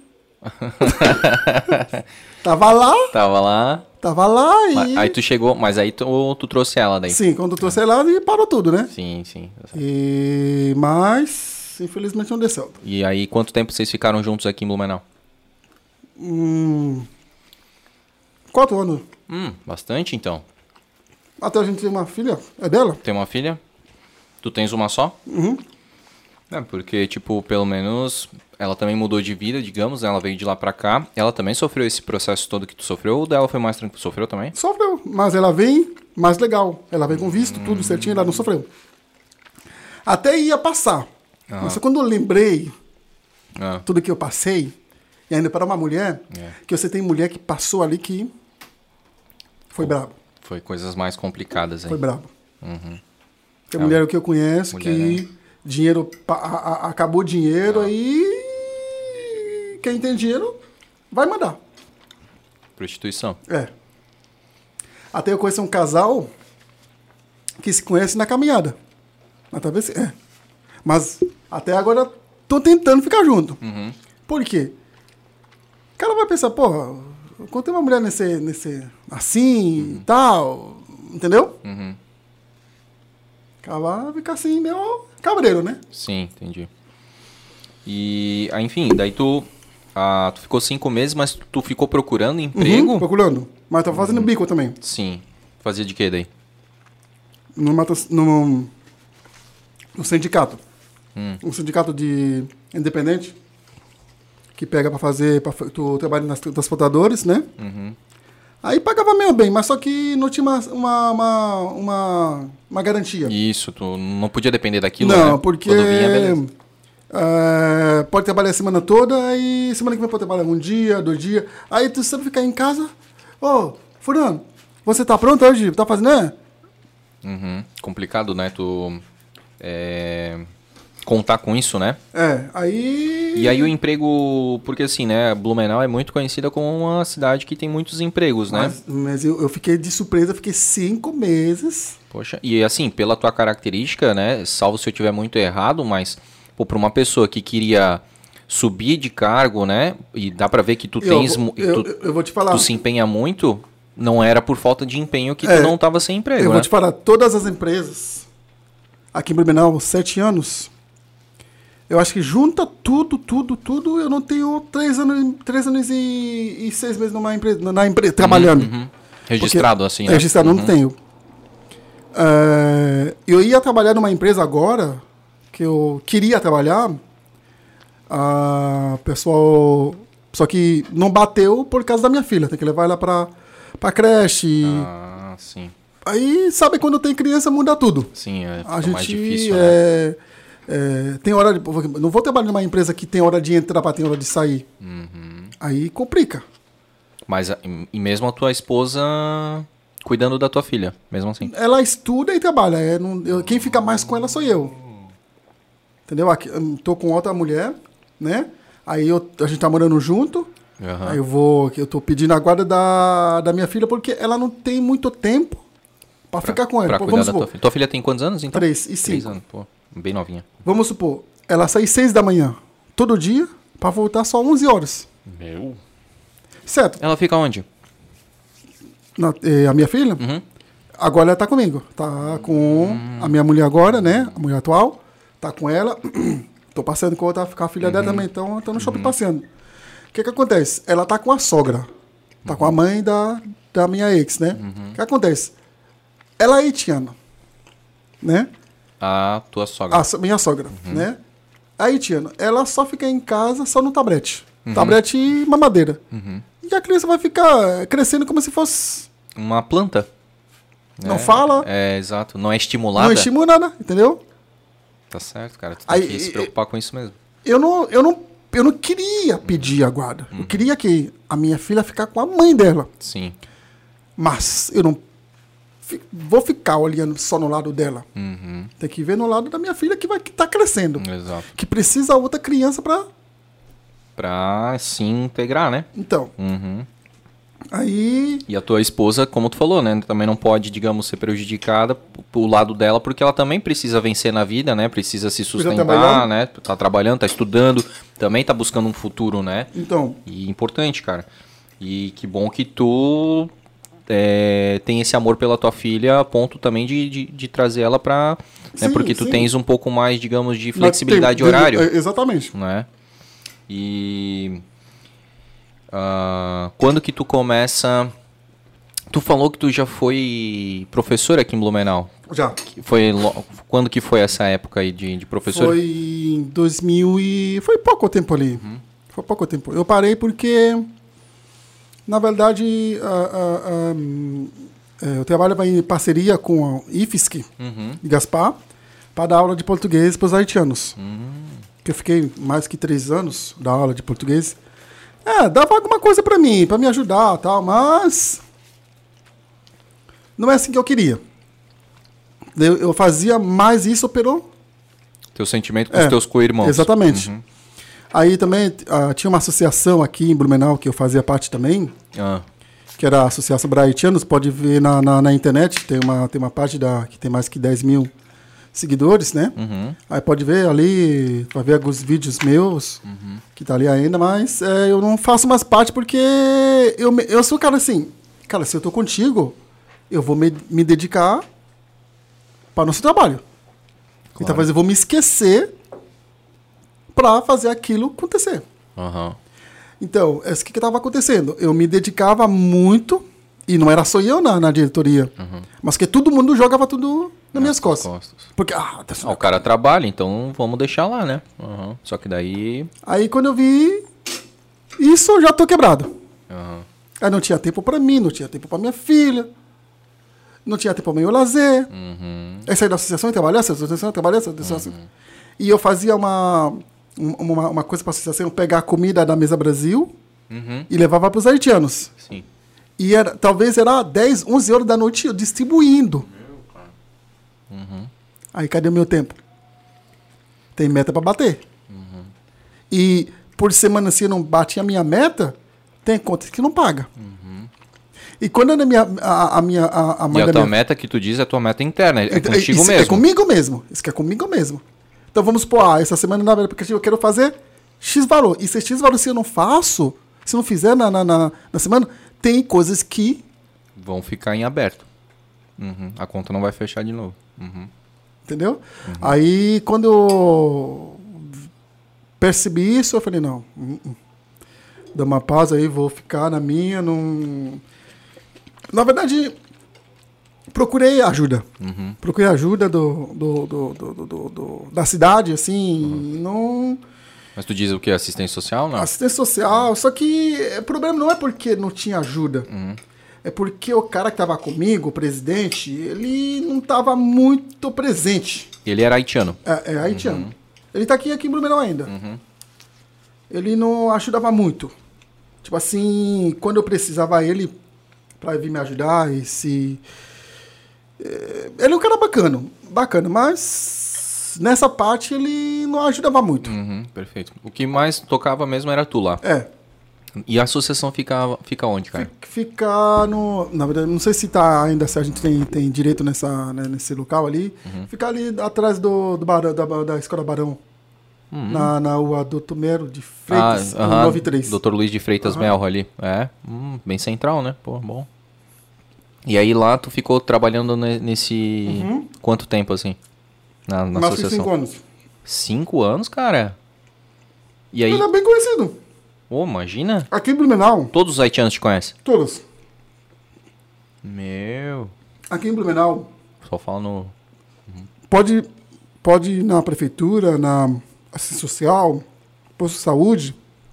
Tava lá, Tava lá, tava lá e... mas aí tu chegou, mas aí tu, tu trouxe ela daí. Sim, quando eu trouxe ela, e parou tudo, né? Sim, sim. E... Mas, infelizmente, não deu certo. E aí, quanto tempo vocês ficaram juntos aqui em Blumenau? Hum, quatro anos. Hum, bastante então. Até a gente tem uma filha, é dela? Tem uma filha? Tu tens uma só? Uhum. É, porque, tipo, pelo menos ela também mudou de vida, digamos, né? Ela veio de lá pra cá. Ela também sofreu esse processo todo que tu sofreu, ou dela foi mais tranquilo? Sofreu também? Sofreu, mas ela vem mais legal. Ela vem com visto, tudo certinho, ela não sofreu. Até ia passar. Ah. Mas quando eu lembrei Ah. tudo que eu passei, e ainda para uma mulher, É. que você tem mulher que passou ali que foi brabo. Foi coisas mais complicadas aí. Foi brabo. Uhum. Tem É, mulher que eu conheço mulher, que né? dinheiro, pa- a- a- acabou o dinheiro, Ah. aí quem tem dinheiro vai mandar. Prostituição. É. Até eu conheço um casal que se conhece na caminhada. Mas talvez é. Mas até agora tô tentando ficar junto. Uhum. Por quê? O cara vai pensar, porra, eu encontrei uma mulher nesse, nesse assim e tal, entendeu? Uhum. O cara vai ficar assim, meio cabreiro, né? Sim, entendi. E, ah, enfim, daí tu, ah, tu ficou cinco meses, mas tu ficou procurando emprego? Uhum, procurando. Mas tá fazendo bico também. Sim. Fazia de quê daí? No, mata- no, no sindicato. Hum. Um sindicato de independente que pega pra fazer, pra, fa- tu trabalha nas transportadores, né? Uhum. Aí pagava meio bem, mas só que não tinha uma, uma, uma, uma, uma garantia. Isso, tu não podia depender daquilo, Não, né? porque Quando vinha, beleza. é, pode trabalhar a semana toda e semana que vem pode trabalhar um dia, dois dias. Aí tu sempre ficar em casa. Ô, Furano, você tá pronto hoje? Tá fazendo, né? Uhum. Complicado, né? Tu é, contar com isso, né? É, aí... E aí o emprego, porque assim, né? Blumenau é muito conhecida como uma cidade que tem muitos empregos, né? Mas, mas eu, eu fiquei de surpresa, fiquei cinco meses. Poxa, e assim, pela tua característica, né? Salvo se eu tiver muito errado, mas pô, para uma pessoa que queria subir de cargo, né? E dá pra ver que tu Eu tens, vou- mu- eu, tu, eu- eu vou te falar. tu se empenha muito, não era por falta de empenho que É, tu não tava sem emprego, Eu né? vou te falar, todas as empresas aqui em Blumenau, sete anos, eu acho que junta tudo, tudo, tudo, eu não tenho três anos, três anos e, e seis meses numa empresa, na empresa, trabalhando. Uhum. Registrado assim, né? Registrado, Uhum. não tenho. É, eu ia trabalhar numa empresa agora, que eu queria trabalhar, a pessoal, só que não bateu por causa da minha filha, tem que levar ela pra, pra creche. Ah, sim. Aí, sabe, quando tem criança, muda tudo. Sim, é A fica gente mais difícil, né? é, é, tem hora de, não vou trabalhar numa empresa que tem hora de entrar para ter hora de sair. Uhum. Aí complica. Mas a- e mesmo a tua esposa cuidando da tua filha, mesmo assim. Ela estuda e trabalha. É, não- eu- quem fica mais com ela sou eu. Entendeu? Aqui, eu tô com outra mulher, né? Aí eu- a gente tá morando junto. Aham. Aí eu vou, eu tô pedindo a guarda da, da minha filha porque ela não tem muito tempo para ficar com ela. Pra Pô, cuidar vamos da tua supor, filha. Tua filha tem quantos anos, então? três e Três cinco. anos, pô. Bem novinha. Vamos supor, ela sai seis da manhã, todo dia, para voltar só onze horas. Meu. Certo? Ela fica onde? Na- eh, a minha filha, Uhum. agora ela tá comigo. Tá com a minha mulher agora, né? A mulher atual. Tá com ela. Tô passeando com a outra, com a filha dela também. Então, tô no shopping passeando. O que que acontece? Ela tá com a sogra. Tá com a mãe da, da minha ex, né? O que acontece? Ela é haitiana, né? A tua sogra. A so- minha sogra, né? A haitiana. Ela só fica em casa só no tablete. Tablete e mamadeira. Uhum. E a criança vai ficar crescendo como se fosse... Uma planta. Não É, fala. É, exato. Não é estimulada. Não estimula nada, entendeu? Tá certo, cara. Tu tem Aí, que se e- preocupar com isso mesmo. Eu não, eu não, eu não queria pedir a guarda. Eu queria que a minha filha ficar com a mãe dela. Sim. Mas eu não fi- vou ficar olhando só no lado dela. Uhum. Tem que ver no lado da minha filha que vai que tá crescendo. Exato. Que precisa outra criança pra... Pra se integrar, né? Então, Uhum. aí... E a tua esposa, como tu falou, né? Também não pode, digamos, ser prejudicada p- pro lado dela, porque ela também precisa vencer na vida, né? Precisa se sustentar, trabalhar. né? Tá trabalhando, tá estudando, também tá buscando um futuro, né? Então, E importante, cara. E que bom que tu é, tem esse amor pela tua filha, a ponto também de, de, de trazer ela pra... Né? Sim, Porque tu sim. tens um pouco mais, digamos, de nós flexibilidade de tem- horário. é, exatamente. Né? E ah, quando que tu começa? Tu falou que tu já foi professor aqui em Blumenau. Já. Foi lo- quando que foi essa época aí de, de professor? Foi em dois mil e... Foi pouco tempo ali. Uhum. Foi pouco tempo. Eu parei porque, na verdade, uh, uh, um, eu trabalhava em parceria com a I F S C, uhum. de Gaspar, para dar aula de português para os haitianos. Uhum. Que eu fiquei mais que três anos da aula de português. É, dava alguma coisa para mim, para me ajudar e tal, mas não é assim que eu queria. Eu, eu fazia mais isso pelo... Teu sentimento com é, os teus co-irmãos. Exatamente. Uhum. Aí também uh, tinha uma associação aqui em Blumenau, que eu fazia parte também, ah. que era a Associação Haitianos. Pode ver na, na, na internet, tem uma, tem uma página que tem mais que dez mil seguidores, né? Uhum. Aí pode ver ali, vai ver alguns vídeos meus, uhum. que tá ali ainda, mas é, eu não faço mais parte porque eu, eu sou o cara assim, cara, se eu tô contigo, eu vou me, me dedicar para o nosso trabalho. Claro. Então, talvez eu vou me esquecer para fazer aquilo acontecer. Uhum. Então, é isso que estava acontecendo. Eu me dedicava muito, e não era só eu na, na diretoria, uhum. mas que todo mundo jogava tudo nas minhas costas. costas. Porque, ah, tá ah, o cara trabalha, então vamos deixar lá, né? Uhum. Só que daí... Aí, quando eu vi, isso eu já tô quebrado. Uhum. Aí não tinha tempo para mim, não tinha tempo para minha filha, não tinha tempo para meu lazer. Uhum. Aí saí da associação e trabalhar, essa associação, trabalhar, essa associação. Uhum. E eu fazia uma... Uma, uma coisa para a associação, pegar a comida da Mesa Brasil uhum. e levava para os haitianos. Sim. E era, talvez era dez, onze horas da noite eu distribuindo. Uhum. Aí cadê o meu tempo? Tem meta para bater. Uhum. E por semana se eu não bate a minha meta, tem contas que não paga. Uhum. E quando a minha, a, a minha a, a mãe e a tua minha... meta que tu diz é a tua meta interna, é, é contigo isso mesmo. É comigo mesmo. Isso que é comigo mesmo. Então vamos supor, ah, essa semana na verdade eu quero fazer X valor. E se X valor se eu não faço, se eu não fizer na, na, na, na semana, tem coisas que... vão ficar em aberto. Uhum. A conta não vai fechar de novo. Uhum. Entendeu? Uhum. Aí quando eu percebi isso, eu falei, não, uh -uh. dá uma pausa aí, vou ficar na minha, não... Na verdade... Procurei ajuda. Uhum. Procurei ajuda do, do, do, do, do, do, do, da cidade, assim, uhum. não... Mas tu diz o que? Assistência social, não? Assistência social, uhum. só que o problema não é porque não tinha ajuda. Uhum. É porque o cara que estava comigo, o presidente, ele não estava muito presente. Ele era haitiano? É, é haitiano. Uhum. Ele está aqui, aqui em Blumenau ainda. Uhum. Ele não ajudava muito. Tipo assim, quando eu precisava ele para vir me ajudar, e se... Ele é um cara bacana, bacana, mas nessa parte ele não ajudava muito. Uhum, perfeito. O que mais tocava mesmo era tu lá. É. E a associação fica, fica onde, cara? Fica no... Na verdade, não sei se tá ainda, se a gente tem, tem direito nessa, né, nesse local ali. Uhum. Fica ali atrás do, do Barão, da, da Escola Barão. Uhum. Na, na rua doutor Mero de Freitas, ah, uhum. nove três. doutor Luiz de Freitas uhum. Melro ali. É, hum, bem central, né? Pô, bom. E aí lá tu ficou trabalhando nesse... Uhum. Quanto tempo, assim? Na, na Mais associação? cinco anos. Cinco anos, cara? E aí... Ele é bem conhecido. Ô, oh, imagina. Aqui em Blumenau... Todos os haitianos te conhecem? Todos. Meu... Aqui em Blumenau... Só fala no... Uhum. Pode, pode ir na prefeitura, na assistência social, posto de saúde...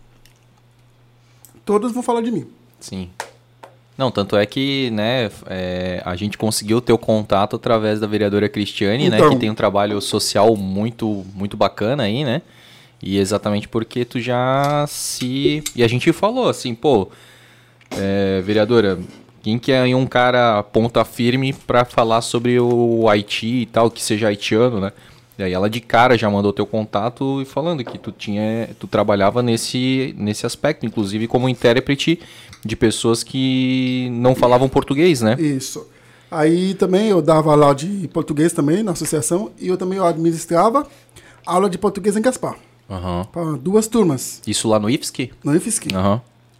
Todos vão falar de mim. Sim. Não, tanto é que, né, é, a gente conseguiu ter o contato através da vereadora Cristiane, então, né, que tem um trabalho social muito, muito bacana aí, né, e exatamente porque tu já se... E a gente falou assim, pô, é, vereadora, quem que é um cara ponta firme para falar sobre o Haiti e tal, que seja haitiano, né, e aí ela de cara já mandou teu contato e falando que tu tinha, tu trabalhava nesse, nesse aspecto, inclusive como intérprete de pessoas que não falavam português, né? Isso. Aí também eu dava aula de português também na associação e eu também administrava aula de português em Gaspar. Uhum. Para duas turmas. Isso lá no I F S C? No I F S C. Uhum.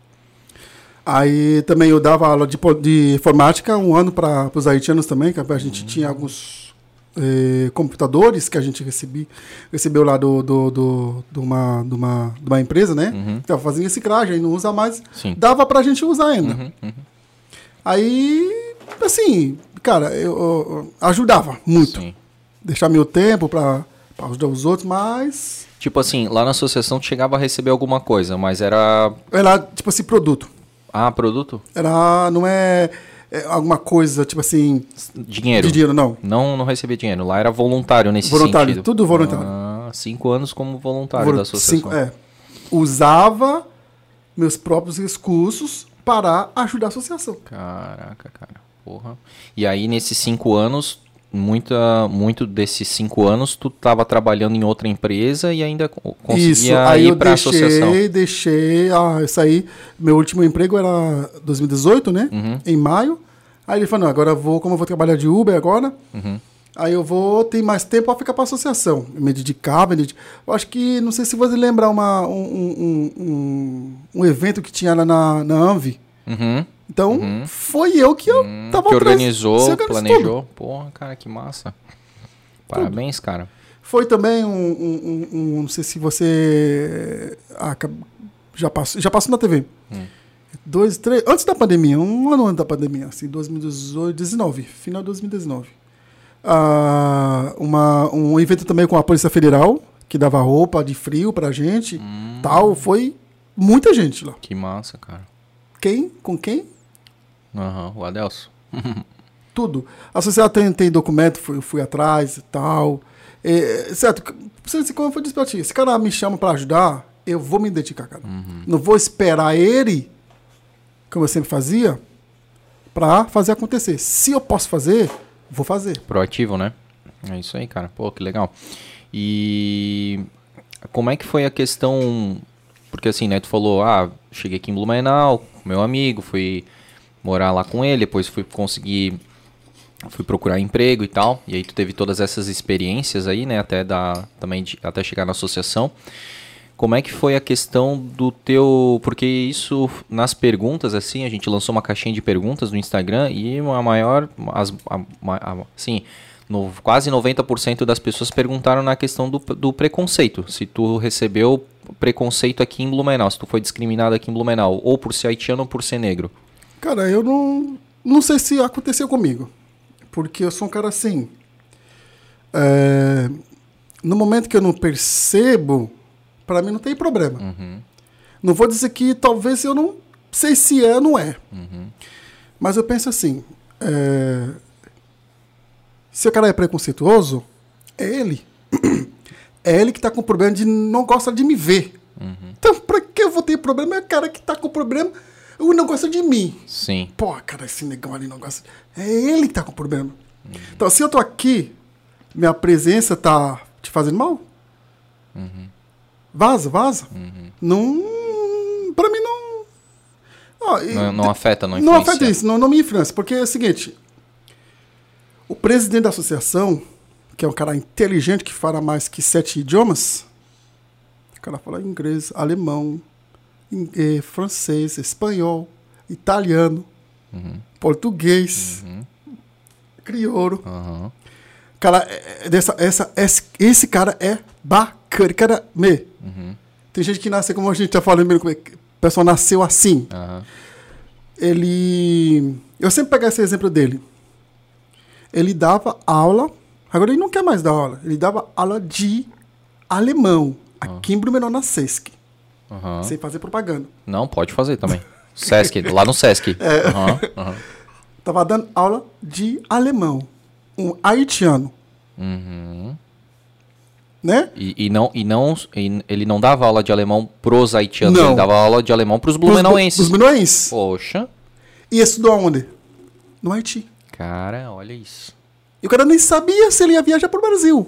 Aí também eu dava aula de, de informática um ano para os haitianos também, que a gente uhum. tinha alguns eh, computadores que a gente recebi, recebeu lá do, do, do, do uma, de, uma, de uma empresa, né? Uhum. Que estava fazendo reciclagem, não usa mais. Sim. Dava para a gente usar ainda. Uhum. Uhum. Aí assim, cara, eu, eu ajudava muito. Sim. Deixar meu tempo pra, pra ajudar os outros, mas... Tipo assim, lá na associação tu chegava a receber alguma coisa, mas era... Era, tipo assim, produto. Ah, produto? Era, não é, é alguma coisa, tipo assim... Dinheiro? De dinheiro, não. Não, não recebia dinheiro. Lá era voluntário nesse Voluntário, sentido. tudo voluntário. Ah, cinco anos como voluntário Volu- da associação. cinco, é. Usava meus próprios recursos para ajudar a associação. Caraca, cara. Porra. E aí, nesses cinco anos, muita, muito desses cinco anos, tu tava trabalhando em outra empresa e ainda co- conseguia Isso, aí ir eu pra associação. deixei, deixei, ah, isso aí, meu último emprego era dois mil e dezoito, né? Uhum. Em maio. Aí ele falou, não, agora eu vou, como eu vou trabalhar de Uber agora, Uhum. aí eu vou ter mais tempo para ficar para associação. Me dedicar, me dedicar. Eu acho que, não sei se você lembra uma, um, um, um, um evento que tinha lá na, na Anvi. Uhum. Então, Uhum. foi eu que eu Hum, tava que atrás. organizou, Você organizou planejou. tudo. Porra, cara, que massa. Parabéns, cara. Foi também um, um, um- um- não sei se você ah, acab- já passou, já passou na T V. Hum. Dois, três, antes da pandemia, um ano antes da pandemia, assim, dois mil e dezoito, dezenove, final de dois mil e dezenove. Ah, uma, um evento também com a Polícia Federal, que dava roupa de frio pra gente, Hum. tal, foi muita gente lá. Que massa, cara. Quem? Com quem? Aham, o Adelso. Tudo. A sociedade tem, tem documento, fui, fui atrás e tal. É, certo, você, como eu disse pra ti, se o cara me chama pra ajudar, eu vou me dedicar, cara. Uhum. Não vou esperar ele, como eu sempre fazia, pra fazer acontecer. Se eu posso fazer, vou fazer. Proativo, né? É isso aí, cara. Pô, que legal. E como é que foi a questão... Porque assim, né, tu falou, ah, cheguei aqui em Blumenau, com meu amigo, fui morar lá com ele, depois fui conseguir, fui procurar emprego e tal, e aí tu teve todas essas experiências aí, né, até, da, também de, até chegar na associação. Como é que foi a questão do teu... Porque isso, nas perguntas, assim, a gente lançou uma caixinha de perguntas no Instagram e a maior, as, a, a, assim, no, quase noventa por cento das pessoas perguntaram na questão do, do preconceito. Se tu recebeu preconceito aqui em Blumenau, se tu foi discriminado aqui em Blumenau, ou por ser haitiano ou por ser negro. Cara, eu não, não sei se aconteceu comigo. Porque eu sou um cara assim. É, no momento que eu não percebo, pra mim não tem problema. Uhum, Não vou dizer que talvez eu não sei se é ou não é. uhum, Mas eu penso assim. é, se o cara é preconceituoso, é ele. É ele que tá com problema de não gosta de me ver. uhum. Então, pra que eu vou ter problema? É o cara que tá com problema e não gosta de mim. Sim. Pô, cara, esse negão ali não gosta. É ele que tá com problema. Uhum. Então, se eu tô aqui, minha presença tá te fazendo mal? Uhum, Vaza, vaza. uhum. Não. Pra mim não. Ó, e- Não, não afeta, não Não influencia. afeta isso, não, não me influencia. Porque é o seguinte: o presidente da associação, que é um cara inteligente que fala mais que sete idiomas, o cara fala inglês, alemão, in- eh, francês, espanhol, italiano, Uhum, português, uhum, crioulo. uhum. Cara, é- é dessa, essa, esse, esse cara é bacana. Cara, me. Uhum, Tem gente que nasce, como a gente tá falando, o pessoal nasceu assim. uhum. Ele. Eu sempre pego esse exemplo dele. Ele dava aula. Agora ele não quer mais dar aula. Ele dava aula de alemão. Aqui em Blumenau, na Sesc. Uhum. Sem fazer propaganda. Não, pode fazer também. Sesc, lá no Sesc. É. Uhum, uhum. Tava dando aula de alemão. Um haitiano. Uhum. Né? E, e não, e não, e ele não dava aula de alemão pros haitianos, Não. ele dava aula de alemão pros blumenauenses. Os blumenauenses. Poxa, E estudou aonde? No Haiti. cara, olha isso. E o cara nem sabia se ele ia viajar pro Brasil.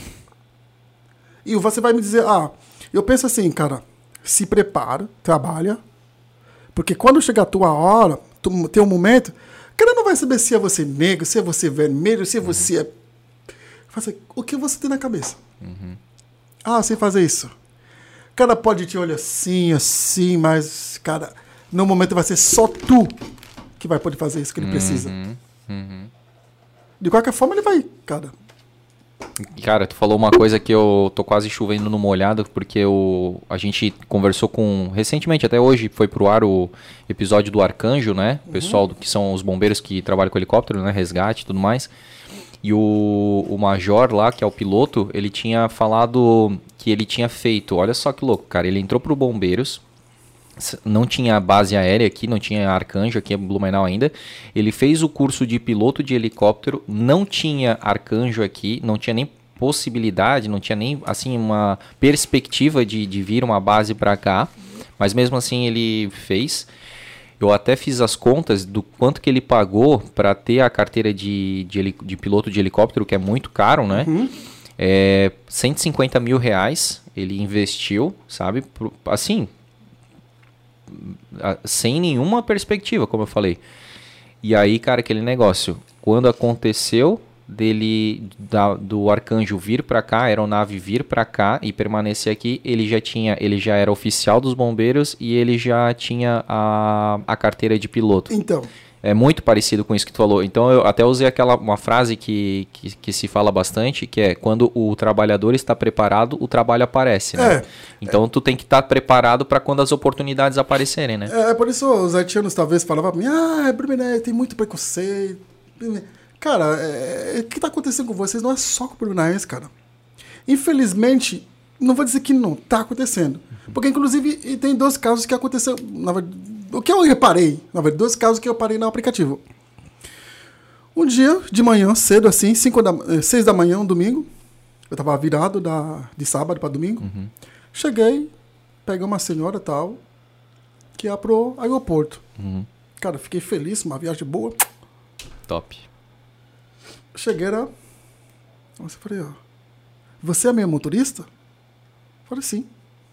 E você vai me dizer, ah, eu penso assim, cara, se prepara, trabalha, porque quando chegar a tua hora, tu, tem um momento, o cara não vai saber se é você negro, se é você vermelho, se é você é... Fazer, o que você tem na cabeça? Uhum. Ah, sem fazer isso. O cara pode te olhar assim, assim, mas, cara, no momento vai ser só tu que vai poder fazer isso que ele precisa. Uhum. Uhum. De qualquer forma, ele vai, cara, Cara, tu falou uma coisa que eu tô quase chovendo no molhado, porque eu, a gente conversou com, recentemente, até hoje, foi pro ar o episódio do Arcanjo, né? O pessoal do, que são os bombeiros que trabalham com helicóptero, né? Resgate e tudo mais. E o, o major lá, que é o piloto, ele tinha falado que ele tinha feito, olha só que louco, cara, ele entrou pro bombeiros, não tinha base aérea aqui, não tinha Arcanjo aqui em Blumenau ainda. Ele fez o curso de piloto de helicóptero, não tinha Arcanjo aqui, não tinha nem possibilidade, não tinha nem assim uma perspectiva de, de vir uma base para cá, mas mesmo assim ele fez. Eu até fiz as contas do quanto que ele pagou para ter a carteira de, de, de piloto de helicóptero, que é muito caro, né? Uhum. É, cento e cinquenta mil reais ele investiu, sabe? Assim, sem nenhuma perspectiva, como eu falei. E aí, cara, aquele negócio, quando aconteceu dele, da, do Arcanjo vir para cá, a aeronave vir para cá e permanecer aqui, ele já tinha, ele já era oficial dos bombeiros e ele já tinha a, a carteira de piloto. Então, é muito parecido com isso que tu falou. Então eu até usei aquela uma frase que, que, que se fala bastante, que é quando o trabalhador está preparado, o trabalho aparece, né? É, então é. tu tem que estar preparado para quando as oportunidades aparecerem, né? É, é por isso os haitianos talvez falavam para mim, ah, Bruminé, tem muito preconceito. Cara, é, o que está acontecendo com vocês não é só com o Bruminaense, cara. Infelizmente, não vou dizer que não está acontecendo. Porque, inclusive, tem dois casos que aconteceram. Na verdade, o que eu reparei, na verdade, dois casos que eu parei no aplicativo. Um dia, de manhã, cedo assim, cinco da, seis da manhã, um domingo. Eu estava virado da, de sábado para domingo. Uhum. Cheguei, peguei uma senhora tal, que ia pro aeroporto. Uhum. Cara, fiquei feliz, uma viagem boa. Top. Cheguei, era... Eu falei, ó, você é meu motorista? Eu falei, sim.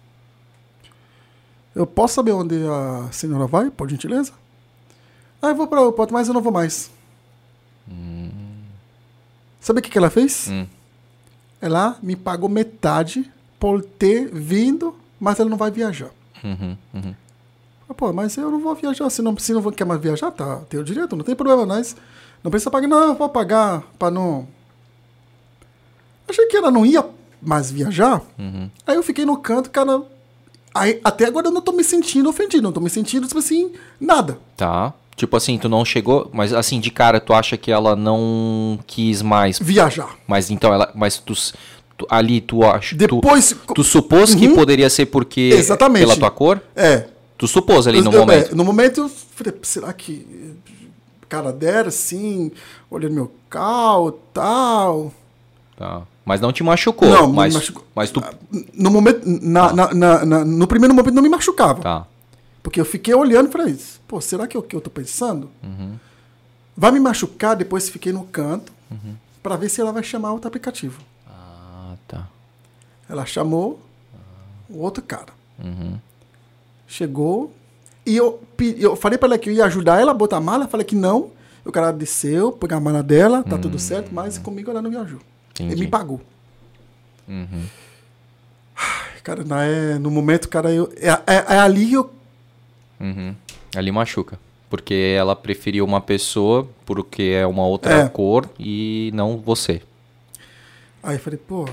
Eu posso saber onde a senhora vai, por gentileza? Ah, eu vou para o aeroporto, mas eu não vou mais. Hum. Sabe o que, que ela fez? Hum. Ela me pagou metade por ter vindo, mas ela não vai viajar. Uhum, uhum. Pô, mas eu não vou viajar. Se não, se não quer mais viajar, tá, tem o direito, não tem problema, mas não precisa pagar. Não, eu vou pagar para não... Achei que ela não ia mais viajar. Uhum. Aí eu fiquei no canto, cara... Aí, até agora eu não tô me sentindo ofendido, não tô me sentindo, tipo assim, nada. Tá. Tipo assim, tu não chegou, mas assim, de cara, tu acha que ela não quis mais... Viajar. Mas então, ela... Mas tu... tu ali, tu acha... Depois... Tu, tu supôs uhum. que poderia ser porque... Exatamente. Pela tua cor? É. Tu supôs ali eu, no eu, momento? É, no momento eu falei, será que... Cara dera, assim, olhando meu carro, tal... Tá. Mas não te machucou. Não, mas, me machucou. Mas tu... No momento, na, ah. na, na, na, no primeiro momento não me machucava. Tá. Porque eu fiquei olhando e falei, pô, será que é o que eu tô pensando? Uhum. Vai me machucar, depois fiquei no canto, uhum. para ver se ela vai chamar outro aplicativo. Ah, tá. Ela chamou ah. o outro cara. Uhum. Chegou, e eu, eu falei para ela que eu ia ajudar ela a botar a mala, falei que não. O cara desceu, pegou a mala dela, tá uhum. tudo certo, mas comigo ela não viajou. Entendi. Ele me pagou. Uhum. Cara, na, é, no momento, cara, eu, é, é, é ali eu... Uhum. Ali machuca. Porque ela preferiu uma pessoa porque é uma outra é. cor e não você. Aí eu falei, pô...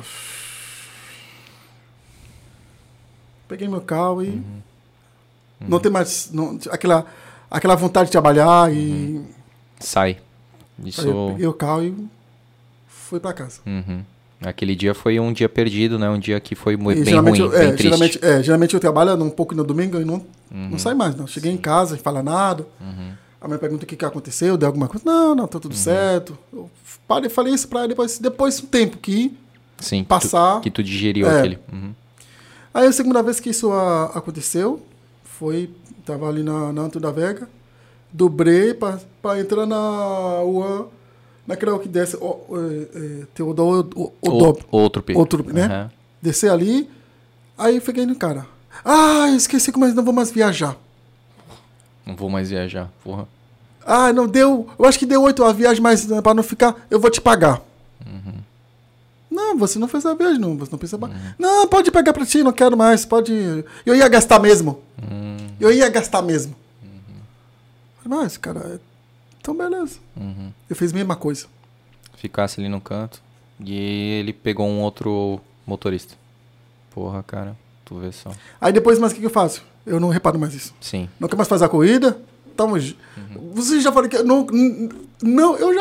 Peguei meu carro e... Uhum. Uhum. Não tem mais... Não, aquela, aquela vontade de trabalhar e... Uhum. Sai. Isso... Aí eu peguei o carro e... Fui pra casa. Uhum. Aquele dia foi um dia perdido, né? Um dia que foi bem geralmente ruim, eu, é, bem geralmente, é, geralmente eu trabalho um pouco no domingo e não, uhum. não sai mais, não. Cheguei Sim. em casa, não fala nada. Uhum. A minha pergunta o que, que aconteceu, deu alguma coisa. Não, não, tá tudo uhum. certo. Eu parei, falei isso pra ela depois, depois um tempo que Sim, passar... Que tu, que tu digeriu é. aquele. Uhum. Aí a segunda vez que isso a, aconteceu, foi... Tava ali na, na Anto da Vega, dobrei pra, pra entrar na rua... Naquela que desce, o, o, o, tem o, o, o, o dobro. Outro pico. Outro, né? Uhum. Descer ali, aí fiquei no cara. Ah, esqueci que mais não vou mais viajar. Não vou mais viajar, porra. Ah, não deu, eu acho que deu oito a viagem, mas para não ficar, eu vou te pagar. Uhum. Não, você não fez a viagem, não, você não precisa pagar. Uhum. Não, pode pegar pra ti, não quero mais, pode... Eu ia gastar mesmo. Uhum. Eu ia gastar mesmo. Uhum. Mas, cara... Então, beleza. Uhum. Eu fiz a mesma coisa. Ficasse ali no canto. E ele pegou um outro motorista. Porra, cara, tu vê só. Aí depois, mas o que, que eu faço? Eu não reparo mais isso. Sim. Não quer mais fazer a corrida? Tamo... Uhum. Você já falou que... Não, não eu já...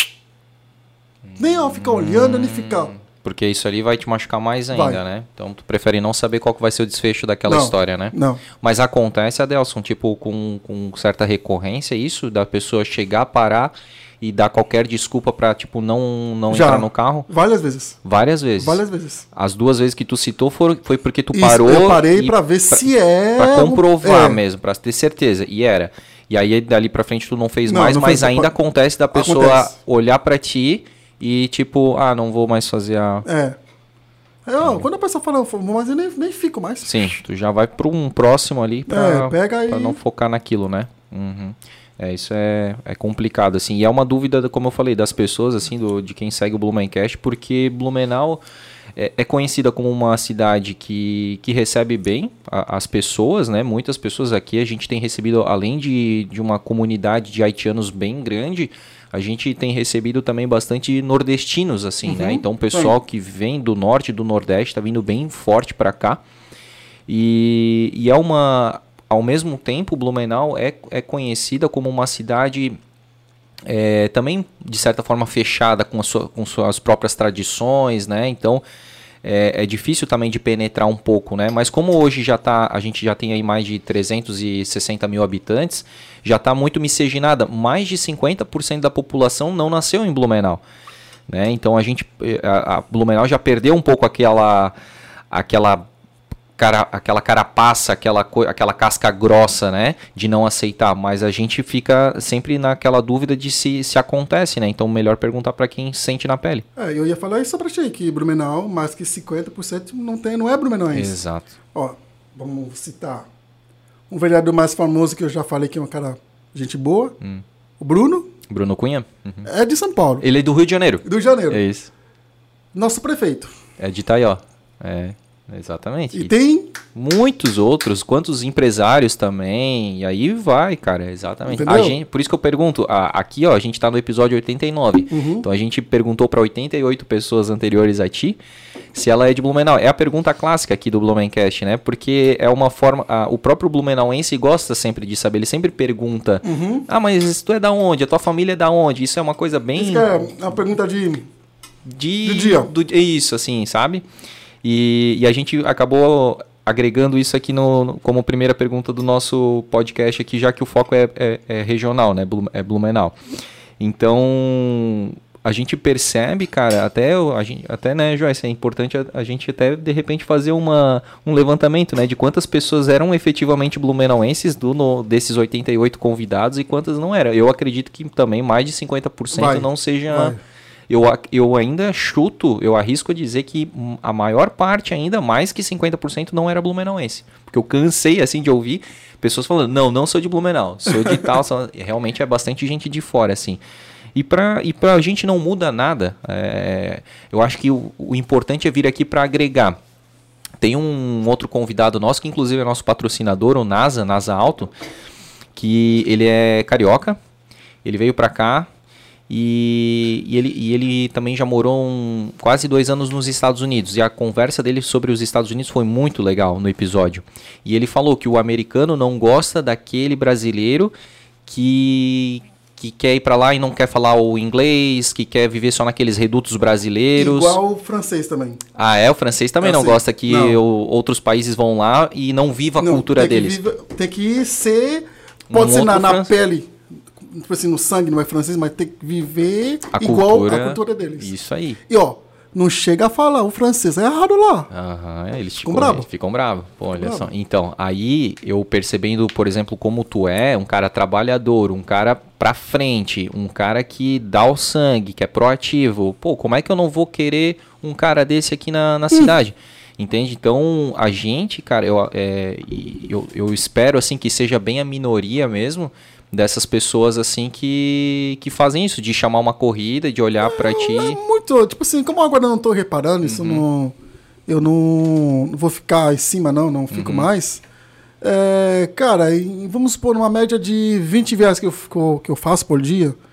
Nem ó, ficar olhando, nem ficar... Porque isso ali vai te machucar mais ainda, vai. Né? Então tu prefere não saber qual que vai ser o desfecho daquela não, história, né? Não. Mas acontece, Adelson, tipo, com, com certa recorrência isso, da pessoa chegar, parar e dar qualquer desculpa pra, tipo, não, não Já. entrar no carro? Várias vezes. Várias vezes? Várias vezes. As duas vezes que tu citou foram, foi porque tu isso, parou... eu parei pra ver pra, se é... Pra comprovar é. mesmo, pra ter certeza. E era. E aí, dali pra frente, tu não fez não, mais, não mas fez, ainda pode... acontece da pessoa acontece. olhar pra ti e, tipo, ah, não vou mais fazer a... É. Eu, quando a pessoa fala, mas eu nem, nem fico mais. Sim, tu já vai para um próximo ali para é, pega pra não focar naquilo, né? Uhum. É, isso é, é complicado, assim. E é uma dúvida, como eu falei, das pessoas, assim, do, de quem segue o Blumencast, porque Blumenau é, é conhecida como uma cidade que, que recebe bem a, as pessoas, né? Muitas pessoas aqui. A gente tem recebido, além de, de uma comunidade de haitianos bem grande, a gente tem recebido também bastante nordestinos, assim, uhum, né? Então o pessoal sim. que vem do norte e do nordeste está vindo bem forte para cá. E, e é uma... Ao mesmo tempo, Blumenau é, é conhecida como uma cidade é, também, de certa forma, fechada com, a sua, com suas próprias tradições, né? Então, é, é difícil também de penetrar um pouco, né? Mas como hoje já tá, a gente já tem aí mais de trezentos e sessenta mil habitantes, já está muito miscigenada. Mais de cinquenta por cento da população não nasceu em Blumenau, né? Então, a gente, a, a Blumenau já perdeu um pouco aquela... aquela Cara, aquela carapaça, aquela, aquela casca grossa, né, de não aceitar, mas a gente fica sempre naquela dúvida de se, se acontece, né, então melhor perguntar para quem sente na pele. É, eu ia falar isso pra ti, que Blumenau, mais que cinquenta por cento não, tem, não é blumenauense. Exato. Ó, vamos citar um vereador mais famoso que eu já falei que é um cara, gente boa, hum. o Bruno. Bruno Cunha. Uhum. É de São Paulo. Ele é do Rio de Janeiro. Do Rio de Janeiro. É isso. Nosso prefeito. É de Itaió. É... Exatamente. E tem muitos outros, quantos empresários também, e aí vai, cara, exatamente. A gente, por isso que eu pergunto, a, aqui ó, a gente tá no episódio oitenta e nove, uhum. Então a gente perguntou para oitenta e oito pessoas anteriores a ti se ela é de Blumenau. É a pergunta clássica aqui do Blumencast, né? Porque é uma forma, a, o próprio blumenauense gosta sempre de saber, ele sempre pergunta, uhum. ah, mas tu é da onde? A tua família é da onde? Isso é uma coisa bem... Isso é uma pergunta de... De, do dia. Do, isso, assim, sabe? E, e a gente acabou agregando isso aqui no, no, como primeira pergunta do nosso podcast aqui, já que o foco é, é, é regional, né? É Blumenau. Então, a gente percebe, cara, até, a gente, até né, Joyce, é importante a, a gente até, de repente, fazer uma, um levantamento, né? De quantas pessoas eram efetivamente blumenauenses do, no, desses oitenta e oito convidados e quantas não eram. Eu acredito que também mais de cinquenta por cento vai, não seja... Vai. Eu, eu ainda chuto, eu arrisco a dizer que a maior parte ainda, mais que cinquenta por cento, não era blumenauense. Porque eu cansei, assim, de ouvir pessoas falando, não, não sou de Blumenau, sou de tal, sou... realmente é bastante gente de fora, assim. E pra, e pra gente não muda nada, é, eu acho que o, o importante é vir aqui para agregar. Tem um outro convidado nosso, que inclusive é nosso patrocinador, o NASA, NASA Auto, que ele é carioca, ele veio para cá, E, e, ele, e ele também já morou um, quase dois anos nos Estados Unidos. E a conversa dele sobre os Estados Unidos foi muito legal no episódio. E ele falou que o americano não gosta daquele brasileiro que, que quer ir para lá e não quer falar o inglês, que quer viver só naqueles redutos brasileiros. Igual o francês também. Ah, é? O francês também é não assim, gosta que o, outros países vão lá e não viva a não, cultura tem deles. Viva, tem que ser... Pode um ser na, na pele... Tipo assim, no sangue não é francês, mas tem que viver a igual cultura, a cultura deles. Isso aí. E ó, não chega a falar o francês, é errado lá. Aham, uhum, eles ficam bravos. Ficam bravos. Pô, olha bravo. Só. Então, aí eu percebendo, por exemplo, como tu é, um cara trabalhador, um cara pra frente, um cara que dá o sangue, que é proativo. Pô, como é que eu não vou querer um cara desse aqui na, na cidade? Entende? Então, a gente, cara, eu, é, eu, eu espero assim que seja bem a minoria mesmo, dessas pessoas assim que, que fazem isso, de chamar uma corrida, de olhar é, pra ti. É muito, tipo assim, como agora eu não tô reparando, isso uhum. não, eu não, não vou ficar em cima não, não fico uhum. mais. É, cara, vamos supor uma média de vinte viagens que eu, que eu faço por dia,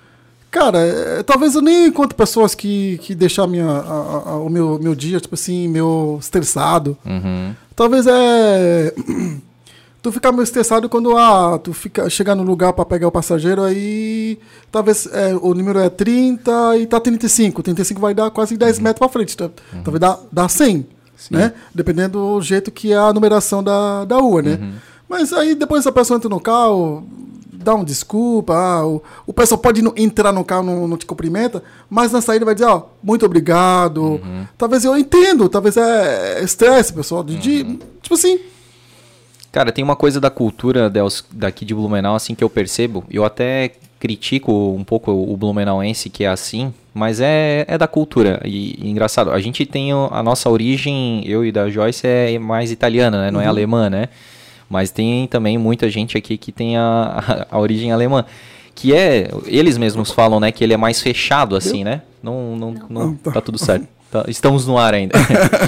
Cara, é, talvez eu nem encontre pessoas que, que deixam minha, a, a, o meu, meu dia, tipo assim, meu estressado. Uhum. Talvez é... Tu ficar meio estressado quando ah, tu fica, chegar no lugar para pegar o passageiro, aí talvez é, o número é trinta e tá trinta e cinco. trinta e cinco vai dar quase dez uhum. metros para frente. Tá? Uhum. Talvez dá, dá cem, né? Dependendo do jeito que é a numeração da, da rua, né? Uhum. Mas aí depois a pessoa entra no carro, dá um desculpa, ah, o, o pessoal pode não, entrar no carro, não, não te cumprimenta, mas na saída vai dizer, ó, muito obrigado. Uhum. Talvez eu entendo, talvez é estresse, pessoal, de, uhum. de, tipo assim... Cara, tem uma coisa da cultura Dels, daqui de Blumenau, assim, que eu percebo. Eu até critico um pouco o blumenauense que é assim, mas é, é da cultura. E, e engraçado, a gente tem a nossa origem, eu e da Joyce, é mais italiana, né? Não uhum. é alemã, né? Mas tem também muita gente aqui que tem a, a, a origem alemã. Que é, eles mesmos falam, né? Que ele é mais fechado, assim, né? Não, não, não, não tá tudo certo. Tá, estamos no ar ainda.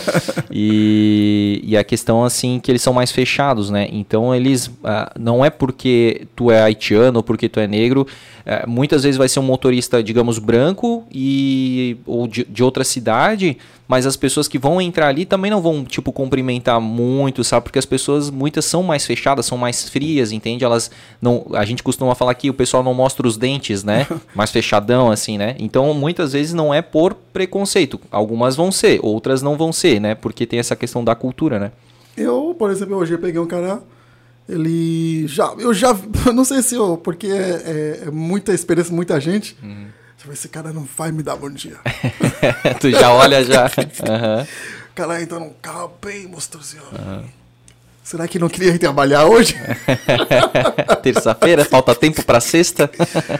e, e a questão, assim, que eles são mais fechados, né? Então, eles... Uh, não é porque tu é haitiano ou porque tu é negro. Uh, muitas vezes vai ser um motorista, digamos, branco e, ou de, de outra cidade, mas as pessoas que vão entrar ali também não vão, tipo, cumprimentar muito, sabe? Porque as pessoas, muitas são mais fechadas, são mais frias, entende? Elas não... A gente costuma falar que o pessoal não mostra os dentes, né? Mais fechadão, assim, né? Então, muitas vezes não é por preconceito. Algumas vão ser, outras não vão ser, né? Porque tem essa questão da cultura, né? Eu, por exemplo, hoje eu peguei um cara, ele já... Eu já... Não sei se eu... Porque é, é muita experiência, muita gente... Uhum. Esse cara não vai me dar bom dia. Tu já olha já. Uhum. O cara entra num carro bem monstruoso. Uhum. Será que não queria ir trabalhar hoje? Terça-feira, falta tempo pra sexta.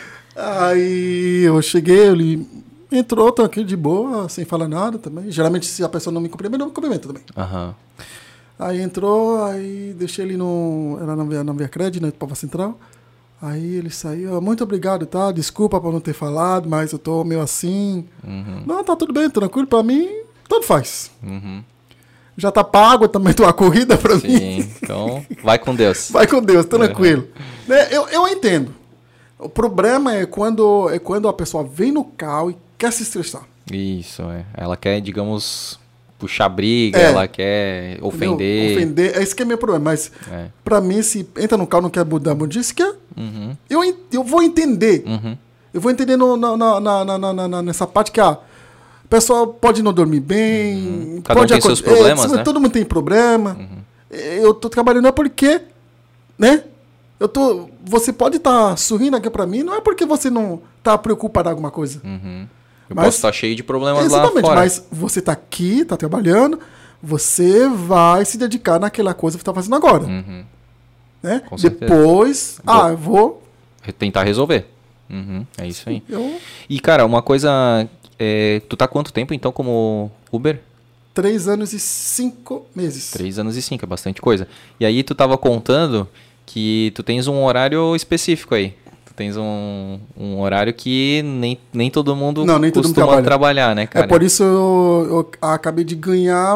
Aí eu cheguei, ele entrou, tô aqui de boa, sem falar nada também. Geralmente se a pessoa não me cumprimenta, eu me cumprimento também. Uhum. Aí entrou, aí deixei ele no... Era na Via, na Via Cred, né, Pova Central. Aí ele saiu, muito obrigado, tá? Desculpa por não ter falado, mas eu tô meio assim. Uhum. Não, tá tudo bem, tranquilo, pra mim, tanto faz. Uhum. Já tá pago também tua corrida pra Sim, mim. Sim, então vai com Deus. Vai com Deus, tranquilo. Uhum. Né? Eu, eu entendo. O problema é quando, é quando a pessoa vem no carro e quer se estressar. Isso, é. Ela quer, digamos... puxar briga, é, ela quer ofender. Ofender, é isso que é meu problema. Mas, é. pra mim, se entra no carro e não quer mudar bom dia, isso que é. Uhum. Eu, eu vou entender. Uhum. Eu vou entender no, na, na, na, na, na, nessa parte que a pessoa pode não dormir bem. Uhum. Cada pode um tem seus problemas, é, né? Todo mundo tem problema. Uhum. Eu tô trabalhando é porque, né? Eu tô, você pode estar tá sorrindo aqui pra mim, não é porque você não tá preocupado com alguma coisa. Uhum. Eu mas, posso estar cheio de problemas exatamente, lá fora. Mas você está aqui, está trabalhando, você vai se dedicar naquela coisa que está fazendo agora. Uhum. Né? Com certeza. Depois, vou ah, eu vou... tentar resolver. Uhum. É isso aí. Eu... E, cara, uma coisa... É, tu tá há quanto tempo, então, como Uber? Três anos e cinco meses. Três anos e cinco, é bastante coisa. E aí tu tava contando que tu tens um horário específico aí. Tens um, um horário que nem, nem todo mundo não, nem todo costuma mundo trabalhar, né, cara? É por isso eu, eu acabei de ganhar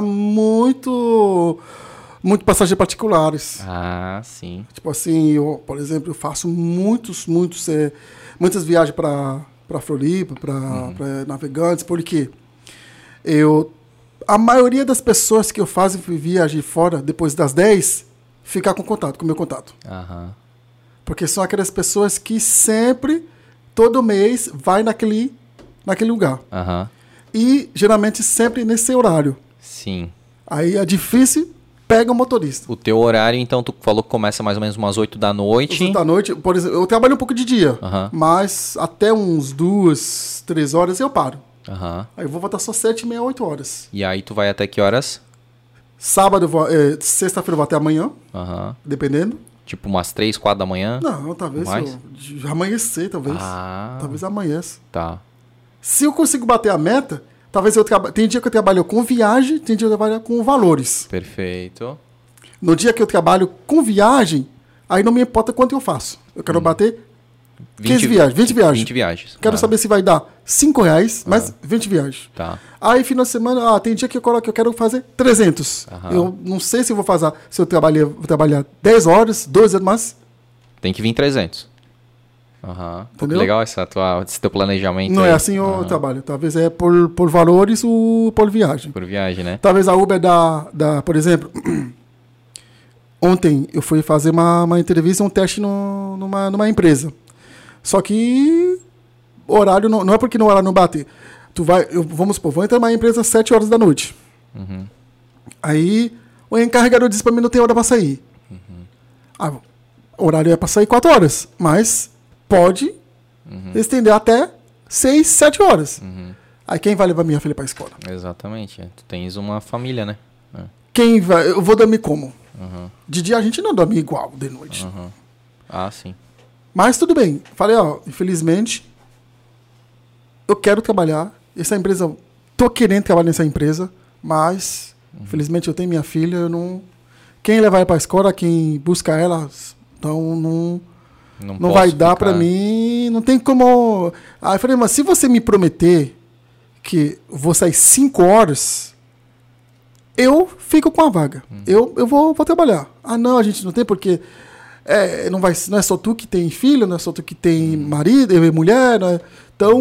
muito, muito passageiros particulares. Ah, sim. Tipo assim, eu, por exemplo, eu faço muitos, muitos, é, muitas viagens para para Floripa, para uhum. Navegantes, porque eu, a maioria das pessoas que eu faço viagem fora, depois das dez, ficar com contato, com o meu contato. Aham. Uhum. Porque são aquelas pessoas que sempre, todo mês, vai naquele, naquele lugar. Uhum. E, geralmente, sempre nesse horário. Sim. Aí é difícil, pega o motorista. O teu horário, então, tu falou que começa mais ou menos umas oito da noite. oito da noite, por exemplo, eu trabalho um pouco de dia, uhum. mas até uns duas, três horas eu paro. Uhum. Aí eu vou voltar só sete e meia, oito horas. E aí tu vai até que horas? Sábado, eu vou, é, sexta-feira eu vou até amanhã, uhum. dependendo. Tipo umas três, quatro da manhã? Não, talvez mais? Eu, amanhecer, talvez. Ah. Talvez amanheça. Tá. Se eu consigo bater a meta, talvez eu trabalhe. Tem dia que eu trabalho com viagem, tem dia que eu trabalho com valores. Perfeito. No dia que eu trabalho com viagem, aí não me importa quanto eu faço. Eu quero hum. bater quinze viagens, vinte viagens. vinte viagens. Quero ah. saber se vai dar cinco reais, mas ah. vinte viagens. Tá. Aí, final de semana, ah, tem dia que eu coloco que eu quero fazer trezentos. Aham. Eu não sei se eu vou fazer, se eu trabalhar, vou trabalhar dez horas, doze horas, mas... Tem que vir trezentos. Aham. Entendeu? Legal essa tua, esse teu planejamento. Não aí. é assim o Aham. trabalho. Talvez é por, por valores ou por viagem. Por viagem, né? Talvez a Uber dá, dá por exemplo... Ontem eu fui fazer uma, uma entrevista, um teste no, numa, numa empresa. Só que horário não, não é porque no horário não bater. Tu vai, eu, vamos supor, vou entrar numa empresa às sete horas da noite. Uhum. Aí o encarregador disse pra mim não tem hora pra sair. Uhum. Ah, o horário é pra sair quatro horas, mas pode Uhum. estender até seis, sete horas. Uhum. Aí quem vai levar minha filha pra escola? Exatamente. é. Tu tens uma família, né? É. Quem vai? Eu vou dormir como? Uhum. De dia a gente não dorme igual de noite. Uhum. Ah, sim. Mas tudo bem. Falei, ó, infelizmente, eu quero trabalhar. Essa empresa, tô querendo trabalhar nessa empresa, mas, uhum. infelizmente, eu tenho minha filha, eu não... Quem levar ela pra escola, quem busca ela, então não... Não, Não vai dar ficar... pra mim, não tem como... Aí eu falei, mas se você me prometer que vou sair cinco horas, eu fico com a vaga. Uhum. Eu, eu vou, vou trabalhar. Ah, não, a gente não tem porque... É, não, vai, não é só tu que tem filho, não é só tu que tem marido, eu e mulher, né? Então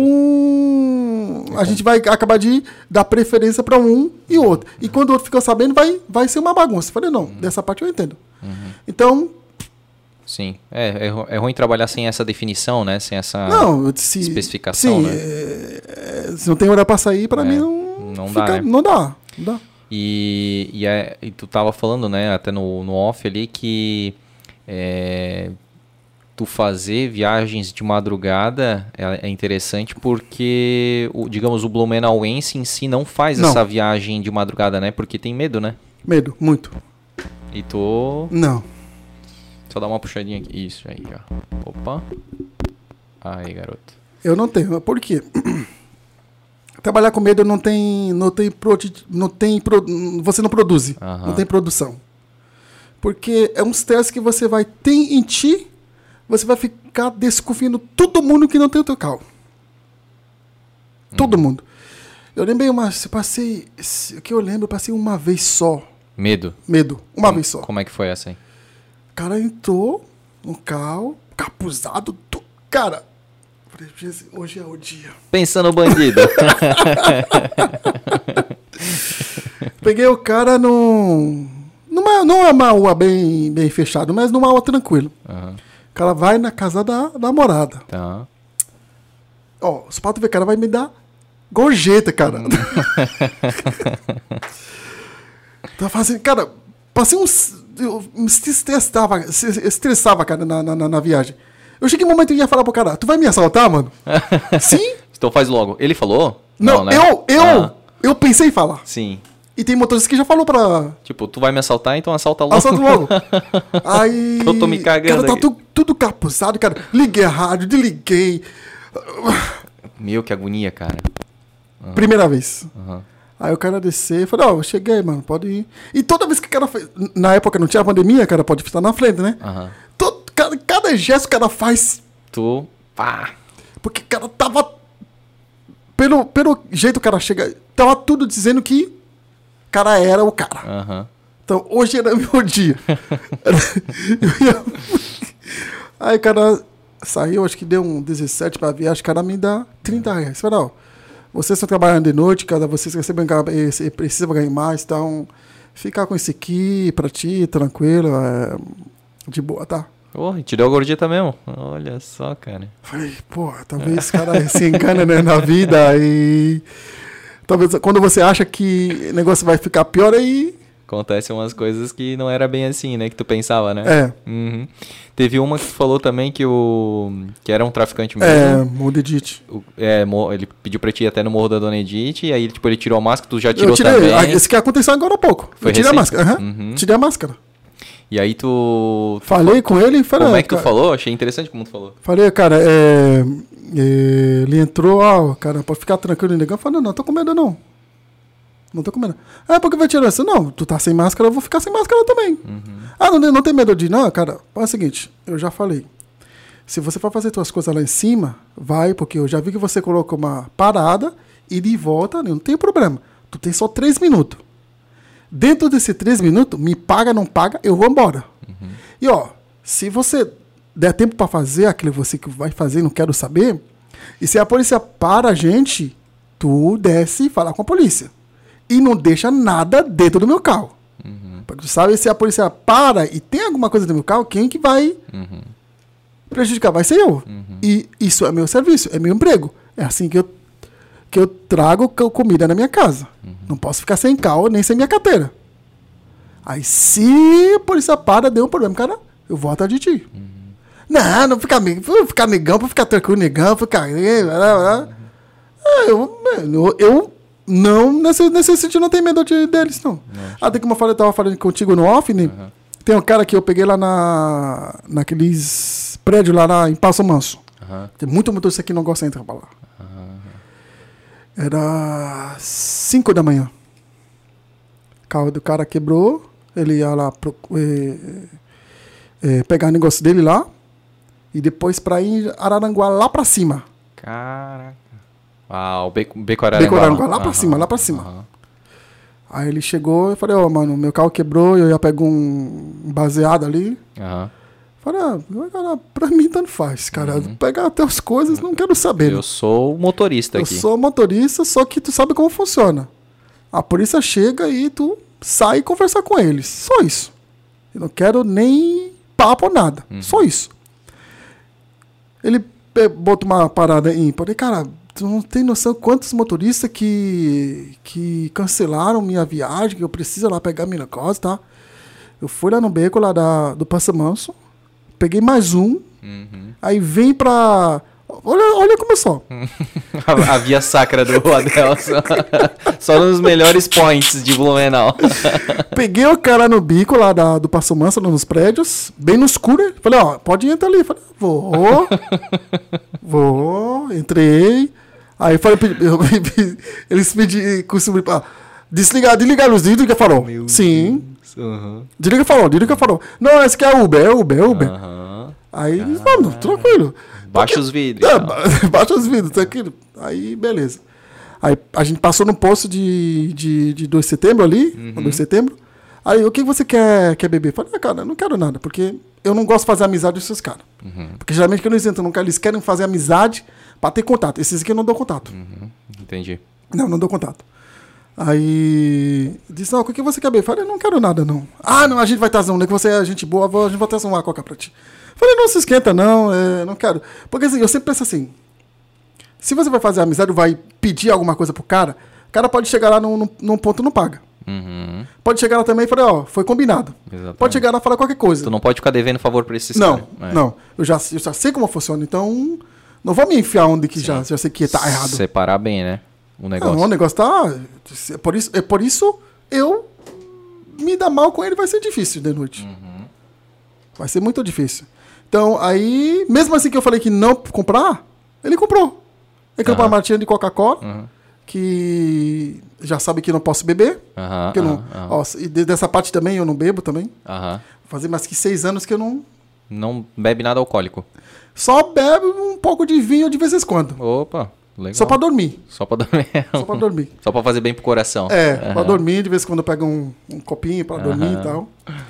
é a gente vai acabar de dar preferência para um e outro. E quando o outro fica sabendo, vai, vai ser uma bagunça. Eu falei, não, uhum. dessa parte eu entendo. Uhum. Então... Sim, é, é, é ruim trabalhar sem essa definição, né? Sem essa não, se, especificação, sim, né? É, se não tem hora para sair, para é, mim não, não, fica, dá, né? não dá. Não dá. E, e, é, e tu tava falando, né, até no, no off ali, que é, tu fazer viagens de madrugada é, é interessante porque, o, digamos, o blumenauense em si não faz não. essa viagem de madrugada, né? Porque tem medo, né? Medo, muito. E tu... Não. Só dá uma puxadinha aqui. Isso aí, ó. Opa. Aí, garoto. Eu não tenho. Por quê? Trabalhar com medo não tem... Não tem, não tem você não produz. Uhum. Não tem produção. Porque é um estresse que você vai ter em ti. Você vai ficar desconfiando todo mundo que não tem o teu carro. Uhum. Todo mundo. Eu lembrei uma... Eu passei... O que eu lembro? Eu passei uma vez só. Medo? Medo. Uma como, vez só. Como é que foi essa aí? O cara entrou no carro, capuzado, tu... cara, hoje é o dia. Pensando no bandido. Peguei o cara num... numa, não é uma rua bem, bem fechada, mas numa rua tranquila. Uhum. O cara vai na casa da, da namorada. Tá. Ó, só pra tu ver, o cara vai me dar gorjeta, cara. Hum. Tá fazendo, cara, passei uns... Eu me estressava, estressava, cara, na, na, na viagem. Eu cheguei um momento que eu ia falar pro cara, tu vai me assaltar, mano? Sim? Então faz logo. Ele falou? Não, não né? eu, eu, ah. eu pensei em falar. Sim. E tem motorista que já falou pra... Tipo, tu vai me assaltar, então assalta logo. Assalta logo. Aí... Eu tô me cagando cara, tá tudo, tudo capuzado, cara. Liguei a rádio, desliguei. Meu, que agonia, cara. Uhum. Primeira vez. Aham. Uhum. Aí o cara desceu e falou, ó, oh, cheguei, mano, pode ir. E toda vez que o cara fez... Na época não tinha pandemia, cara, pode estar na frente, né? Uhum. Todo, cada, cada gesto que o cara faz... Tu... Pá! Porque o cara tava... Pelo, pelo jeito que o cara chega... Tava tudo dizendo que o cara era o cara. Uhum. Então, hoje era meu dia. Aí o cara saiu, acho que deu um dezessete pra viagem, o cara me dá trinta reais. Falei, ó... Vocês estão trabalhando de noite, cada vocês recebem, precisa ganhar mais, então ficar com esse aqui pra ti, tranquilo, é, de boa, tá? Oh, te deu a gorjeta mesmo? Olha só, cara. Falei, pô, talvez esse cara se engana, né, na vida e talvez quando você acha que o negócio vai ficar pior, aí... Acontecem umas coisas que não era bem assim, né, que tu pensava, né? É. Uhum. Teve uma que tu falou também que o que era um traficante mesmo. É, Morro Edith. É, ele pediu pra ti ir até no Morro da Dona Edith, e aí tipo, ele tirou a máscara, tu já tirou eu tirei, também. Esse que aconteceu agora há pouco. Foi eu tirei recente? a máscara. Uhum. Uhum. Tirei a máscara. E aí tu... tu falei tu, com ele e falei... Como é que tu cara, falou? Achei interessante como tu falou. Falei, cara, é, é, ele entrou, ó, cara, pode ficar tranquilo, negão. Eu falei, não, não tô com medo não. Não tô com medo. Ah, porque vai tirar isso? Não, tu tá sem máscara, eu vou ficar sem máscara também. Uhum. Ah, não, não tem medo de... Não, cara, é o seguinte, eu já falei. Se você for fazer suas coisas lá em cima, vai, porque eu já vi que você colocou uma parada e de volta, não tem problema. Tu tem só três minutos. Dentro desses três minutos, me paga, não paga, eu vou embora. Uhum. E ó, se você der tempo para fazer aquilo que você que vai fazer, não quero saber. E se a polícia para a gente, tu desce e fala com a polícia. E não deixa nada dentro do meu carro. Uhum. Porque tu sabe, se a polícia para e tem alguma coisa no meu carro, quem que vai uhum. prejudicar? Vai ser eu. Uhum. E isso é meu serviço, é meu emprego. É assim que eu, que eu trago comida na minha casa. Uhum. Não posso ficar sem carro, nem sem minha carteira. Aí se a polícia para, deu um problema, cara, eu vou atrás de ti. Uhum. Não, não ficar, ficar negão, pra ficar tranquilo, negão, ficar... Uhum. Eu, eu, eu não, nesse, nesse sentido, não tenho medo de, deles, não. Nossa. Até como eu falei, eu tava falando contigo no off, né? Uhum. Tem um cara que eu peguei lá na, naqueles prédios lá na, em Passo Manso. Uhum. Tem muito motorista que não gosta de entrar pra lá. Uhum. Era cinco da manhã. O carro do cara quebrou, ele ia lá pro, é, é, pegar o negócio dele lá e depois pra ir em Araranguá lá pra cima. Caraca. Ah, o Beco, Beco Araranguá. Beco Araranguá, lá uhum, pra cima, lá pra cima. Uhum. Aí ele chegou e falei, ó, oh, mano, meu carro quebrou, eu ia pegar um baseado ali. Uhum. Falei, ah, cara, pra mim tanto faz, cara. Uhum. Pegar até as coisas, não quero saber. Eu não. sou motorista eu aqui. Eu sou motorista, só que tu sabe como funciona. A polícia chega e tu sai e conversar com eles. Só isso. Eu não quero nem papo ou nada. Uhum. Só isso. Ele botou uma parada em... Falei, cara... Tu não tem noção quantos motoristas que, que cancelaram minha viagem, que eu preciso lá pegar minha coisa, tá? Eu fui lá no beco lá da, do Passo Manso, peguei mais um, uhum. aí vem pra... Olha, olha como só. a, a via sacra do Adelson. Só nos melhores points de Blumenau. Peguei o cara no bico lá da, do Passo Manso, nos prédios, bem no escuro. Falei, ó, pode entrar ali. Falei, vou. Vou. Entrei. Aí falei, eles pediram, costumam desligar, desligar a luz. Desliga, falou. Meu Sim. Uhum. Desliga, falou, desliga, falou. Não, esse aqui é Uber, é Uber, é Uber. Uhum. Aí, mano, tranquilo. Baixa os vidros. É, então. Baixa os vidros, tranquilo. Aí, beleza. Aí a gente passou no posto de, de, de dois de setembro ali, uhum. dois de setembro. Aí, o que você quer, quer beber? Falei, ah, cara, eu não quero nada, porque eu não gosto de fazer amizade com esses caras. Uhum. Porque geralmente quando eles entram no cara, eles querem fazer amizade pra ter contato. Esses aqui eu não dou contato. Uhum. Entendi. Não, não dou contato. Aí, disse, não, o que você quer beber? Falei, não quero nada, não. Ah, não, a gente vai trazer um, né, que você é gente boa, a gente vai trazer uma coca pra ti. Falei, não se esquenta, não, é, não quero. Porque assim, eu sempre penso assim, se você vai fazer amizade, vai pedir alguma coisa pro cara, o cara pode chegar lá num, num ponto e não paga. Uhum. Pode chegar lá também e falar, ó, foi combinado. Exatamente. Pode chegar lá e falar qualquer coisa. Tu não pode ficar devendo favor pra esses não, caras. Não, é. não. Eu já, eu já sei como funciona, então não vou me enfiar onde que já, já sei que tá errado. Separar bem, né, o negócio. Não, o negócio tá... É por isso, é por isso eu me dar mal com ele vai ser difícil de noite. Uhum. Vai ser muito difícil. Então, aí, mesmo assim que eu falei que não comprar, ele comprou. Ele comprou uhum. uma latinha de Coca-Cola, uhum. que já sabe que não posso beber. Uhum, que eu não, uhum. ó, e dessa parte também eu não bebo também. Uhum. Fazia mais que seis anos que eu não... Não bebe nada alcoólico? Só bebe um pouco de vinho de vez em quando. Opa, legal. Só pra dormir. Só pra dormir. Só pra dormir. Só pra fazer bem pro coração. É, uhum. pra dormir, de vez em quando eu pego um, um copinho pra dormir uhum. e tal.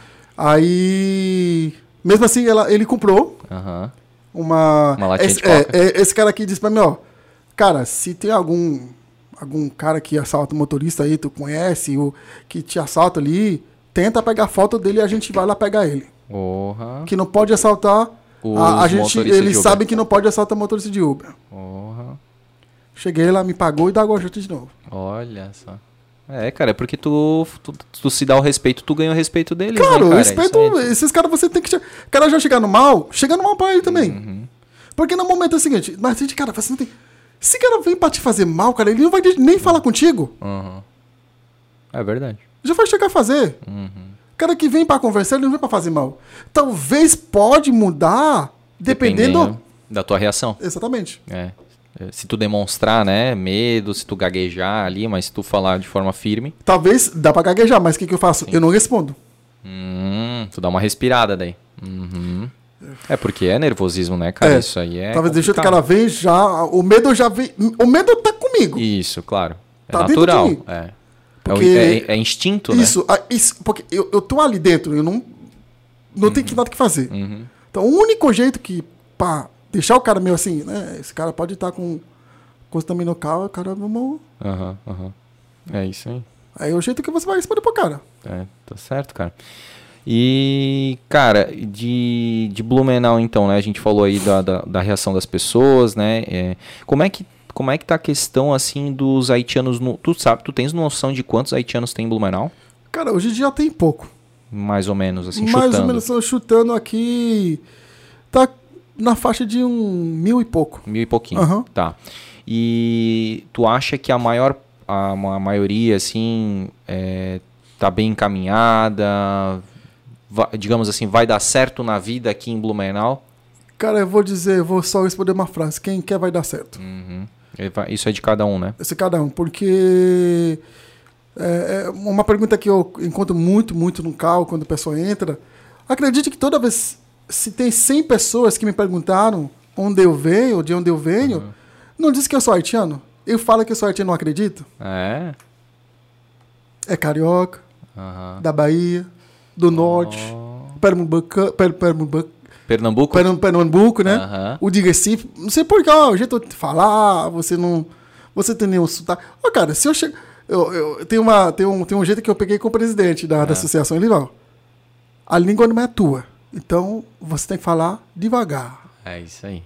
Aí... Mesmo assim, ela, ele comprou uhum. uma... Uma latinha esse, de coca. É, é, esse cara aqui disse pra mim, ó... Cara, se tem algum... Algum cara que assalta motorista aí, tu conhece, ou que te assalta ali, tenta pegar foto dele e a gente vai lá pegar ele. Uhum. Que não pode assaltar... A, a gente, eles sabem que não pode assaltar motorista de Uber. Uhum. Cheguei lá, me pagou e dá gorjeta de novo. Olha só. É, cara, é porque tu, tu, tu se dá o respeito, tu ganha o respeito deles, claro, né, cara? respeito, é esses caras você tem que... O cara já chegar no mal, chega no mal pra ele também. Uhum. Porque no momento é o seguinte, mas gente, cara, você não tem... Se o cara vem pra te fazer mal, cara, ele não vai nem falar contigo. Uhum. É verdade. Já vai chegar a fazer. Uhum. O cara que vem pra conversar, ele não vem pra fazer mal. Talvez pode mudar, dependendo... dependendo da tua reação. Exatamente. É. Se tu demonstrar, né, medo, se tu gaguejar ali, mas se tu falar de forma firme... Talvez dá pra gaguejar, mas o que, que eu faço? Sim. Eu não respondo. Hum, tu dá uma respirada daí. Uhum. É porque é nervosismo, né, cara? É. Isso aí é Talvez do jeito que ela vem, já... O medo já vem... O medo tá comigo. Isso, claro. É tá natural. Dentro de mim. É. Porque... É, é, é instinto, isso, né? Isso, porque eu, eu tô ali dentro, eu não... Não uhum. tem que nada que fazer. Uhum. Então, o único jeito que, pá, deixar o cara meio assim, né? Esse cara pode estar com contaminocal, o cara vamos... Aham, uhum, aham. Uhum. É isso aí. Aí é o jeito que você vai responder pro cara. É, tá certo, cara. E, cara, de, de Blumenau, então, né? A gente falou aí da, da, da reação das pessoas, né? É, como é que como é que tá a questão, assim, dos haitianos... No, tu sabe, tu tens noção de quantos haitianos tem em Blumenau? Cara, hoje em dia tem pouco. Mais ou menos, assim, Mais chutando. Mais ou menos, estão chutando aqui... Tá na faixa de um mil e pouco. Mil e pouquinho, uhum. Tá. E tu acha que a maior... A, a maioria, assim, é, tá bem encaminhada... Vai, digamos assim, vai dar certo na vida aqui em Blumenau? Cara, eu vou dizer, eu vou só responder uma frase. Quem quer vai dar certo. Uhum. Isso é de cada um, né? Isso é cada um, porque é, é uma pergunta que eu encontro muito, muito no carro quando a pessoa entra. Acredite que toda vez, se tem cem pessoas que me perguntaram onde eu venho, de onde eu venho, uhum. não diz que eu sou haitiano. Eu falo que eu sou haitiano, não acredito. É? É carioca, uhum. da Bahia, do norte, oh. Pernambuco, per, Pernambuco, Pernambuco, Pern, Pernambuco, né? Uhum. O de Recife, não sei porquê, ó, o jeito de falar, você não, você tem nenhum sotaque. Ó, cara, se eu chego, eu, eu tem uma, tem um, tem um jeito que eu peguei com o presidente da, uhum. da associação, ele falou, a língua não é tua, então você tem que falar devagar. É isso aí.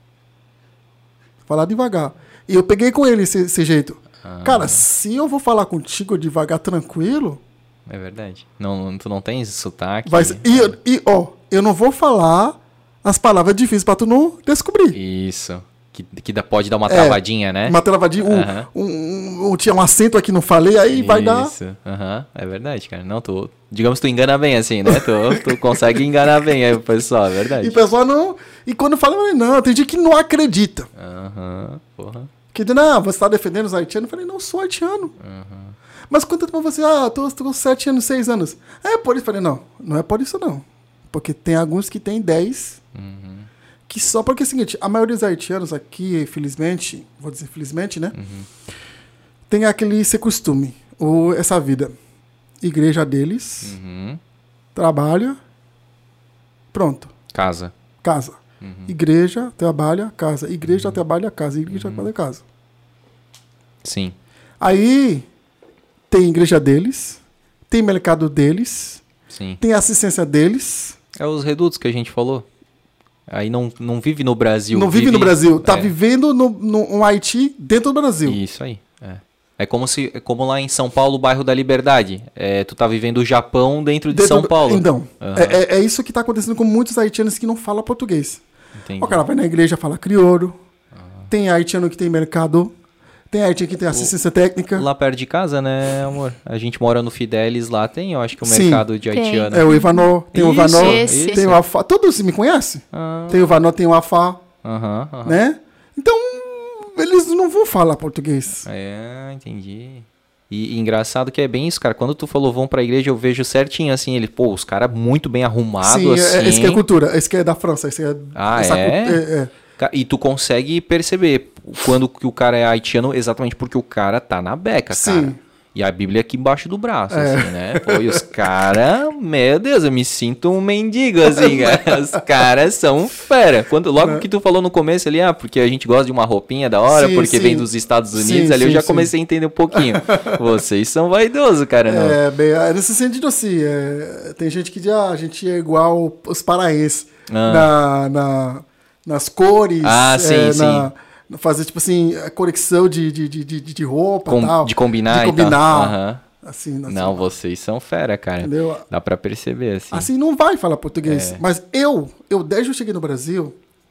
Falar devagar. E eu peguei com ele esse, esse jeito. Uhum. Cara, se eu vou falar contigo devagar, tranquilo. É verdade. Não, tu não tens sotaque. Vai ser, e, e, ó, eu não vou falar as palavras difíceis pra tu não descobrir. Isso. Que, que dá, pode dar uma travadinha, é, né? Uma travadinha. Uhum. Um, um, um, tinha um acento aqui, não falei, aí Isso. vai dar. Isso. Uhum. É verdade, cara. Não, tu. Digamos que tu engana bem, assim, né? Tu, tu consegue enganar bem aí o pessoal, é verdade. E o pessoal não. E quando fala, eu falei, não, tem gente que não acredita. Aham. Uhum. Porra. Que diz, não, você tá defendendo os haitianos? Eu falei, não, sou haitiano. Uhum. Mas quanto tempo você, ah, tô, tô com sete anos, seis anos. É por isso. Eu falei, não, não é por isso não. Porque tem alguns que tem dez. Uhum. Que só porque é o seguinte, a maioria dos haitianos aqui, felizmente, vou dizer felizmente, né? Uhum. Tem aquele esse costume, ou essa vida. Igreja deles, uhum. trabalha, pronto. Casa. Casa. Uhum. Igreja, trabalha, casa. Igreja, uhum. trabalha, casa. Igreja, uhum. trabalha, casa. Sim. Aí tem igreja deles, tem mercado deles, sim. tem assistência deles. É os redutos que a gente falou. Aí não, não vive no Brasil. Não vive, vive no Brasil. Tá é. vivendo no, no, no Haiti dentro do Brasil. Isso aí. É, é como, se, é como lá em São Paulo, o bairro da Liberdade. É, tu tá vivendo o Japão dentro de dentro São Paulo. Então, uhum. é, é isso que tá acontecendo com muitos haitianos que não falam português. Entendi. O cara vai na igreja, fala crioulo. Uhum. Tem haitiano que tem mercado. Tem haitiano que tem assistência o, técnica. Lá perto de casa, né, amor? A gente mora no Fidelis, lá tem, eu acho que o mercado Sim, de haitiano. Tem. É o Ivanó, tem isso, o Ivanó, esse. tem o Afá. Todos me conhecem? Ah. Tem o Ivanó, tem o Afá. Aham, uhum, uhum. Né? Então, eles não vão falar português. É, entendi. E, e engraçado que é bem isso, cara. Quando tu falou vão pra igreja, eu vejo certinho, assim, ele, pô, os caras muito bem arrumados, Sim, assim. Sim, esse que é cultura, esse que é da França. Esse é, ah, essa é? Cu- é, é? E tu consegue perceber quando que o cara é haitiano, exatamente porque o cara tá na beca, Sim. cara. E a Bíblia aqui embaixo do braço, é. assim, né? Pô, e os caras, meu Deus, eu me sinto um mendigo, assim, cara. Os caras são fera. Quando, logo é. que tu falou no começo ali, ah, porque a gente gosta de uma roupinha da hora, sim, porque sim. vem dos Estados Unidos, sim, ali sim, eu já comecei sim. a entender um pouquinho. Vocês são vaidosos, cara, não? É, bem, nesse sentido, assim, é, tem gente que diz, ah, a gente é igual os paraenses ah. na, na, nas cores, ah, sim, é, sim. na... fazer, tipo assim, a conexão de, de, de, de, de roupa Com, e tal. De combinar De combinar. E tal. Uhum. Assim, assim, não, vocês são fera, cara. Entendeu? Dá pra perceber, assim. Assim, não vai falar português. É. Mas eu, eu desde que eu cheguei no Brasil,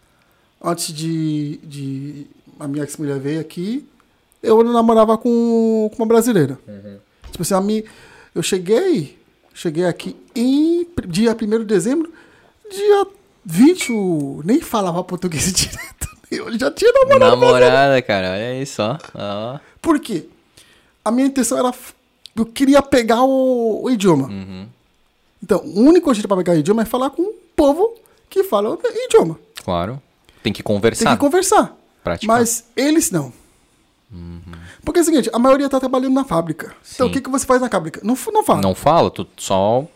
antes de, de a minha ex-mulher veio aqui, eu namorava com, com uma brasileira. Uhum. Tipo assim, a minha, eu cheguei, cheguei aqui em dia primeiro de dezembro, dia vinte, nem falava português direito. Eu já tinha namorado. Namorada, cara, olha isso, ó. ó. Por quê? A minha intenção era... Eu queria pegar o, o idioma. Uhum. Então, o único jeito para pegar o idioma é falar com um povo que fala o idioma. Claro. Tem que conversar. Tem que conversar. Praticar. Mas eles não. Uhum. Porque é o seguinte, a maioria tá trabalhando na fábrica. Sim. Então, o que, que você faz na fábrica? Não, não fala. Não fala, tu só...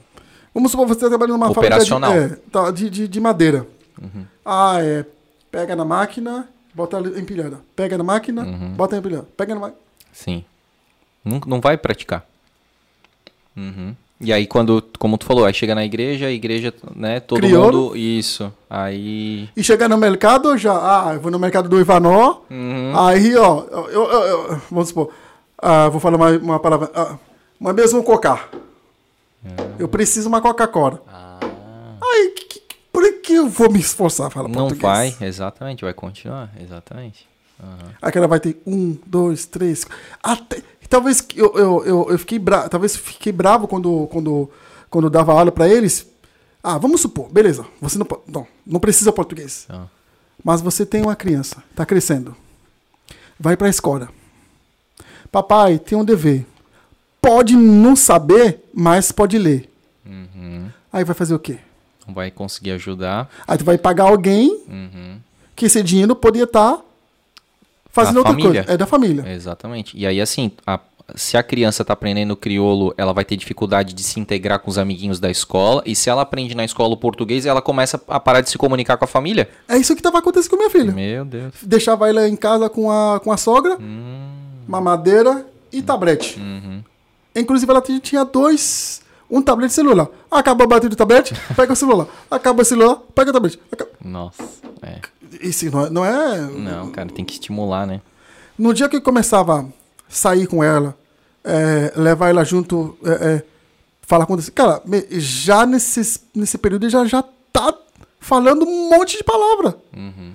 Vamos supor que você trabalha numa operacional. fábrica de, é, tá, de, de, de madeira. Uhum. Ah, é. Pega na máquina, bota empilhada. Pega na máquina, uhum. bota empilhada. Pega na máquina. Sim. Não, não vai praticar. Uhum. E aí, quando, como tu falou, aí chega na igreja, a igreja, né, todo Crioulo. mundo, isso, aí... E chega no mercado, já, ah, eu vou no mercado do Ivanó, uhum. aí, ó, eu, eu, eu, vamos supor, ah, vou falar uma, uma palavra, ah, uma mesma coca. Uhum. Eu preciso uma Coca-Cola. Ah. Aí, que, que, por que eu vou me esforçar a falar Não português? vai, exatamente, vai continuar, exatamente. Uhum. Aí ela vai ter um, dois, três, até... Talvez eu, eu, eu, eu fiquei bravo, talvez fiquei bravo quando, quando, quando dava aula para eles. Ah, vamos supor, beleza, você não, não, não precisa português. Ah. Mas você tem uma criança, está crescendo. Vai para a escola. Papai, tem um dever. Pode não saber, mas pode ler. Uhum. Aí vai fazer o quê? Não vai conseguir ajudar. Aí tu vai pagar alguém uhum. que esse dinheiro poderia estar... Tá fazendo da outra família. coisa. É da família. Exatamente. E aí, assim, a, se a criança está aprendendo crioulo, ela vai ter dificuldade de se integrar com os amiguinhos da escola. E se ela aprende na escola o português, ela começa a parar de se comunicar com a família. É isso que estava acontecendo com minha filha. Meu Deus. Deixava ela em casa com a, com a sogra, hum. mamadeira e tablete. Uhum. Inclusive, ela tinha dois... Um tablete e celular. Acaba a bateria do tablete, pega o celular. Acaba o celular, pega o tablete. Acaba... Nossa, é... Isso não é, não é... Não, cara, tem que estimular, né? No dia que eu começava a sair com ela, é, levar ela junto, é, é, falar com ela, cara, já nesse, nesse período ele já, já tá falando um monte de palavra. Uhum.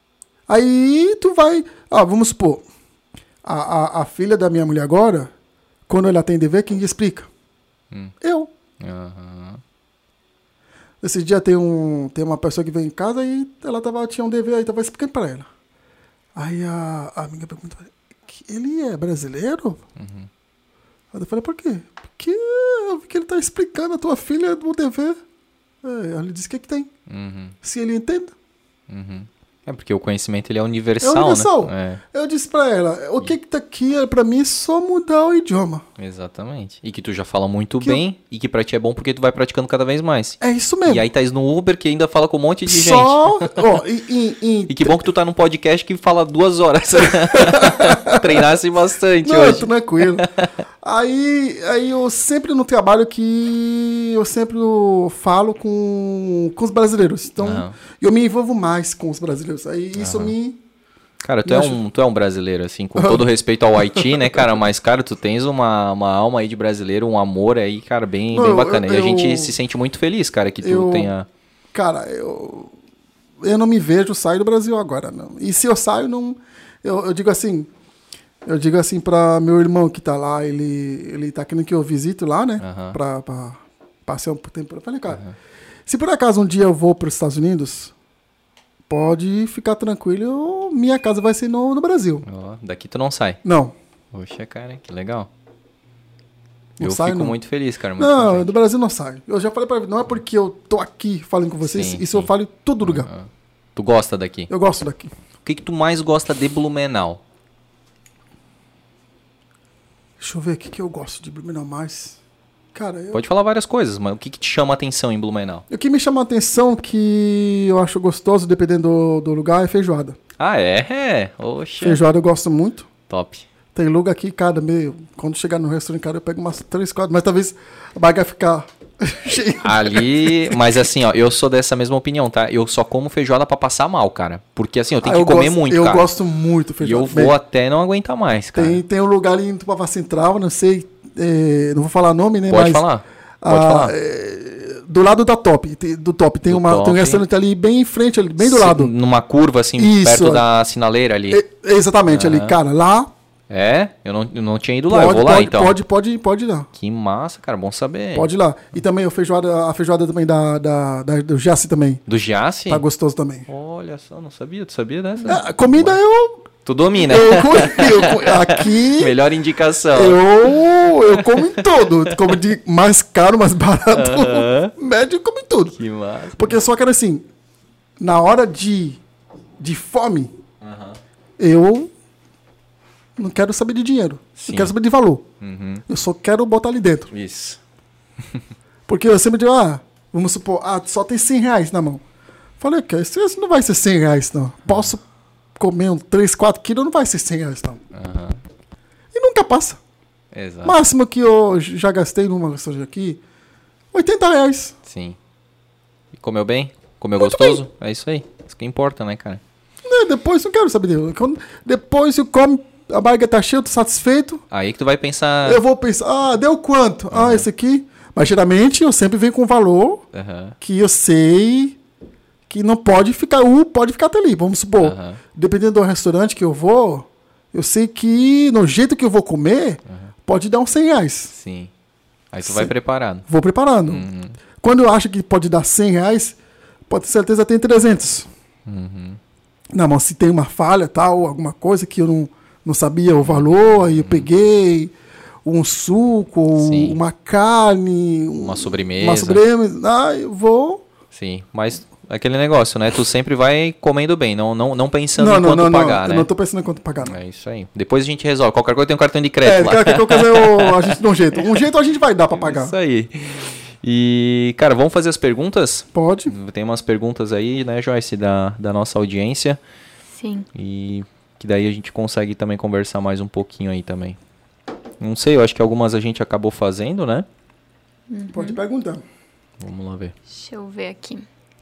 Aí tu vai... Ah, vamos supor, a, a, a filha da minha mulher agora, quando ela tem dever, quem explica? Hum. Eu. Uhum. Esse dia tem, um, tem uma pessoa que veio em casa e ela tava, tinha um dever aí, tava explicando pra ela. Aí a, a amiga perguntou, ele é brasileiro? Uhum. Aí eu falei, por quê? Porque eu vi que ele tá explicando a tua filha do dever. É, ela disse, o que é que tem? Uhum. Se ele entende. Uhum. É porque o conhecimento ele é universal, é universal. Né? É. Eu disse pra ela, o que que tá aqui é pra mim só mudar o idioma. Exatamente. E que tu já fala muito que bem eu... e que pra ti é bom porque tu vai praticando cada vez mais. É isso mesmo. E aí tá no Uber que ainda fala com um monte de só... gente. Oh, e, e, e... e que bom que tu tá num podcast que fala duas horas. Treinasse bastante Não, hoje. Tranquilo. Aí, aí eu sempre no trabalho que eu sempre falo com, com os brasileiros. Então, uhum. eu me envolvo mais com os brasileiros. Aí isso uhum. me... Cara, tu é, um, tu é um brasileiro, assim, com todo respeito ao Haiti, né, cara? Mas, cara, tu tens uma, uma alma aí de brasileiro, um amor aí, cara, bem, não, bem bacana. Eu, e a gente eu, se sente muito feliz, cara, que tu eu, tenha... Cara, eu... Eu não me vejo sair do Brasil agora, não. E se eu saio, não... Eu, eu digo assim... Eu digo assim pra meu irmão que tá lá, ele, ele tá querendo que eu visite lá, né? Uhum. Pra, pra passear um tempo. Eu falei, cara, uhum. se por acaso um dia eu vou pros Estados Unidos, pode ficar tranquilo, minha casa vai ser no, no Brasil. Oh, daqui tu não sai? Não. Poxa, cara, que legal. Não eu sai, fico não. muito feliz, cara. Muito não, contente. Do Brasil não sai. Eu já falei pra ele, não é porque eu tô aqui falando com vocês, sim, isso sim. eu falo em todo lugar. Uhum. Tu gosta daqui? Eu gosto daqui. O que que tu mais gosta de Blumenau? Deixa eu ver o que, que eu gosto de Blumenau mais. Cara, eu... Pode falar várias coisas, mas o que, que te chama a atenção em Blumenau? O que me chama a atenção, que eu acho gostoso, dependendo do, do lugar, é feijoada. Ah, é? É. Oxe. Feijoada eu gosto muito. Top. Tem lugar aqui, cara, meio... Quando chegar no restaurante, cara, eu pego umas três, quatro, mas talvez a barriga ficar cheia. Ali... Mas assim, ó, eu sou dessa mesma opinião, tá? Eu só como feijoada pra passar mal, cara. Porque assim, eu tenho ah, que eu comer gosto, muito, eu cara. Eu gosto muito de feijoada. E eu vou Bem, até não aguentar mais, cara. Tem, tem um lugar ali em Tupava Central, não sei... É, não vou falar nome, né? Pode mas, falar. Pode ah, falar. É, do lado da Top, tem, do Top, tem, do uma, top. tem um restaurante ali bem em frente, ali, bem do Sim, lado. Numa curva, assim, Isso, perto da sinaleira ali. É, exatamente, uhum. ali. Cara, lá... É? Eu não, eu não tinha ido lá, pode, eu vou lá pode, então. Pode, pode, pode ir lá. Que massa, cara, bom saber. Pode ir lá. E também a feijoada, a feijoada também da, da, da, do Giasse também. Do Giasse? Tá gostoso também. Olha só, não sabia, tu sabia dessa? É, comida Ué. eu... Tu domina. Eu, eu, aqui... Melhor indicação. Eu, eu como em tudo. Como de mais caro, mais barato. Uh-huh. Médio, eu como em tudo. Que massa. Porque eu só quero assim, na hora de, de fome, uh-huh. eu não quero saber de dinheiro. Sim. Não quero saber de valor. Uhum. Eu só quero botar ali dentro. Isso. Porque eu sempre digo, ah, vamos supor, ah, só tem cem reais na mão. Falei, ok, isso não vai ser cem reais, não. Posso comer um três, quatro quilos, não vai ser cem reais, não. Uhum. E nunca passa. Exato. Máximo que eu já gastei numa restaurante aqui, oitenta reais. Sim. E comeu bem? Comeu Muito gostoso? bem. É isso aí. Isso que importa, né, cara? Né, depois não quero saber dele. Quando- Depois eu como, a barriga tá cheia, eu tô satisfeito. Aí que tu vai pensar... Eu vou pensar, ah, deu quanto? Ah, esse aqui. Mas geralmente eu sempre venho com um valor Aham. que eu sei que não pode ficar, um pode ficar até ali. Vamos supor, Aham. dependendo do restaurante que eu vou, eu sei que no jeito que eu vou comer, pode dar uns cem reais. Sim. Aí tu Sim. vai preparado. Vou preparando. Uhum. Quando eu acho que pode dar cem reais, pode ter certeza que tem trezentos. Uhum. Não, mas se tem uma falha, tal, alguma coisa que eu não, não sabia o valor, aí eu peguei um suco, ou Sim. uma carne, um- Uma sobremesa. uma sobremesa, ah, eu vou... Sim. Mas aquele negócio, né? Tu sempre vai comendo bem, não, não, não pensando Não, em não, quanto não, não, pagar, eu né? não tô pensando em quanto pagar, não. É isso aí. Depois a gente resolve. Qualquer coisa tem um cartão de É, crédito lá. qualquer coisa eu- a gente dá um jeito. Um jeito a gente vai dar pra pagar. Isso aí. E, cara, vamos fazer as perguntas? Pode. Tem umas perguntas aí, né, Joyce, da, da nossa audiência. Sim. E que daí a gente consegue também conversar mais um pouquinho aí também. Não sei, eu acho que algumas a gente acabou fazendo, né? Pode perguntar. Vamos lá ver. Deixa eu ver aqui.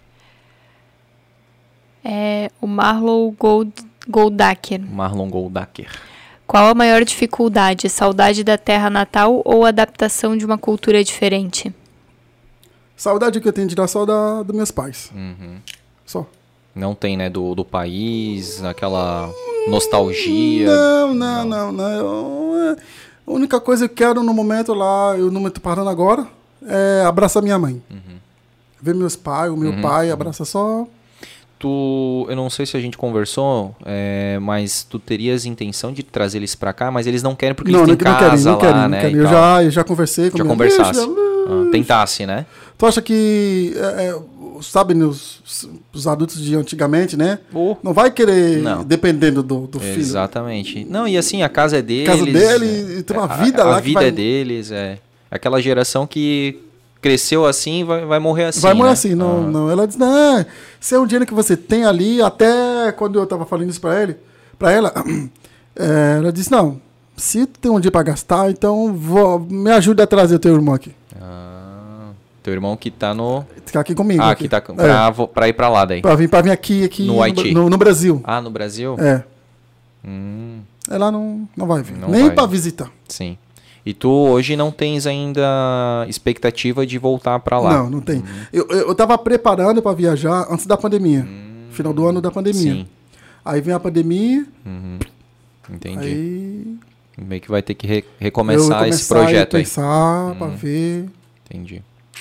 É o Marlow Gold, Goldacker. Marlon Goldacker. Qual a maior dificuldade? Saudade da terra natal ou adaptação de uma cultura diferente? Saudade que eu tenho de dar só da, dos meus pais. Uhum. Só. Não tem, né, do, do país, aquela nostalgia. Não, não, não, não. Eu- a única coisa que eu quero no momento lá, eu não estou parando agora, é abraçar minha mãe. Uhum. Ver meus pais, o meu Uhum, pai, uhum. abraçar só. Tu, eu não sei se a gente conversou, é, mas tu terias intenção de trazer eles pra cá, mas eles não querem porque não, eles não, têm não casa querem, não lá, querem, não né? querem. e Eu tal. já, eu já conversei com Já minha conversasse. Deixa, Ah, tentasse, né? Tu acha que, é, é, sabe, os, os adultos de antigamente, né? Oh, Não vai querer, Não. dependendo do, do filho. exatamente. Não, e assim, a casa é deles. Casa dele, é, e tem uma a- vida a, lá A que vida vai- é deles, é. Aquela geração que cresceu assim vai, vai morrer assim. Vai morrer né? assim, não, Ah, não. Ela diz, não, se é um dinheiro que você tem ali, até quando eu tava falando isso pra ele, para ela, é, ela disse, não, se tu tem um dia pra gastar, então vou, me ajuda a trazer o teu irmão aqui. ah, teu irmão que tá no. Ficar aqui comigo. Ah, aqui. que tá. É, Pra, vo- pra ir pra lá daí. pra vir, pra vir aqui, aqui No no, Haiti. no, no Brasil. Ah, no Brasil? É, Hum, ela não, não vai vir, Não nem vai. pra visitar. sim. E tu hoje não tens ainda expectativa de voltar pra lá? Não, não tem. Eu, eu, eu tava preparando pra viajar antes da pandemia, final do ano da pandemia. Sim. Aí vem a pandemia, Uhum. Entendi. aí Meio que vai ter que re- eu recomeçar vou esse começar projeto a aí. pensar pra Hum. ver. Entendi.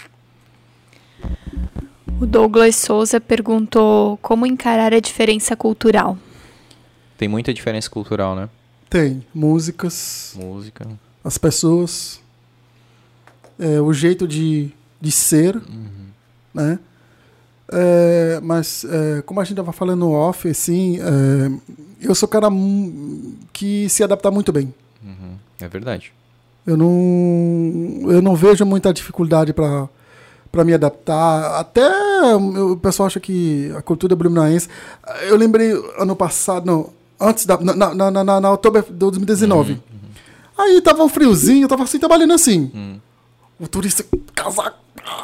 O Douglas Souza perguntou como encarar a diferença cultural. Tem muita diferença cultural, né? Tem músicas, Música. as pessoas, é, o jeito de, de ser, né? É, mas é, como a gente estava falando off, assim, é, eu sou cara mu- que se adapta muito bem. Uhum. É verdade. Eu não, eu não vejo muita dificuldade para para me adaptar. Até eu- o pessoal acha que a cultura blumenauense. Eu lembrei ano passado, não, antes da na, na, na, na, na outubro de dois mil e dezenove. Aí tava um friozinho, eu tava assim trabalhando assim. Hum. O turista casaco.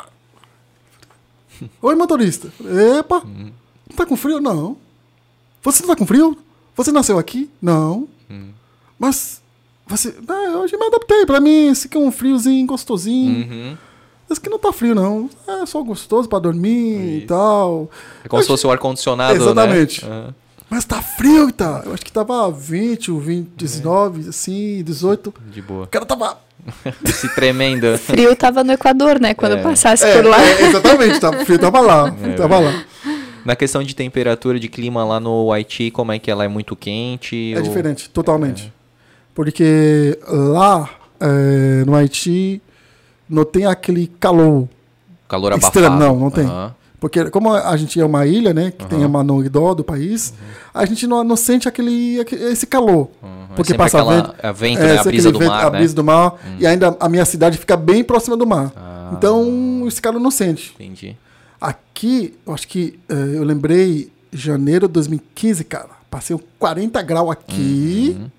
Oi, motorista. Epa, não tá com frio? Não. Você não tá com frio? Você nasceu aqui? Não. Hum. Mas você. Ah, hoje me adaptei. Pra mim, esse aqui é um friozinho gostosinho. Uhum. Esse aqui não tá frio, não. É só gostoso pra dormir Isso. e tal. É como se fosse o ar-condicionado, Exatamente. né? Uhum. Mas tá frio e tá. Eu acho que tava vinte, ou vinte, dezenove, assim, dezoito. De boa. O cara tava. Se tremendo. Frio tava no Equador, né? Quando É. passasse É, por lá. é, exatamente, tá, o frio tava lá. o frio É, tava lá. Na questão de temperatura de clima lá no Haiti, como é que ela é muito quente? É ou- diferente, totalmente. Porque lá é, no Haiti não tem aquele calor. Calor Extremo, abafado. não, não tem. Aham. Porque como a gente é uma ilha, né, que Aham. tem a menor do país, a gente não, não sente aquele, aquele- esse calor. Uhum. É Porque sempre passa aquela- vento, a vento, é, né? A sempre brisa aquele do vento, mar, a né? brisa do mar, e ainda a minha cidade fica bem próxima do mar. Ah, Então, esse cara não sente. Entendi. Aqui, eu acho que uh, eu lembrei, janeiro de dois mil e quinze, cara. Passei quarenta graus aqui. Uhum.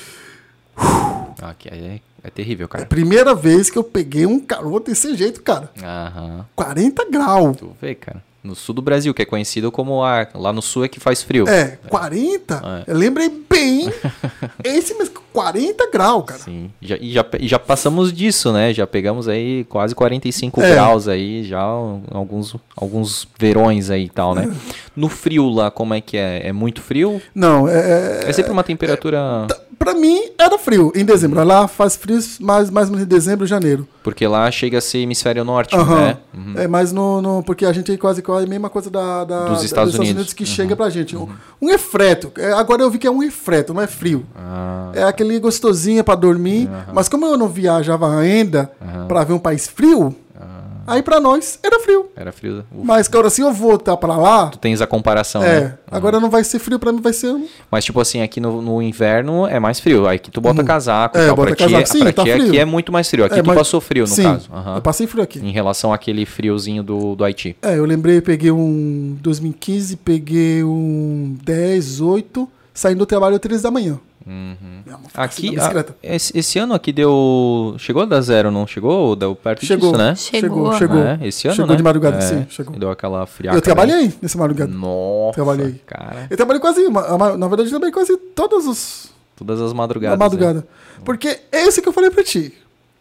Aqui é, é terrível, cara. É a primeira vez que eu peguei um calor desse jeito, cara. Aham. quarenta graus. Tu vê, cara. No sul do Brasil, que é conhecido como a... Lá no sul é que faz frio. É, quarenta? É. Eu lembrei bem. Esse mesmo, quarenta graus, cara. Sim, já, e, já, e já passamos disso, né? Já pegamos aí quase quarenta e cinco É. graus aí, já alguns, alguns verões aí e tal, né? No frio lá, como é que é? É muito frio? Não, é... É sempre uma temperatura... Pra mim, era frio em dezembro. Lá faz frio mais, mais ou menos em dezembro e janeiro. Porque lá chega a ser hemisfério norte, Uhum. né? Uhum. É, mas no, no, porque a gente é quase quase a mesma coisa da, da, Dos da- Estados Unidos. que Uhum. chega pra gente. Um, um efreto. É, agora eu vi que é um efreto, não é frio. Ah, É aquele gostosinho pra dormir. Mas como eu não viajava ainda pra ver um país frio, aí pra nós era frio. era frio. Ufa. Mas, cara, se eu voltar pra lá, Tu tens a comparação, é, né? agora não vai ser frio pra mim, vai ser... um- Mas, tipo assim, aqui no, no inverno é mais frio. Aí que tu bota casaco É, e tal. bota Pra ti, casaco. é- Sim, pra tá ti frio. aqui é muito mais frio. Aqui É, tu mas- passou frio, no Sim, caso. Aham. eu passei frio aqui. Em relação àquele friozinho do, do Haiti. É, eu lembrei, peguei um dois mil e quinze, peguei um dez, oito, saindo do trabalho às três da manhã. Uhum. Minha mão, Aqui, assim, na bicicleta. a- esse, esse ano aqui deu... Chegou a dar zero, não chegou? Ou deu perto Chegou. disso, né? Chegou. Chegou. É, esse ano, Chegou né? de madrugada, É, sim, chegou. Deu aquela friaca. Eu trabalhei aí. nessa madrugada. Nossa, Trabalhei. cara. Eu trabalhei quase, ma- ma- na verdade, eu trabalhei quase todos os... Todas as Na madrugadas. madrugada. né? Porque é esse que eu falei pra ti.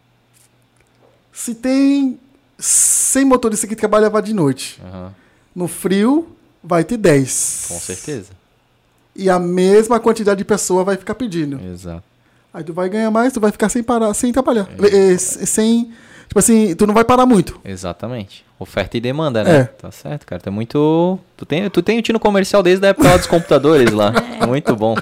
Se tem cem motoristas que trabalhavam de noite, Aham, no frio vai ter dez. com certeza. E a mesma quantidade de pessoa vai ficar pedindo. Exato. Aí tu vai ganhar mais, tu vai ficar sem parar, sem trabalhar. É, sem. Tipo assim, tu não vai parar muito. Exatamente. Oferta e demanda, né? É. Tá certo, cara. Tu é muito... Tu tem, tu tem o tino comercial desde a época lá dos computadores lá. Muito bom.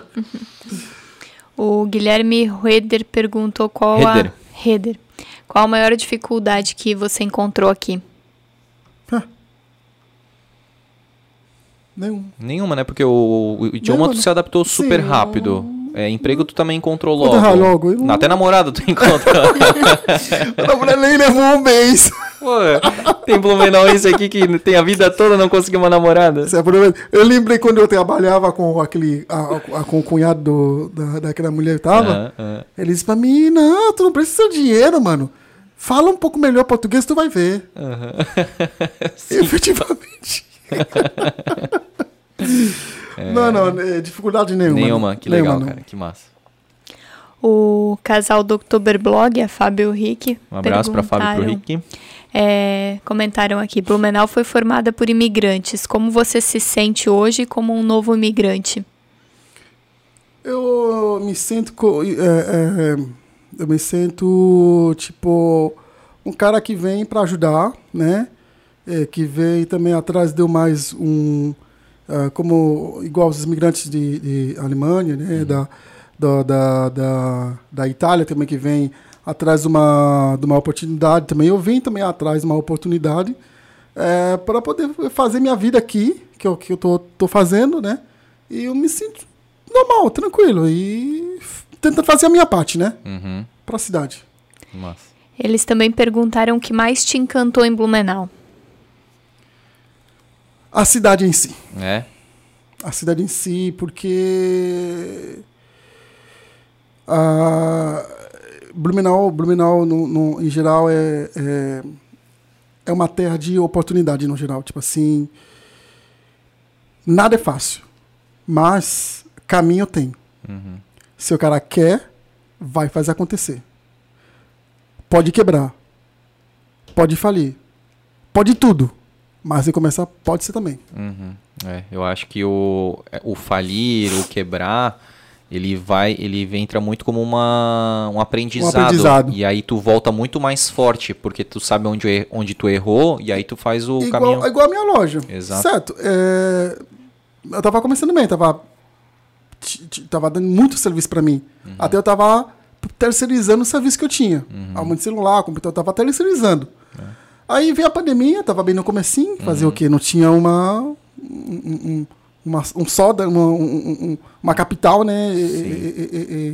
O Guilherme Reder perguntou qual Reder. a... Reder. Qual a maior dificuldade que você encontrou aqui? Nenhum. Nenhuma, né? Porque o, o idioma Nenhuma, tu se adaptou sim, super eu- rápido. É, emprego tu também encontrou Vou logo. errar logo, eu não- Até namorado tu encontra. A mulher nem levou um mês. Pô, tem blumenauense aqui que tem a vida toda não conseguiu uma namorada. Isso é problema. Eu lembrei quando eu trabalhava com aquele. A, a- com o cunhado do- da, daquela mulher que tava. Aham, aham. Ele disse pra mim: não, tu não precisa de dinheiro, mano. Fala um pouco melhor português, tu vai ver. Aham. Efetivamente. Não, não, é, dificuldade nenhuma. Nenhuma, não. que legal, Nenhuma, não. cara, que massa. O casal do Oktoberblog, a Fábio e o Rick. Um abraço pra Fábio e pro perguntaram- Rick. É, comentaram aqui, Blumenau foi formada por imigrantes. Como você se sente hoje como um novo imigrante? Eu me sinto. co- é, é, eu me sinto, tipo, um cara que vem para ajudar, né? É, que vem também atrás deu mais um. ah, como igual os imigrantes de, de Alemanha, né? Da, da, da, da, da Itália também, que vem atrás de uma, de uma oportunidade também. Eu vim também atrás de uma oportunidade é, para poder fazer minha vida aqui, que eu, que eu tô, tô fazendo, né? E eu me sinto normal, tranquilo. E f- tentando fazer a minha parte, né? Uhum. Pra cidade. Massa. Eles também perguntaram o que mais te encantou em Blumenau. A cidade em si. É? A cidade em si, porque. A Blumenau, Blumenau no, no, em geral, é, é, é uma terra de oportunidade, no geral. Tipo assim. Nada é fácil. Mas caminho tem. Uhum. Se o cara quer, vai fazer acontecer. Pode quebrar. Pode falir. Pode tudo. Mas se começar, pode ser também. Uhum. É, eu acho que o, o falir, o quebrar, ele vai, ele entra muito como uma, um aprendizado. Um aprendizado. E aí tu volta muito mais forte, porque tu sabe onde, er- onde tu errou, e aí tu faz o igual, caminho. igual a minha loja. Exato. Certo. É, eu tava começando bem, tava, t- t- tava dando muito serviço para mim. Uhum. Até eu tava terceirizando o serviço que eu tinha. Uhum. Aumento de celular, computador, eu tava terceirizando. É. Aí veio a pandemia, tava bem no comecinho, fazer Uhum. o quê? Não tinha uma... Um, um, uma, um soda, uma, um, um, uma capital, né? E, e, e, e,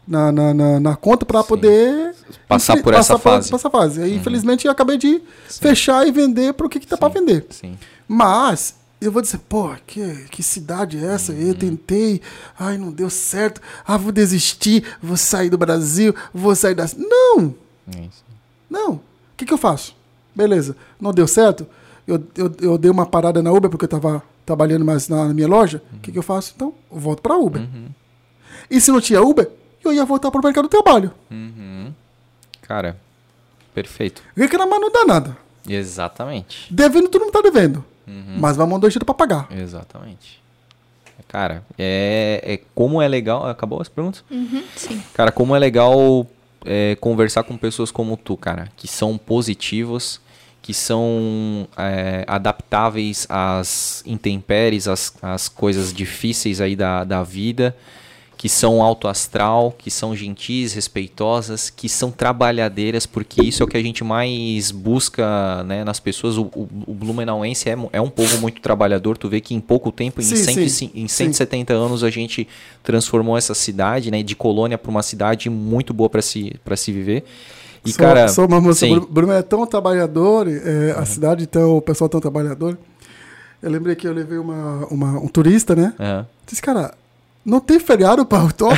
na, na, na, na conta para poder passar enfim, por passar essa fase. Por essa fase. Aí, uhum. infelizmente, eu acabei de Sim. fechar e vender para o que está para vender. Sim. Mas eu vou dizer, pô, que, que cidade é essa? Uhum. Eu tentei, ai, não deu certo. Ah, vou desistir, vou sair do Brasil, vou sair da... Não! Isso. Não. O que, que eu faço? Beleza, não deu certo? Eu, eu, eu dei uma parada na Uber porque eu estava trabalhando mais na minha loja. O uhum. que, que eu faço? Então, eu volto para Uber. Uhum. E se não tinha Uber, eu ia voltar para o mercado do trabalho. Uhum. Cara, perfeito. Reclamar não dá nada. Exatamente. Devendo, tu não tá devendo. Uhum. Mas vai mandar jeito para pagar. Exatamente. Cara, é, é como é legal... Acabou as perguntas? Uhum, sim. Cara, como é legal é, conversar com pessoas como tu, cara. Que são positivas, que são é, adaptáveis às intempéries, às, às coisas difíceis aí da, da vida, que são alto astral, que são gentis, respeitosas, que são trabalhadeiras, porque isso é o que a gente mais busca, né, nas pessoas. O, o, o blumenauense é, é um povo muito trabalhador. Tu vê que em pouco tempo, em, sim, cento, sim, em cento e setenta sim. anos, a gente transformou essa cidade, né, de colônia para uma cidade muito boa para se, para se viver. E, sou, cara, sou uma moça, Bruno é tão trabalhador, é, uhum. a cidade tão, o pessoal tão trabalhador. Eu lembrei que eu levei uma, uma, um turista, né? Uhum. Disse, cara, não tem feriado para outubro?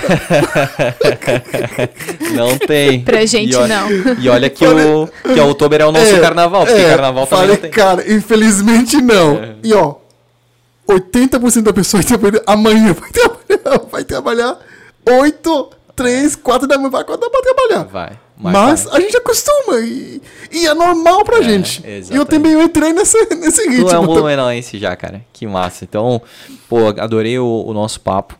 Não tem. Pra gente, e olha, não. E olha que, falei, o, que o outubro é o nosso é, carnaval, porque é, carnaval também falei, não tem. Cara, infelizmente não. É. E ó, oitenta por cento da pessoa amanhã vai trabalhar, vai trabalhar oito, três, quatro da manhã, vai acordar para trabalhar. Vai. Mas, mas a gente acostuma e, e é normal pra é, gente. Exatamente. E eu também eu entrei nesse, nesse ritmo. Tu é um blumenauense já, cara. Que massa. Então, pô, adorei o, o nosso papo.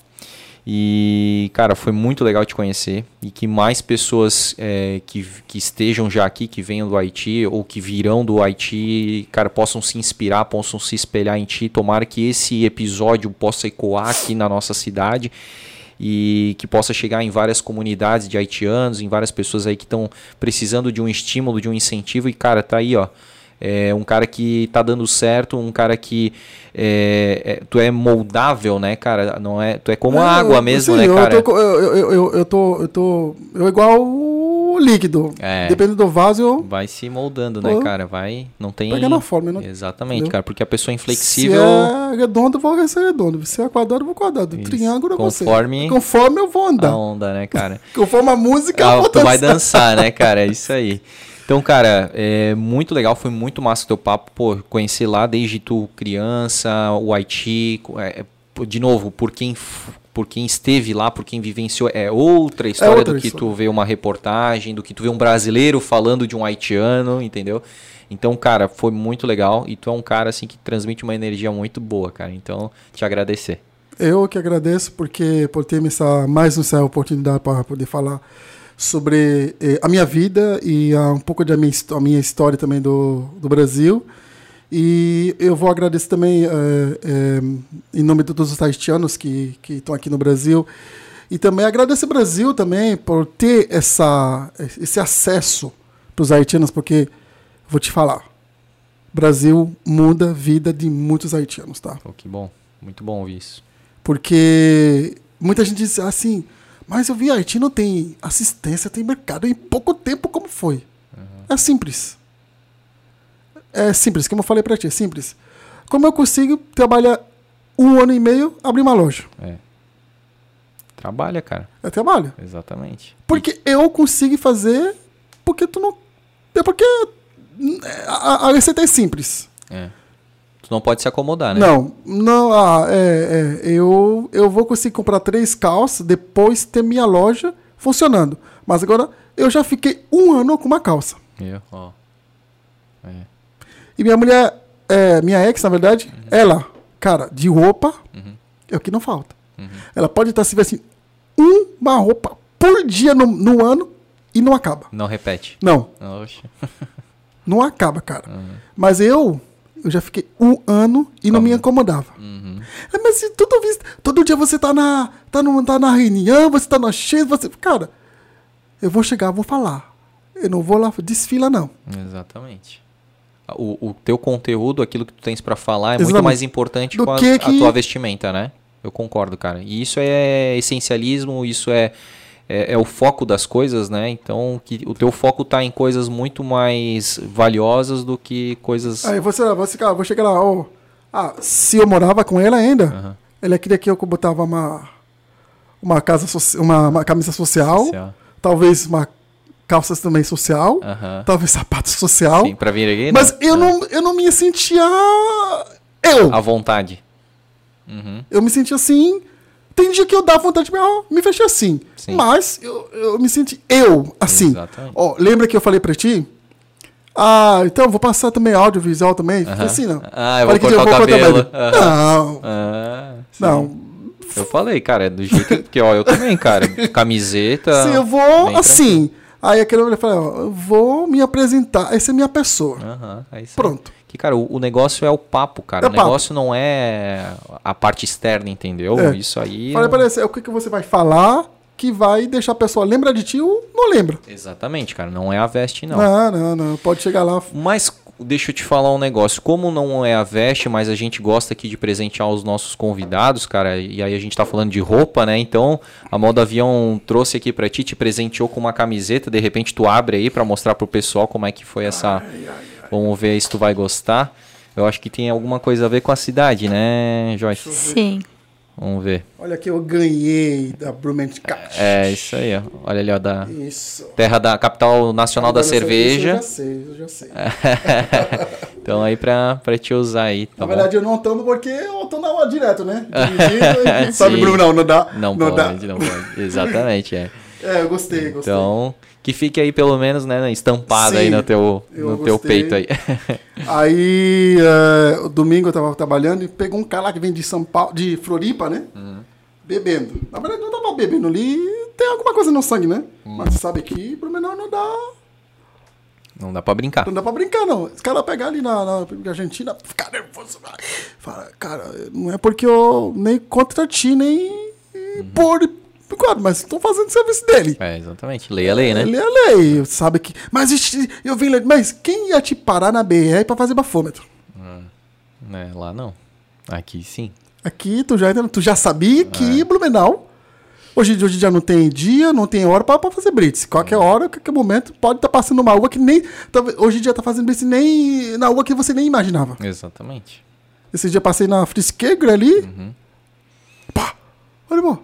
E, cara, foi muito legal te conhecer. E que mais pessoas é, que, que estejam já aqui, que venham do Haiti ou que virão do Haiti, cara, possam se inspirar, possam se espelhar em ti. Tomara que esse episódio possa ecoar aqui na nossa cidade. E que possa chegar em várias comunidades de haitianos, em várias pessoas aí que estão precisando de um estímulo, de um incentivo. E, cara, tá aí, ó. É um cara que tá dando certo, um cara que é, é, tu é moldável, né, cara? Não é, tu é como é, água mesmo, assim, né, cara? Eu tô, eu, eu, eu, eu tô, eu tô, eu igual o líquido. É, dependendo do vaso, eu... vai se moldando, né, cara? Vai, não tem... Pegando a forma, não... Exatamente, entendeu? Cara, porque a pessoa é inflexível... Se é redondo, eu vou ser redondo. Se é quadrado, eu vou quadrado. Isso. Triângulo, eu vou ser. Conforme... Conforme eu vou andar. A onda, né, cara? Conforme a música, ah, eu vou tu dançar. vai dançar, né, cara? É isso aí. Então, cara, é muito legal, foi muito massa o teu papo, pô, conhecer lá desde tu criança, o Haiti, é, de novo, por quem, por quem esteve lá, por quem vivenciou, é outra história é outra do que história. Tu vê uma reportagem, do que tu vê um brasileiro falando de um haitiano, entendeu? Então, cara, foi muito legal e tu é um cara, assim, que transmite uma energia muito boa, cara, então, te agradecer. Eu que agradeço porque, por ter me essa, mais essa oportunidade para poder falar sobre eh, a minha vida e uh, um pouco da minha, a minha história também do, do Brasil. E eu vou agradecer também eh, eh, em nome de todos os haitianos que que estão aqui no Brasil. E também agradecer o Brasil também por ter essa, esse acesso para os haitianos, porque, vou te falar, Brasil muda a vida de muitos haitianos, tá? Oh, que bom, muito bom ouvir isso. Porque muita gente diz assim... Mas eu vi, Haiti não tem assistência, tem mercado em pouco tempo, como foi? Uhum. É simples. É simples, como eu falei pra ti, é simples. Como eu consigo trabalhar um ano e meio, abrir uma loja? É. Trabalha, cara. É trabalho. Exatamente. Porque e... eu consigo fazer, porque tu não... É porque a, a receita é simples. É. Tu não pode se acomodar, né? Não, não, ah, é, é, eu, eu vou conseguir comprar três calças, depois ter minha loja funcionando. Mas agora, eu já fiquei um ano com uma calça. Eu, ó. É. E minha mulher, é, minha ex, na verdade, uhum. ela, cara, de roupa, uhum. é o que não falta. Uhum. Ela pode estar se vestindo uma roupa por dia no, no ano e não acaba. Não repete? Não. Oxe. Não acaba, cara. Uhum. Mas eu... Eu já fiquei um ano e Como? não me incomodava. Uhum. É, mas se todo, todo dia você tá na, tá, no, tá na reunião, você tá na cheia, você... Cara, eu vou chegar, vou falar. Eu não vou lá desfila, não. Exatamente. O, o teu conteúdo, aquilo que tu tens pra falar, é Exatamente. muito mais importante Do com a, que a que... tua vestimenta, né? Eu concordo, cara. E isso é essencialismo, isso é... é, é o foco das coisas, né? Então, que o teu foco tá em coisas muito mais valiosas do que coisas... Aí você, você cara, vou chegar lá, ó, ah, se eu morava com ela ainda, uhum. ela queria que eu botava uma, uma, casa soci, uma, uma camisa social, social, talvez uma calça também social, uhum. talvez sapato social. Sim, pra vir aqui, mas né? eu, não, eu não me sentia eu. À vontade. Uhum. Eu me sentia assim... Tem dia que eu dava vontade de oh, me fechar assim. Sim. Mas eu, eu me senti eu assim. Ó, lembra que eu falei pra ti? Ah, então vou passar também audiovisual também? Uh-huh. Falei assim, não. Ah, eu falei vou cortar que o cabelo. Cortar uh-huh. Não. Ah, não. Eu falei, cara, é do jeito que, ó, eu também, cara. Camiseta. Sim, eu vou assim. Aí aquele eu falei, ó, eu vou me apresentar. Essa é minha pessoa. Uh-huh. É isso. Pronto. Que, cara, o, o negócio é o papo, cara. É o negócio papo. Não é a parte externa, entendeu? É. Isso aí... Falei pra você, é o que, que você vai falar que vai deixar a pessoa lembra de ti ou não lembra. Exatamente, cara. Não é a veste, não. Não, não, não. Pode chegar lá... Mas deixa eu te falar um negócio. Como não é a veste, mas a gente gosta aqui de presentear os nossos convidados, cara, e aí a gente tá falando de roupa, né? Então, a Moda Avião trouxe aqui pra ti, te presenteou com uma camiseta. De repente, tu abre aí pra mostrar pro pessoal como é que foi essa... Ai, ai. Vamos ver se tu vai gostar. Eu acho que tem alguma coisa a ver com a cidade, né, Joyce? Sim. Vamos ver. Olha que eu ganhei da Brumentkart. É, isso aí, ó. Olha ali, ó, da isso. Terra da Capital Nacional da Cerveja. Eu já sei, eu já sei. Então aí pra, pra te usar aí, tá Na bom? verdade eu não tomo porque eu tô na hora direto, né? Dirigindo, sabe, Bruno? Não, não dá. Não, não pode, dá. não pode. Exatamente, é. É, eu gostei, gostei. Então... Que fique aí pelo menos, né, estampado. Sim, aí no teu, no teu peito aí. Aí, uh, domingo eu tava trabalhando e pegou um cara lá que vem de São Paulo, de Floripa, né? Uhum. Bebendo. Na verdade eu tava bebendo ali, tem alguma coisa no sangue, né? Uhum. Mas sabe que pro menor não dá... Não dá pra brincar. Não dá pra brincar, não. Os caras pegar ali na, na Argentina, ficar nervoso. Fala, cara, não é porque eu nem contra ti, nem uhum. por... Claro, mas estão fazendo o serviço dele. É, exatamente. Lei a lei, né? Lei a lei. Sabe que... Mas eu vim... Mas quem ia te parar na B R pra fazer bafômetro? Hum, é, lá não. Aqui sim. Aqui tu já, tu já sabia que é. Blumenau... Hoje, hoje já não tem dia, não tem hora pra, pra fazer blitz. Qualquer hora, qualquer momento, pode estar tá passando uma rua que nem... Hoje em dia tá fazendo blitz nem na rua que você nem imaginava. Exatamente. Esse dia passei na Friskegre ali. Uhum. Pá! Olha, irmão.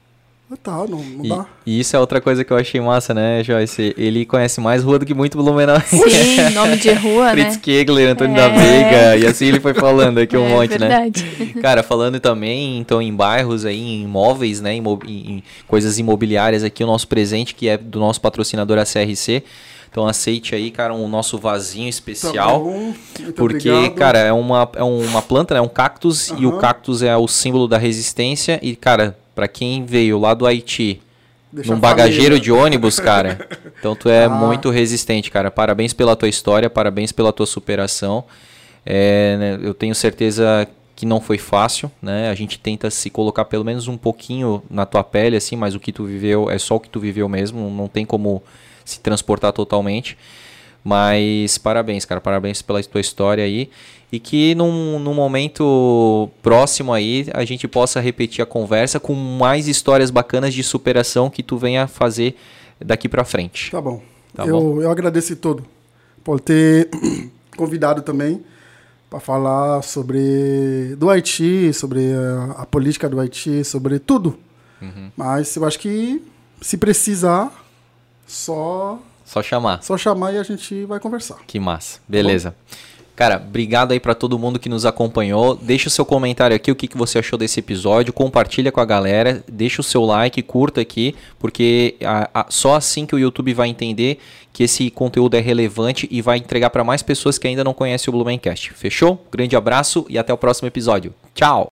Tá, não, não e, dá. E isso é outra coisa que eu achei massa, né, Joyce? Ele conhece mais rua do que muito Blumenau. Sim, nome de rua, Fritz né? Kegler, Antônio é. da Veiga, e assim ele foi falando aqui um é, monte, verdade. né? Cara, falando também, então, em bairros aí, em imóveis, né, em, em coisas imobiliárias aqui, o nosso presente, que é do nosso patrocinador A C R C. Então aceite aí, cara, o um nosso vasinho especial. Tá bom. Muito porque, obrigado. Cara, é uma, é uma planta, né? É um cactus, uhum. E o cactus é o símbolo da resistência. E, cara, pra quem veio lá do Haiti, Deixa num bagageiro de ônibus, cara, então tu é ah. muito resistente, cara. Parabéns pela tua história, parabéns pela tua superação. É, né, eu tenho certeza que não foi fácil, né? A gente tenta se colocar pelo menos um pouquinho na tua pele, assim, mas o que tu viveu é só o que tu viveu mesmo, não tem como se transportar totalmente. Mas parabéns, cara, parabéns pela tua história aí. E que num, num momento próximo aí a gente possa repetir a conversa com mais histórias bacanas de superação que tu venha fazer daqui pra frente. Tá bom. Tá eu, bom? eu agradeço todo por ter convidado também para falar sobre do Haiti, sobre a, a política do Haiti, sobre tudo. Uhum. Mas eu acho que se precisar, só... Só chamar. Só chamar e a gente vai conversar. Que massa. Beleza. Tá, cara, obrigado aí pra todo mundo que nos acompanhou. Deixa o seu comentário aqui, o que, que você achou desse episódio. Compartilha com a galera. Deixa o seu like, curta aqui. Porque a, a, só assim que o YouTube vai entender que esse conteúdo é relevante e vai entregar para mais pessoas que ainda não conhecem o Blumencast. Fechou? Grande abraço e até o próximo episódio. Tchau!